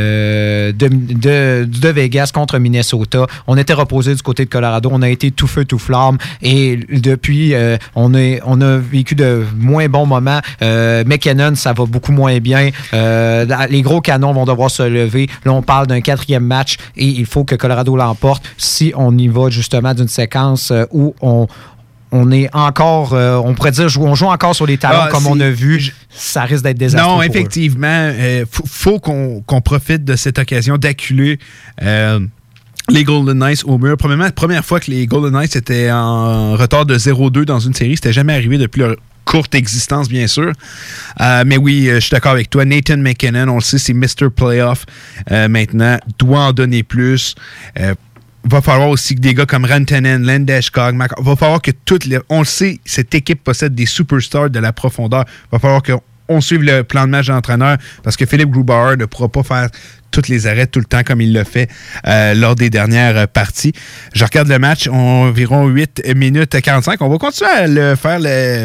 Vegas contre Minnesota. On était reposé du côté de Colorado. On a été tout feu, tout flamme et depuis, on a vécu de moins bons moments. McKinnon, ça va beaucoup moins bien. Les gros canons vont devoir se lever. Là, on parle d'un 4e match et il faut que Colorado l'emporte si on y va justement d'une séquence où on est encore, on pourrait dire, on joue encore sur les talons comme on a vu. Ça risque d'être désastreux. Non, effectivement, faut qu'on profite de cette occasion d'acculer les Golden Knights au mur. Premièrement, la première fois que les Golden Knights étaient en retard de 0-2 dans une série, c'était jamais arrivé depuis leur courte existence, bien sûr. Mais oui, je suis d'accord avec toi. Nathan McKinnon, on le sait, c'est Mr. Playoff maintenant. Doit en donner plus. Va falloir aussi que des gars comme Rantanen, Landeskog, va falloir que on le sait, cette équipe possède des superstars de la profondeur. Va falloir qu'on suive le plan de match de l'entraîneur parce que Philippe Grubauer ne pourra pas faire tous les arrêts tout le temps comme il l'a fait lors des dernières parties. Je regarde le match, environ 8 minutes 45. On va continuer à faire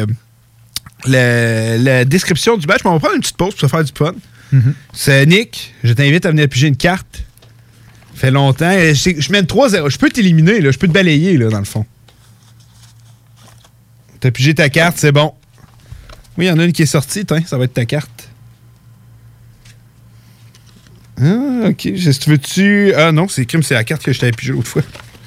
la description du match, mais on va prendre une petite pause pour se faire du fun. Mm-hmm. C'est Nick, je t'invite à venir piger une carte. Ça fait longtemps. Je mène 3-0. Je peux t'éliminer, là. Je peux te balayer, là, dans le fond. T'as pigé ta carte, c'est bon. Oui, il y en a une qui est sortie. Tiens, ça va être ta carte. Ah, OK. Tu veux-tu... Ah non, c'est la carte que je t'avais pigée l'autre fois.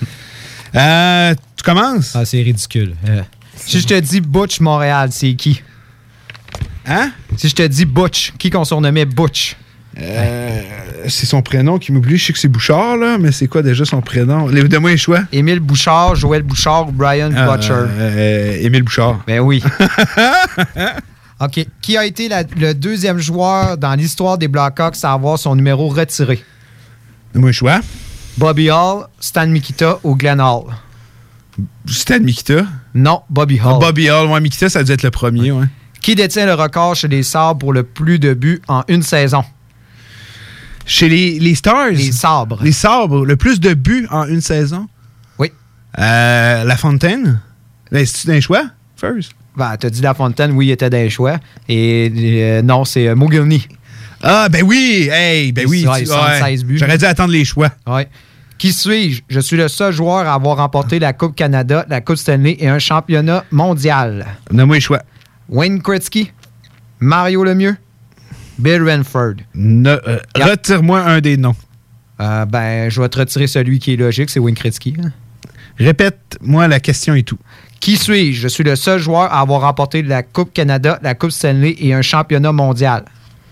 Tu commences? Ah, c'est ridicule. Si je te dis Butch Montréal, c'est qui? Hein? Si je te dis Butch, qui qu'on surnommait Butch? C'est son prénom qui m'oublie. Je sais que c'est Bouchard, là, mais c'est quoi déjà son prénom? Donne-moi un choix. Émile Bouchard, Joël Bouchard ou Brian Butcher? Émile Bouchard. Ben oui. OK. Qui a été le deuxième joueur dans l'histoire des Blackhawks à avoir son numéro retiré? Donne-moi un choix. Bobby Hall, Stan Mikita ou Glenn Hall? Stan Mikita? Non, Bobby Hall. Ah, Bobby Hall. Ouais, Mikita, ça a dû être le premier, ouais. Qui détient le record chez les Sabres pour le plus de buts en une saison? Chez les Stars? Les Sabres. Les Sabres. Le plus de buts en une saison? Oui. La Fontaine? C'est-tu d'un choix, first? Ben, t'as dit La Fontaine, oui, il était d'un choix. Et non, c'est Mogilny. Ah, ben oui! Hey, ben oui. 76 buts. J'aurais dû attendre les choix. Ouais. Qui suis-je? Je suis le seul joueur à avoir remporté la Coupe Canada, la Coupe Stanley et un championnat mondial. Donne-moi les choix. Wayne Gretzky, Mario Lemieux, Bill Ranford. Retire-moi un des noms. Je vais te retirer celui qui est logique, c'est Wayne Gretzky. Hein? Répète-moi la question et tout. Qui suis-je? Je suis le seul joueur à avoir remporté la Coupe Canada, la Coupe Stanley et un championnat mondial.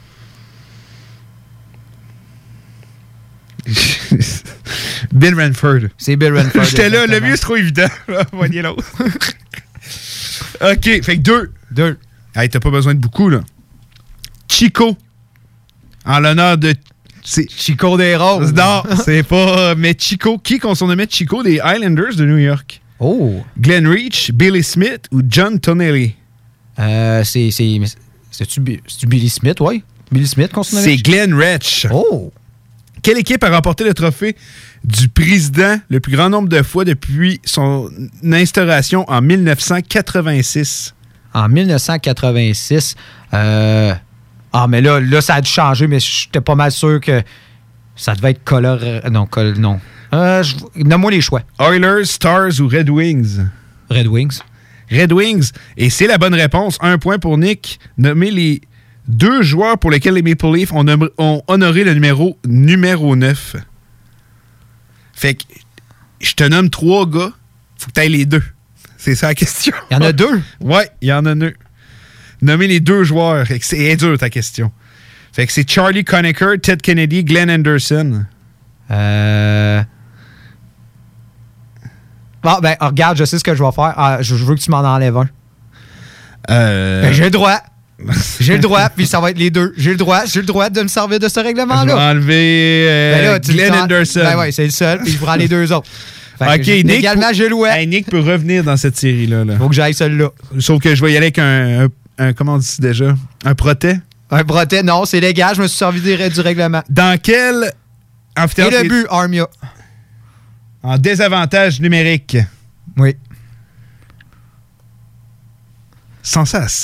Bill Ranford. C'est Bill Ranford. J'étais là, le mieux, c'est trop évident. Voyez l'autre. OK, fait que 2. Hey, t'as pas besoin de beaucoup, là. Chico. En l'honneur de... Chico des Roses. Non, c'est pas... Mais Chico. Qui qu'on surnommait Chico des Islanders de New York? Oh. Glenn Reach, Billy Smith ou John Tonelli? C'est-tu Billy Smith, oui? Billy Smith qu'on surnommait? C'est Glenn Reach. Oh. Quelle équipe a remporté le trophée du président le plus grand nombre de fois depuis son instauration en 1986? En 1986, mais là, ça a dû changer, mais j'étais pas mal sûr que ça devait être Non. Nomme-moi les choix. Oilers, Stars ou Red Wings? Red Wings. Red Wings. Et c'est la bonne réponse. 1 point pour Nick. Nommez les 2 joueurs pour lesquels les Maple Leafs ont honoré le numéro 9. Fait que je te nomme 3 gars. Faut que tu ailles les 2. C'est ça la question. Il y en a 2? Ouais, il y en a 2. Nommez les 2 joueurs. C'est dur ta question. Fait que c'est Charlie Conacher, Ted Kennedy, Glenn Anderson. Regarde, je sais ce que je vais faire. Je veux que tu m'en enlèves un. J'ai le droit. J'ai le droit, puis ça va être les 2. J'ai le droit de me servir de ce règlement-là. Je vais enlever Glenn Anderson. Oui, c'est le seul, puis je prends les 2 autres. OK, Nick. Également, j'ai le droit. Hey, Nick peut revenir dans cette série-là. Faut que j'aille celui-là. Sauf que je vais y aller avec un comment on dit déjà? Un protet? Un protet, non, c'est légal. Je me suis servi du règlement. Dans quel amphithéâtre? Et le but, Armia. En désavantage numérique. Oui. Sans sas.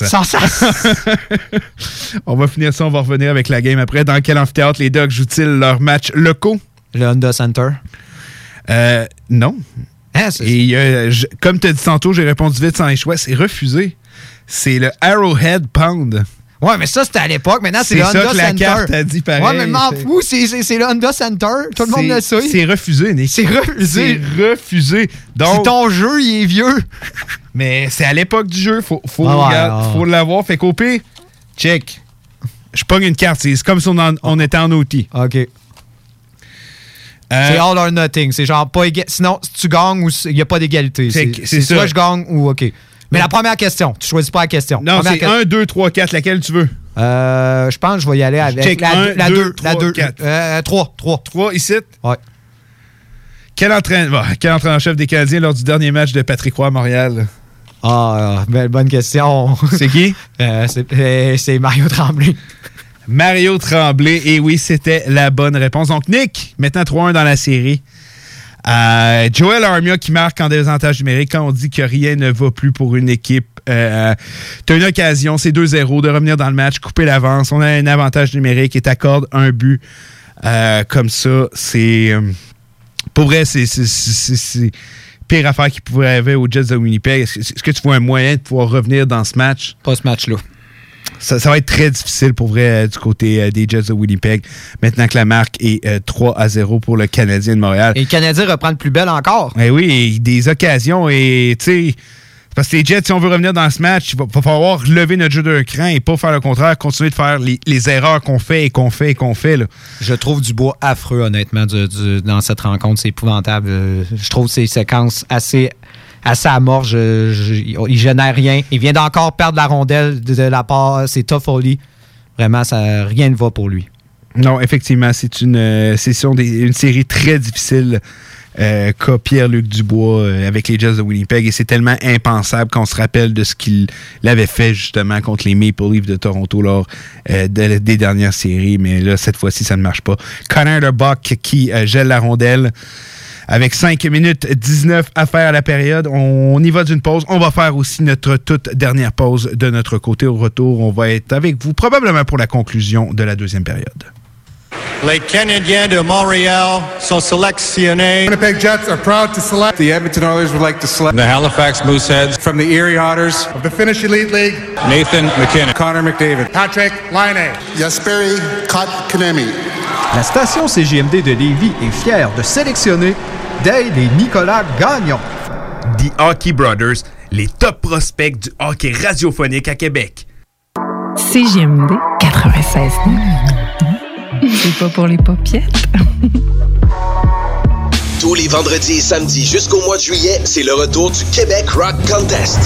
Sans On va finir ça, on va revenir avec la game après. Dans quel amphithéâtre les Ducks jouent-ils leurs matchs locaux? Le Honda Center. Non. Et comme tu as dit tantôt, j'ai répondu vite sans les choix. C'est refusé. C'est le Arrowhead Pound. Ouais, mais ça, c'était à l'époque. Maintenant, c'est le Honda Center. C'est ça que la carte a dit pareil. Ouais, mais m'en fous. C'est le Honda Center. Tout le monde le sait. C'est refusé, Nick. C'est refusé. C'est refusé. Donc, ton jeu, il est vieux. Mais c'est à l'époque du jeu. Faut l'avoir. Fait qu'au pire, check. Je pogne une carte. C'est comme si on était en outil. OK. C'est all or nothing. C'est genre pas égal. Sinon, si tu gagnes ou il n'y a pas d'égalité. C'est ça. soit je gagne ou OK. Mais la première question, tu choisis pas la question. Non, c'est 1, 2, 3, 4. Laquelle tu veux? Je pense que je vais y aller avec la 2. 3. 3 ici? Ouais. Quel entraîneur-chef des Canadiens lors du dernier match de Patrick Roy à Montréal? Bonne question. C'est qui? C'est Mario Tremblay. Mario Tremblay, et oui, c'était la bonne réponse. Donc, Nick, maintenant 3-1 dans la série. Joel Armia qui marque en désavantage numérique quand on dit que rien ne va plus pour une équipe. T'as une occasion, c'est 2-0, de revenir dans le match, couper l'avance. On a un avantage numérique et t'accordes un but comme ça. C'est... pour vrai, c'est pire affaire qui pouvait arriver aux Jets de Winnipeg. Est-ce que tu vois un moyen de pouvoir revenir dans ce match? Pas ce match-là. Ça va être très difficile pour vrai du côté des Jets de Winnipeg, maintenant que la marque est 3-0 pour le Canadien de Montréal. Et le Canadien reprend le plus bel encore. Eh oui, des occasions. Et tu sais, parce que les Jets, si on veut revenir dans ce match, il va falloir lever notre jeu d'un cran et pas faire le contraire, continuer de faire les erreurs qu'on fait. Là. Je trouve Dubois affreux, honnêtement, dans cette rencontre. C'est épouvantable. Je trouve ces séquences assez amorphes. Il génère rien. Il vient d'encore perdre la rondelle de la part. C'est Toffoli. Vraiment, rien ne va pour lui. Non, effectivement, c'est une série très difficile qu'a Pierre-Luc Dubois avec les Jets de Winnipeg. Et c'est tellement impensable qu'on se rappelle de ce qu'il avait fait justement contre les Maple Leafs de Toronto lors des dernières séries. Mais là, cette fois-ci, ça ne marche pas. Connor Lebuck qui gèle la rondelle. Avec 5 minutes 19 à faire à la période, on y va d'une pause. On va faire aussi notre toute dernière pause de notre côté. Au retour, on va être avec vous probablement pour la conclusion de la deuxième période. Les Canadiens de Montréal sont sélectionnés. Winnipeg Jets are proud to select. The Edmonton Oilers would like to select. The Halifax Mooseheads. From the Erie Otters of the Finnish Elite League. Nathan McKinnon. Connor McDavid. Patrick Laine. Jesperi Kotkaniemi. La station CJMD de Lévis est fière de sélectionner Dale et Nicolas Gagnon. The Hockey Brothers, les top prospects du hockey radiophonique à Québec. CJMD 96. C'est pas pour les paupiètes. Tous les vendredis et samedis jusqu'au mois de juillet, c'est le retour du Québec Rock Contest.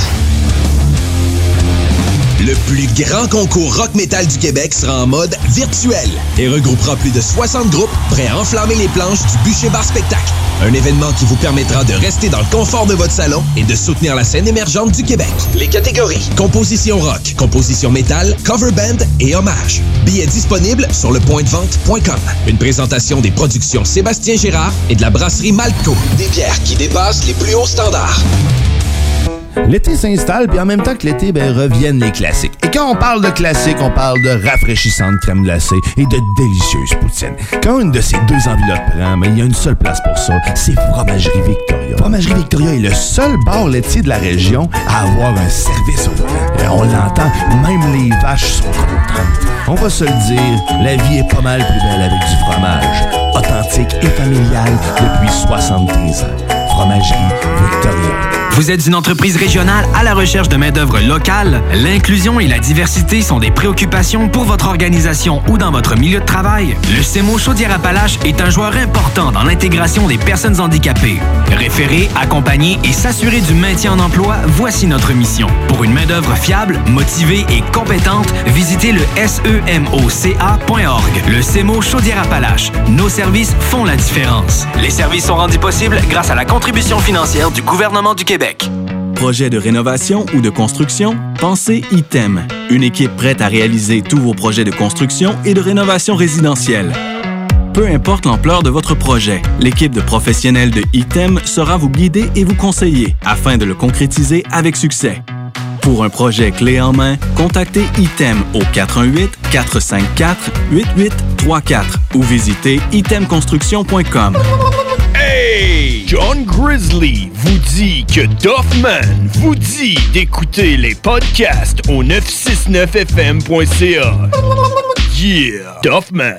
Le plus grand concours rock metal du Québec sera en mode virtuel et regroupera plus de 60 groupes prêts à enflammer les planches du Bûcher Bar Spectacle. Un événement qui vous permettra de rester dans le confort de votre salon et de soutenir la scène émergente du Québec. Les catégories: composition rock, composition métal, cover band et hommage. Billets disponibles sur lepointdevente.com. Une présentation des productions Sébastien Gérard et de la brasserie Malco. Des bières qui dépassent les plus hauts standards. L'été s'installe, puis en même temps que l'été, reviennent les classiques. Et quand on parle de classiques, on parle de rafraîchissantes crèmes glacées et de délicieuses poutines. Quand une de ces deux enveloppes prend, il y a une seule place pour ça, c'est Fromagerie Victoria. Fromagerie Victoria est le seul bar laitier de la région à avoir un service au volant. On l'entend, même les vaches sont contentes. On va se le dire, la vie est pas mal plus belle avec du fromage. Authentique et familial depuis 73 ans. Fromagerie Victoria. Vous êtes une entreprise régionale à la recherche de main-d'œuvre locale? L'inclusion et la diversité sont des préoccupations pour votre organisation ou dans votre milieu de travail? Le CEMO Chaudière-Appalaches est un joueur important dans l'intégration des personnes handicapées. Référer, accompagner et s'assurer du maintien en emploi, voici notre mission. Pour une main-d'œuvre fiable, motivée et compétente, visitez le semoca.org. Le CEMO Chaudière-Appalaches. Nos services font la différence. Les services sont rendus possibles grâce à la contribution financière du gouvernement du Québec. Projet de rénovation ou de construction? Pensez ITEM. Une équipe prête à réaliser tous vos projets de construction et de rénovation résidentielle. Peu importe l'ampleur de votre projet, l'équipe de professionnels de ITEM sera vous guider et vous conseiller afin de le concrétiser avec succès. Pour un projet clé en main, contactez ITEM au 418-454-8834 ou visitez itemconstruction.com. Hey! John Grizzly vous dit que Duffman vous dit d'écouter les podcasts au 969fm.ca. Yeah! Duffman!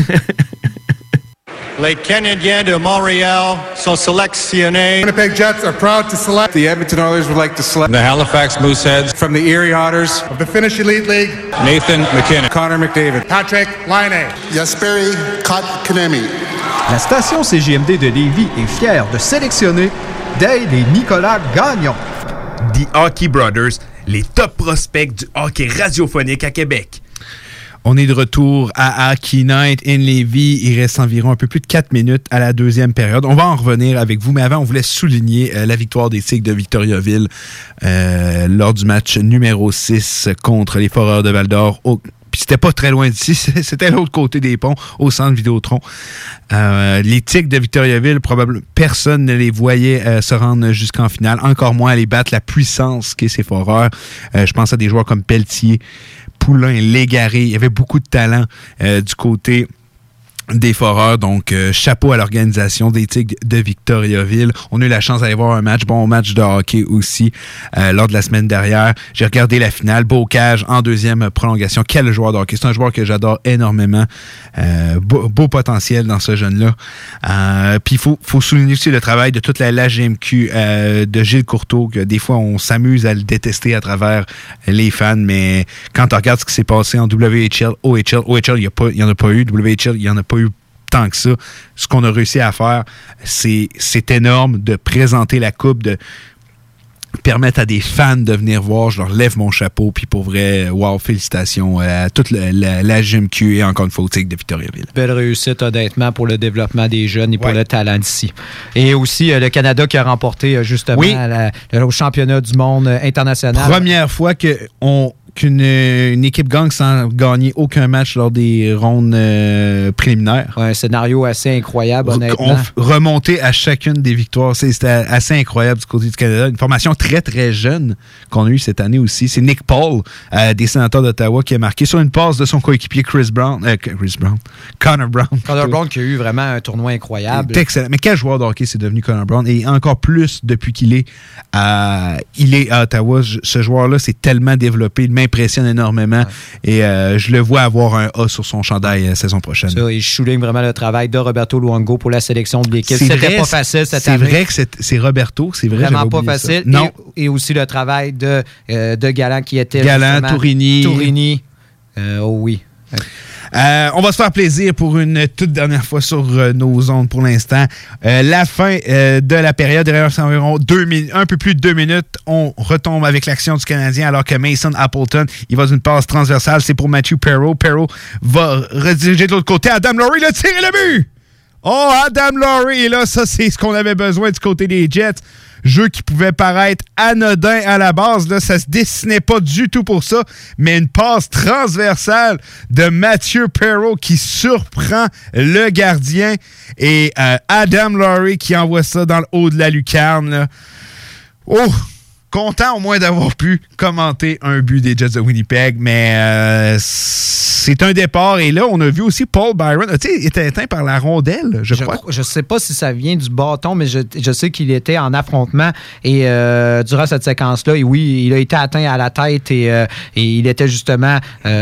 Les Canadiens de Montréal sont sélectionnés. Winnipeg Jets are proud to select. The Edmonton Oilers would like to select. The Halifax Mooseheads. From the Erie Otters of the Finnish Elite League. Nathan McKinnon. Connor McDavid. Patrick Laine. Jesperi Kotkaniemi. La station CJMD de Lévis est fière de sélectionner Dale et Nicolas Gagnon. The Hockey Brothers, les top prospects du hockey radiophonique à Québec. On est de retour à Hockey Night in Lévis. Il reste environ un peu plus de 4 minutes à la deuxième période. On va en revenir avec vous, mais avant, on voulait souligner la victoire des Tigres de Victoriaville lors du match numéro 6 contre les Foreurs de Val-d'Or. Puis c'était pas très loin d'ici, c'était à l'autre côté des ponts, au centre Vidéotron. Les Tigres de Victoriaville, probablement personne ne les voyait se rendre jusqu'en finale, encore moins aller battre la puissance qu'est ces Foreurs. Je pense à des joueurs comme Pelletier, Poulain, Légaré. Il y avait beaucoup de talent du côté des Foreurs, donc chapeau à l'organisation des Tigres de Victoriaville. On a eu la chance d'aller voir un bon match de hockey aussi lors de la semaine dernière. J'ai regardé la finale, Bocage en deuxième prolongation. Quel joueur de hockey! C'est un joueur que j'adore énormément. Beau potentiel dans ce jeune-là. Puis il faut souligner aussi le travail de toute la GMQ de Gilles Courteau, que des fois on s'amuse à le détester à travers les fans, mais quand on regarde ce qui s'est passé en WHL, OHL, il n'y en a pas eu, WHL, il n'y en a pas eu tant que ça. Ce qu'on a réussi à faire, c'est énorme de présenter la coupe, de permettre à des fans de venir voir. Je leur lève mon chapeau, puis pour vrai, wow, félicitations à toute la GMQ et encore une fois au Tigre de Victoriaville. Belle réussite, honnêtement, pour le développement des jeunes et pour le talent d'ici. Et aussi, le Canada qui a remporté justement le championnat du monde international. Première fois qu'une équipe gagne sans gagner aucun match lors des rondes préliminaires. Ouais, un scénario assez incroyable, honnêtement. Remonter à chacune des victoires, c'était assez incroyable du côté du Canada. Une formation très, très jeune qu'on a eue cette année aussi. C'est Nick Paul, des Sénateurs d'Ottawa, qui a marqué sur une passe de son coéquipier Connor Brown. Connor Brown qui a eu vraiment un tournoi incroyable. C'est excellent. Mais quel joueur de hockey c'est devenu Connor Brown? Et encore plus depuis qu'il est à Ottawa. Ce joueur-là s'est tellement développé, m'impressionne énormément et je le vois avoir un A sur son chandail la saison prochaine. Ça, et je souligne vraiment le travail de Roberto Luongo pour la sélection de l'équipe. C'était pas facile cette année. C'est vrai que c'est Roberto, c'est vrai. Vraiment pas facile. Non. Et aussi le travail de Galland qui était Galland, Tourini. Oh oui. On va se faire plaisir pour une toute dernière fois sur nos ondes pour l'instant. La fin de la période, derrière c'est environ un peu plus de 2 minutes. On retombe avec l'action du Canadien alors que Mason Appleton, il va d'une passe transversale. C'est pour Matthew Perreault. Perreault va rediriger de l'autre côté. Adam Laurie, il a tiré le but! Oh, Adam Laurie! Et là, ça, c'est ce qu'on avait besoin du côté des Jets. Jeu qui pouvait paraître anodin à la base. Là, ça se dessinait pas du tout pour ça. Mais une passe transversale de Matthew Perreault qui surprend le gardien. Et Adam Laurie qui envoie ça dans le haut de la lucarne. Là. Oh! Content au moins d'avoir pu commenter un but des Jets de Winnipeg, mais c'est un départ. Et là, on a vu aussi Paul Byron. Il était éteint par la rondelle, je crois. Je ne sais pas si ça vient du bâton, mais je sais qu'il était en affrontement. Et durant cette séquence-là, et oui, il a été atteint à la tête et il était justement...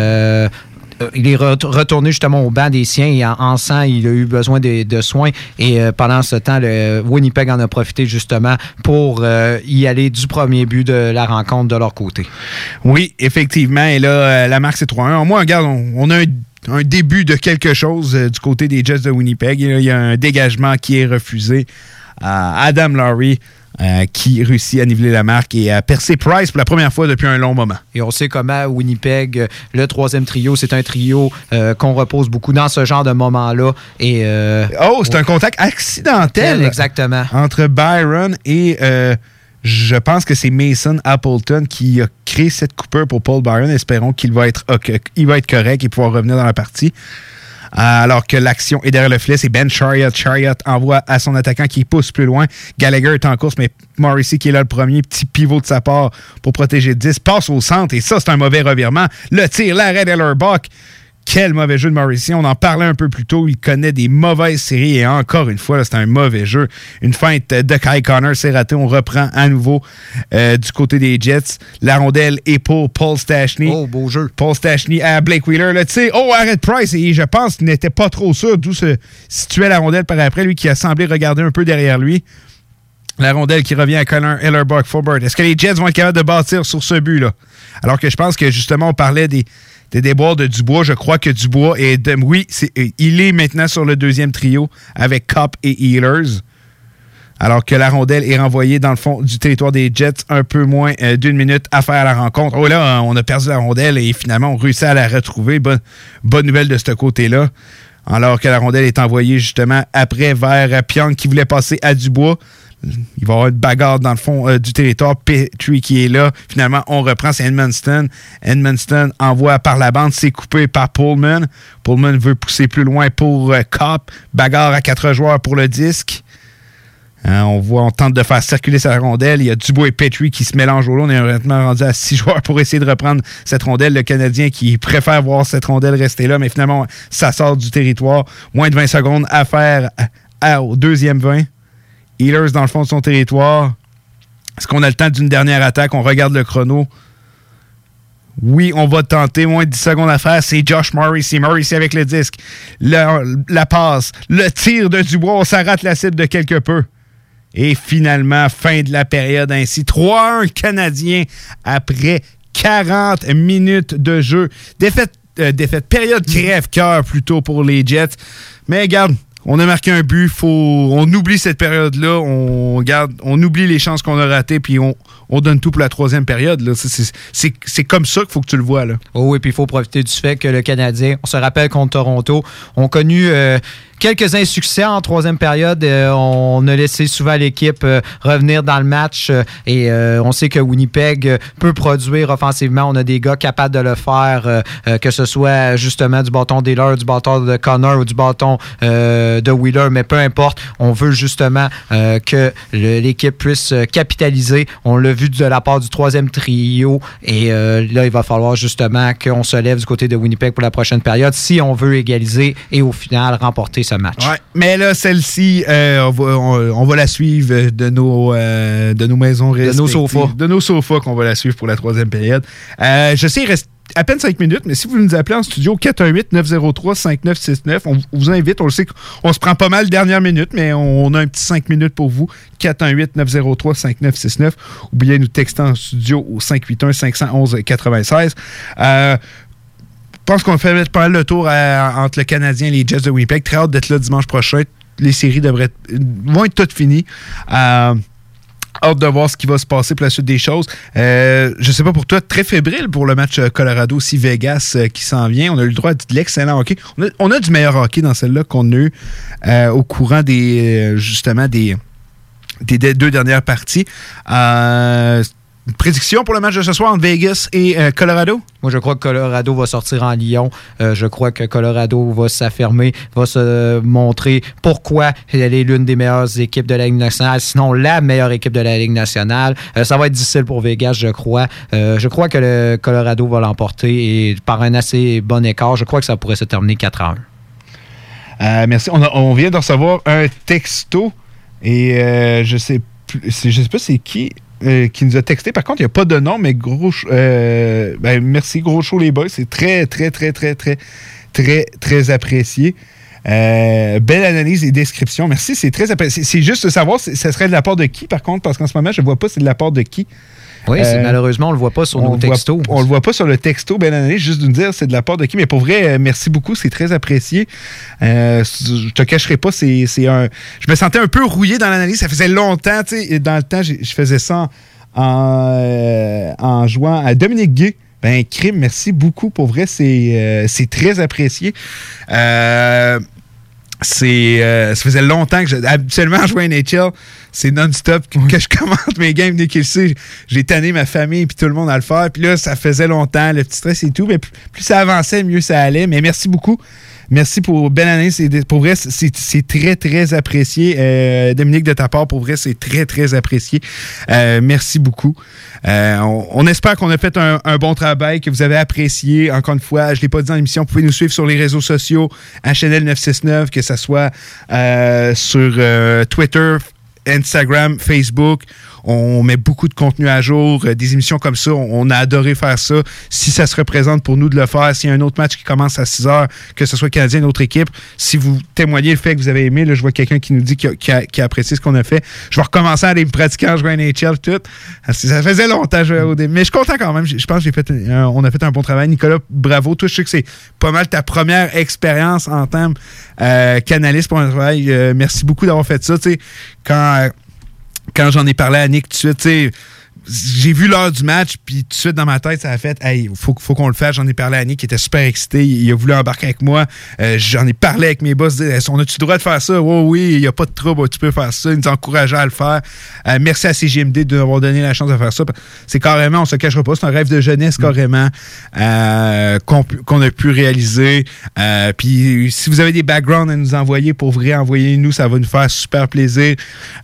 il est retourné justement au banc des siens et en sang, il a eu besoin de soins. Et pendant ce temps, le Winnipeg en a profité justement pour y aller du premier but de la rencontre de leur côté. Oui, effectivement. Et là, la marque, c'est 3-1. Moi, regarde, on a un début de quelque chose du côté des Jets de Winnipeg. Et là, il y a un dégagement qui est refusé à Adam Laurie. Qui réussit à niveler la marque et à percer Price pour la première fois depuis un long moment. Et on sait comment Winnipeg, le troisième trio, c'est un trio qu'on repose beaucoup dans ce genre de moment-là. Et, c'est un contact accidentel. Exactement. Entre Byron et je pense que c'est Mason Appleton qui a créé cette coupure pour Paul Byron. Espérons qu'il va être correct et pouvoir revenir dans la partie. Alors que l'action est derrière le filet, c'est Ben Chariot. Chariot envoie à son attaquant qui pousse plus loin. Gallagher est en course, mais Morrissey qui est là le premier, petit pivot de sa part pour protéger 10, passe au centre, et ça, c'est un mauvais revirement. Le tir, l'arrêt d'Ellerbach. Quel mauvais jeu de Morrissey. On en parlait un peu plus tôt. Il connaît des mauvaises séries et encore une fois, là, c'est un mauvais jeu. Une feinte de Kyle Connor, c'est raté. On reprend à nouveau du côté des Jets. La rondelle est pour Paul Stastny. Oh, beau jeu. Paul Stastny à Blake Wheeler. Là, arrête Price. Et je pense qu'il n'était pas trop sûr d'où se situait la rondelle par après. Lui qui a semblé regarder un peu derrière lui. La rondelle qui revient à Connor Ellerbach-Forbert. Est-ce que les Jets vont être capables de bâtir sur ce but-là? Alors que je pense que justement, on parlait des déboires de Dubois. Je crois que Dubois il est maintenant sur le deuxième trio avec Copp et Ehlers. alors que la rondelle est renvoyée dans le fond du territoire des Jets. Un peu moins d'une minute à faire la rencontre. Oh là, on a perdu la rondelle et finalement, on réussit à la retrouver. Bonne nouvelle de ce côté-là. Alors que la rondelle est envoyée justement après vers Pionk qui voulait passer à Dubois. Il va y avoir une bagarre dans le fond du territoire. Petrie qui est là. Finalement, on reprend. C'est Edmundston. Edmundston envoie par la bande. C'est coupé par Pullman. Pullman veut pousser plus loin pour Copp. Bagarre à 4 joueurs pour le disque. On tente de faire circuler sa rondelle. Il y a Dubois et Petrie qui se mélangent au lot. On est honnêtement rendu à 6 joueurs pour essayer de reprendre cette rondelle. Le Canadien qui préfère voir cette rondelle rester là, mais finalement, ça sort du territoire. Moins de 20 secondes à faire au deuxième 20. Ehlers dans le fond de son territoire. Est-ce qu'on a le temps d'une dernière attaque? On regarde le chrono. Oui, on va tenter. Moins de 10 secondes à faire. C'est Josh Morrissey. Morrissey avec le disque. La passe. Le tir de Dubois. On s'arrête la cible de quelque peu. Et finalement, fin de la période ainsi. 3-1 Canadien après 40 minutes de jeu. Défaite période crève-cœur plutôt pour les Jets. Mais regarde, on a marqué un but. On oublie cette période-là. On oublie les chances qu'on a ratées. Puis on donne tout pour la troisième période. Là. C'est comme ça qu'il faut que tu le vois. Là. Oh oui, puis il faut profiter du fait que le Canadien, on se rappelle contre Toronto, ont connu quelques insuccès en troisième période. On a laissé souvent l'équipe revenir dans le match et on sait que Winnipeg peut produire offensivement. On a des gars capables de le faire, que ce soit justement du bâton d'Ehlers, du bâton de Connor ou du bâton de Wheeler, mais peu importe. On veut justement que l'équipe puisse capitaliser. On l'a vu de la part du troisième trio et là, il va falloir justement qu'on se lève du côté de Winnipeg pour la prochaine période si on veut égaliser et au final remporter ce match. Ouais, mais là, celle-ci, on va la suivre de nos maisons respectives. De nos sofas. De nos sofas qu'on va la suivre pour la troisième période. Je sais, il reste à peine 5 minutes, mais si vous nous appelez en studio 418-903-5969, on vous invite. On le sait qu'on se prend pas mal dernière minute, mais on a un petit 5 minutes pour vous. 418-903-5969 ou bien nous texter en studio au 581-511-96. Je pense qu'on fait pas mal le tour entre le Canadien et les Jets de Winnipeg. Très hâte d'être là dimanche prochain. Les séries vont être toutes finies. Hâte de voir ce qui va se passer pour la suite des choses. Je sais pas pour toi, très fébrile pour le match Colorado aussi Vegas qui s'en vient. On a eu le droit à de l'excellent hockey. On a du meilleur hockey dans celle-là qu'on a eu au courant des 2 dernières parties. Prédiction pour le match de ce soir entre Vegas et Colorado? Moi, je crois que Colorado va sortir en Lyon. Je crois que Colorado va s'affirmer, va se montrer pourquoi elle est l'une des meilleures équipes de la Ligue nationale, sinon la meilleure équipe de la Ligue nationale. Ça va être difficile pour Vegas, je crois. Je crois que le Colorado va l'emporter et par un assez bon écart, je crois que ça pourrait se terminer 4-1. Merci. On vient de recevoir un texto et je sais pas c'est qui nous a texté. Par contre, il n'y a pas de nom, mais merci, gros show les boys. C'est très, très, très, très, très, très, très apprécié. Belle analyse et description. Merci, c'est très apprécié. C'est juste de savoir, ça serait de la part de qui, par contre, parce qu'en ce moment, je ne vois pas c'est de la part de qui. Oui, malheureusement, on ne le voit pas sur nos textos. On ne le voit pas sur le texto, belle analyse, juste de nous dire c'est de la part de qui. Mais pour vrai, merci beaucoup, c'est très apprécié. Je te cacherai pas, je me sentais un peu rouillé dans l'analyse. Ça faisait longtemps, tu sais, dans le temps, je faisais ça en jouant à Dominique Gay. Ben, crime, merci beaucoup. Pour vrai, c'est très apprécié. Ça faisait longtemps que habituellement, je jouais à NHL. C'est non-stop que je commente mes games dès qu'il sait. J'ai tanné ma famille et tout le monde à le faire. Puis là, ça faisait longtemps, le petit stress et tout. Mais plus ça avançait, mieux ça allait. Mais merci beaucoup. Merci pour belle année. Pour vrai, c'est très, très apprécié. Dominique, de ta part, pour vrai, c'est très, très apprécié. Merci beaucoup. On espère qu'on a fait un bon travail, que vous avez apprécié. Encore une fois, je ne l'ai pas dit dans l'émission, vous pouvez nous suivre sur les réseaux sociaux, HNL969, que ce soit sur Twitter, Instagram, Facebook. On met beaucoup de contenu à jour, des émissions comme ça. On a adoré faire ça. Si ça se représente pour nous de le faire, s'il y a un autre match qui commence à 6 heures, que ce soit Canadien, une autre équipe, si vous témoignez le fait que vous avez aimé, là, je vois quelqu'un qui nous dit qu'il a apprécié ce qu'on a fait. Je vais recommencer à aller me pratiquer en jouant à NHL, tout. Ça faisait longtemps que je jouais au début. Mais je suis content quand même. Je pense qu'on a fait un bon travail. Nicolas, bravo. Toi, je sais que c'est pas mal ta première expérience en tant que canaliste pour un travail. Merci beaucoup d'avoir fait ça. Tu sais, quand quand j'en ai parlé à Nick tout de suite, tu sais, j'ai vu l'heure du match, puis tout de suite dans ma tête, ça a fait « Hey, faut qu'on le fasse ». J'en ai parlé à Nick, qui était super excité. Il a voulu embarquer avec moi. J'en ai parlé avec mes boss. On a-tu le droit de faire ça? Oh, oui, il n'y a pas de trouble, tu peux faire ça. Ils nous encourageaient à le faire. Merci à CJMD de nous avoir donné la chance de faire ça. C'est carrément, on se cachera pas, c'est un rêve de jeunesse carrément qu'on a pu réaliser. Puis si vous avez des backgrounds à nous envoyer, pour vrai, envoyez-nous, ça va nous faire super plaisir.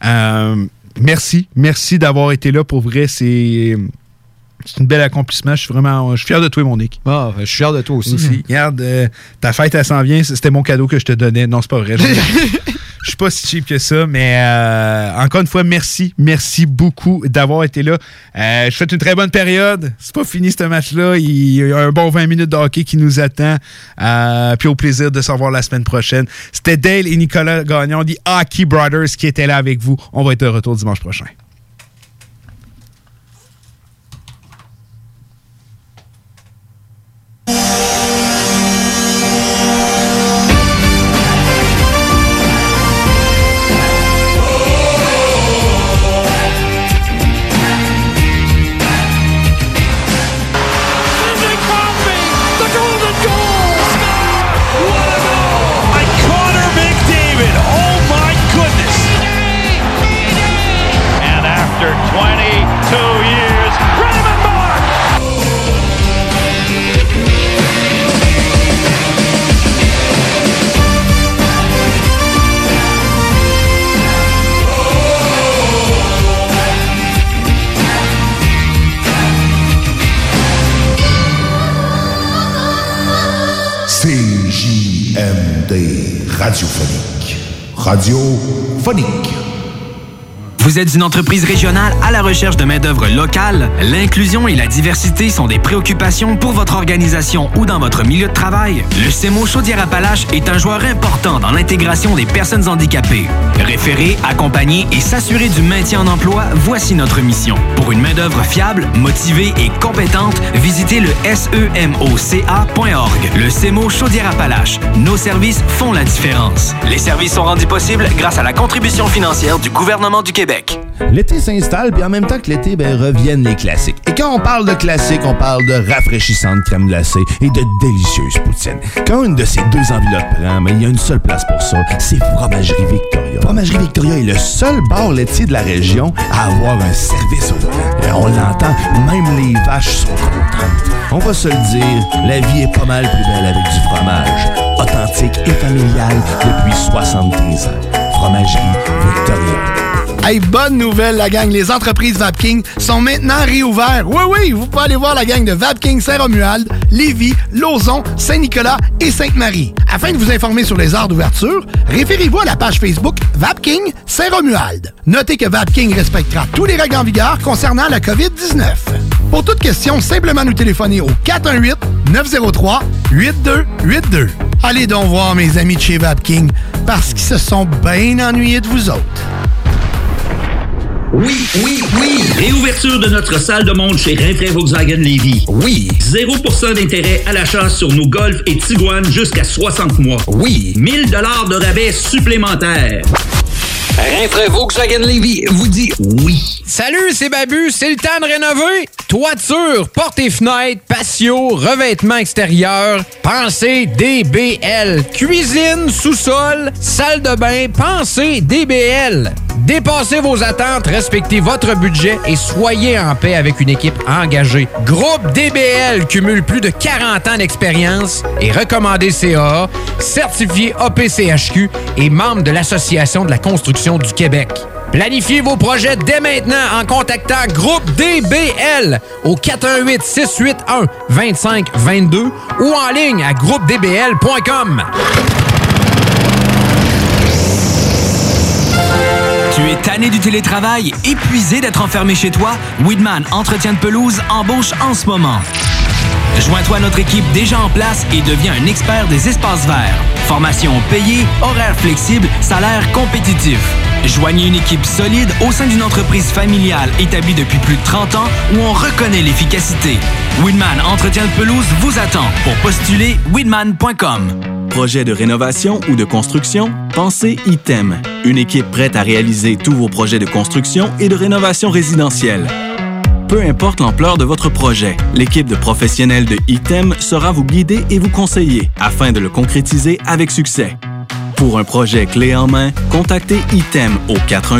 Merci d'avoir été là. Pour vrai, c'est un bel accomplissement. Je suis fier de toi, mon Nick. Ah, je suis fier de toi aussi. Regarde, ta fête, elle s'en vient. C'était mon cadeau que je te donnais. Non, c'est pas vrai. Je suis pas si cheap que ça, mais encore une fois, merci beaucoup d'avoir été là. Je souhaite une très bonne période. C'est pas fini ce match-là. Il y a un bon 20 minutes de hockey qui nous attend. Puis au plaisir de se revoir la semaine prochaine. C'était Dale et Nicolas Gagnon, des Hockey Brothers, qui étaient là avec vous. On va être de retour dimanche prochain. Radiophonique. Vous êtes une entreprise régionale à la recherche de main-d'œuvre locale? L'inclusion et la diversité sont des préoccupations pour votre organisation ou dans votre milieu de travail? Le CEMO Chaudière-Appalaches est un joueur important dans l'intégration des personnes handicapées. Référer, accompagner et s'assurer du maintien en emploi, voici notre mission. Pour une main-d'œuvre fiable, motivée et compétente, visitez le semoca.org. Le CEMO Chaudière-Appalaches. Nos services font la différence. Les services sont rendus possibles grâce à la contribution financière du gouvernement du Québec. L'été s'installe, puis en même temps que l'été, reviennent les classiques. Et quand on parle de classiques, on parle de rafraîchissantes crèmes glacées et de délicieuses poutines. Quand une de ces deux enveloppes prend, il y a une seule place pour ça, c'est Fromagerie Victoria. Fromagerie Victoria est le seul bar laitier de la région à avoir un service au volant. Et on l'entend, même les vaches sont contentes. On va se le dire, la vie est pas mal plus belle avec du fromage. Authentique et familial depuis 73 ans. Fromagerie Victoria. Hey, bonne nouvelle, la gang. Les entreprises Vapking sont maintenant réouvertes. Oui, vous pouvez aller voir la gang de Vapking Saint-Romuald, Lévis, Lauson, Saint-Nicolas et Sainte-Marie. Afin de vous informer sur les heures d'ouverture, référez-vous à la page Facebook Vapking Saint-Romuald. Notez que Vapking respectera tous les règles en vigueur concernant la COVID-19. Pour toute question, simplement nous téléphoner au 418-903-8282. Allez donc voir mes amis de chez Vapking, parce qu'ils se sont bien ennuyés de vous autres. Oui. Réouverture de notre salle de monde chez Rinfraie Volkswagen Lévy. Oui. 0% d'intérêt à l'achat sur nos Golf et Tiguan jusqu'à 60 mois. Oui. 1000 $ de rabais supplémentaires. Rinfraie Volkswagen Lévy vous dit oui. Salut, c'est Babu, c'est le temps de rénover. Toiture, portes et fenêtres, patio, revêtement extérieur. Pensez DBL. Cuisine, sous-sol, salle de bain, pensez DBL. Dépassez vos attentes, respectez votre budget et soyez en paix avec une équipe engagée. Groupe DBL cumule plus de 40 ans d'expérience et recommandé CAA, certifié APCHQ et membre de l'Association de la construction du Québec. Planifiez vos projets dès maintenant en contactant Groupe DBL au 418-681-2522 ou en ligne à groupedbl.com. Tu es tanné du télétravail, épuisé d'être enfermé chez toi? Weedman Entretien de pelouse embauche en ce moment. Joins-toi à notre équipe déjà en place et deviens un expert des espaces verts. Formation payée, horaires flexibles, salaire compétitif. Joignez une équipe solide au sein d'une entreprise familiale établie depuis plus de 30 ans où on reconnaît l'efficacité. Weedman Entretien de pelouse vous attend. Pour postuler, weedman.com. Projet de rénovation ou de construction? Pensez ITEM. Une équipe prête à réaliser tous vos projets de construction et de rénovation résidentielle. Peu importe l'ampleur de votre projet, l'équipe de professionnels de ITEM sera vous guider et vous conseiller afin de le concrétiser avec succès. Pour un projet clé en main, contactez ITEM au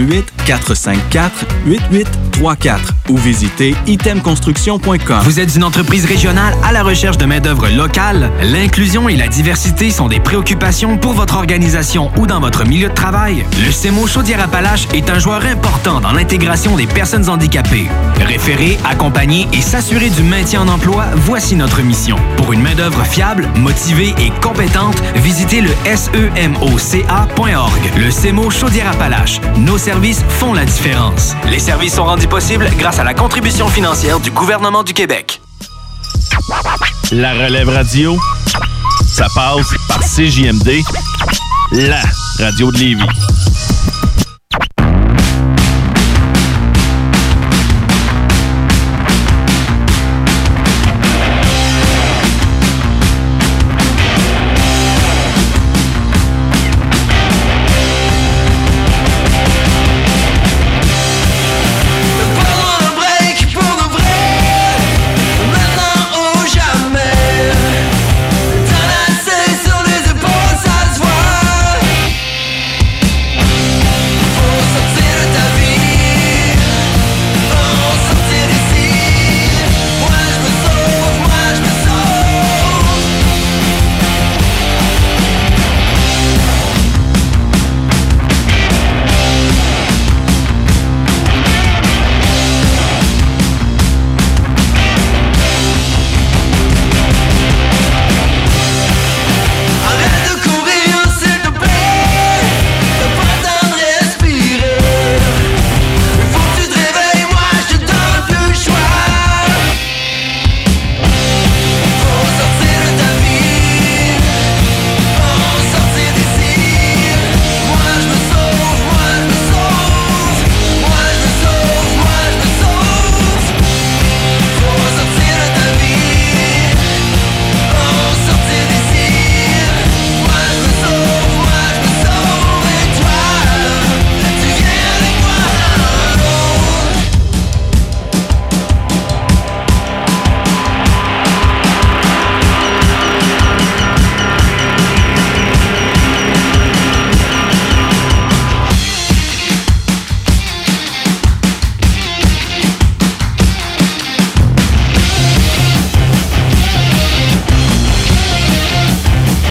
418-454-8834 ou visitez itemconstruction.com. Vous êtes une entreprise régionale à la recherche de main-d'œuvre locale? L'inclusion et la diversité sont des préoccupations pour votre organisation ou dans votre milieu de travail? Le CEMO Chaudière-Appalaches est un joueur important dans l'intégration des personnes handicapées. Référer, accompagner et s'assurer du maintien en emploi, voici notre mission. Pour une main-d'œuvre fiable, motivée et compétente, visitez le semoca.org. Le CEMO Chaudière-Appalaches. Nos services font la différence. Les services sont rendus possibles grâce à la contribution financière du gouvernement du Québec. La relève radio, ça passe par CJMD, la radio de Lévis.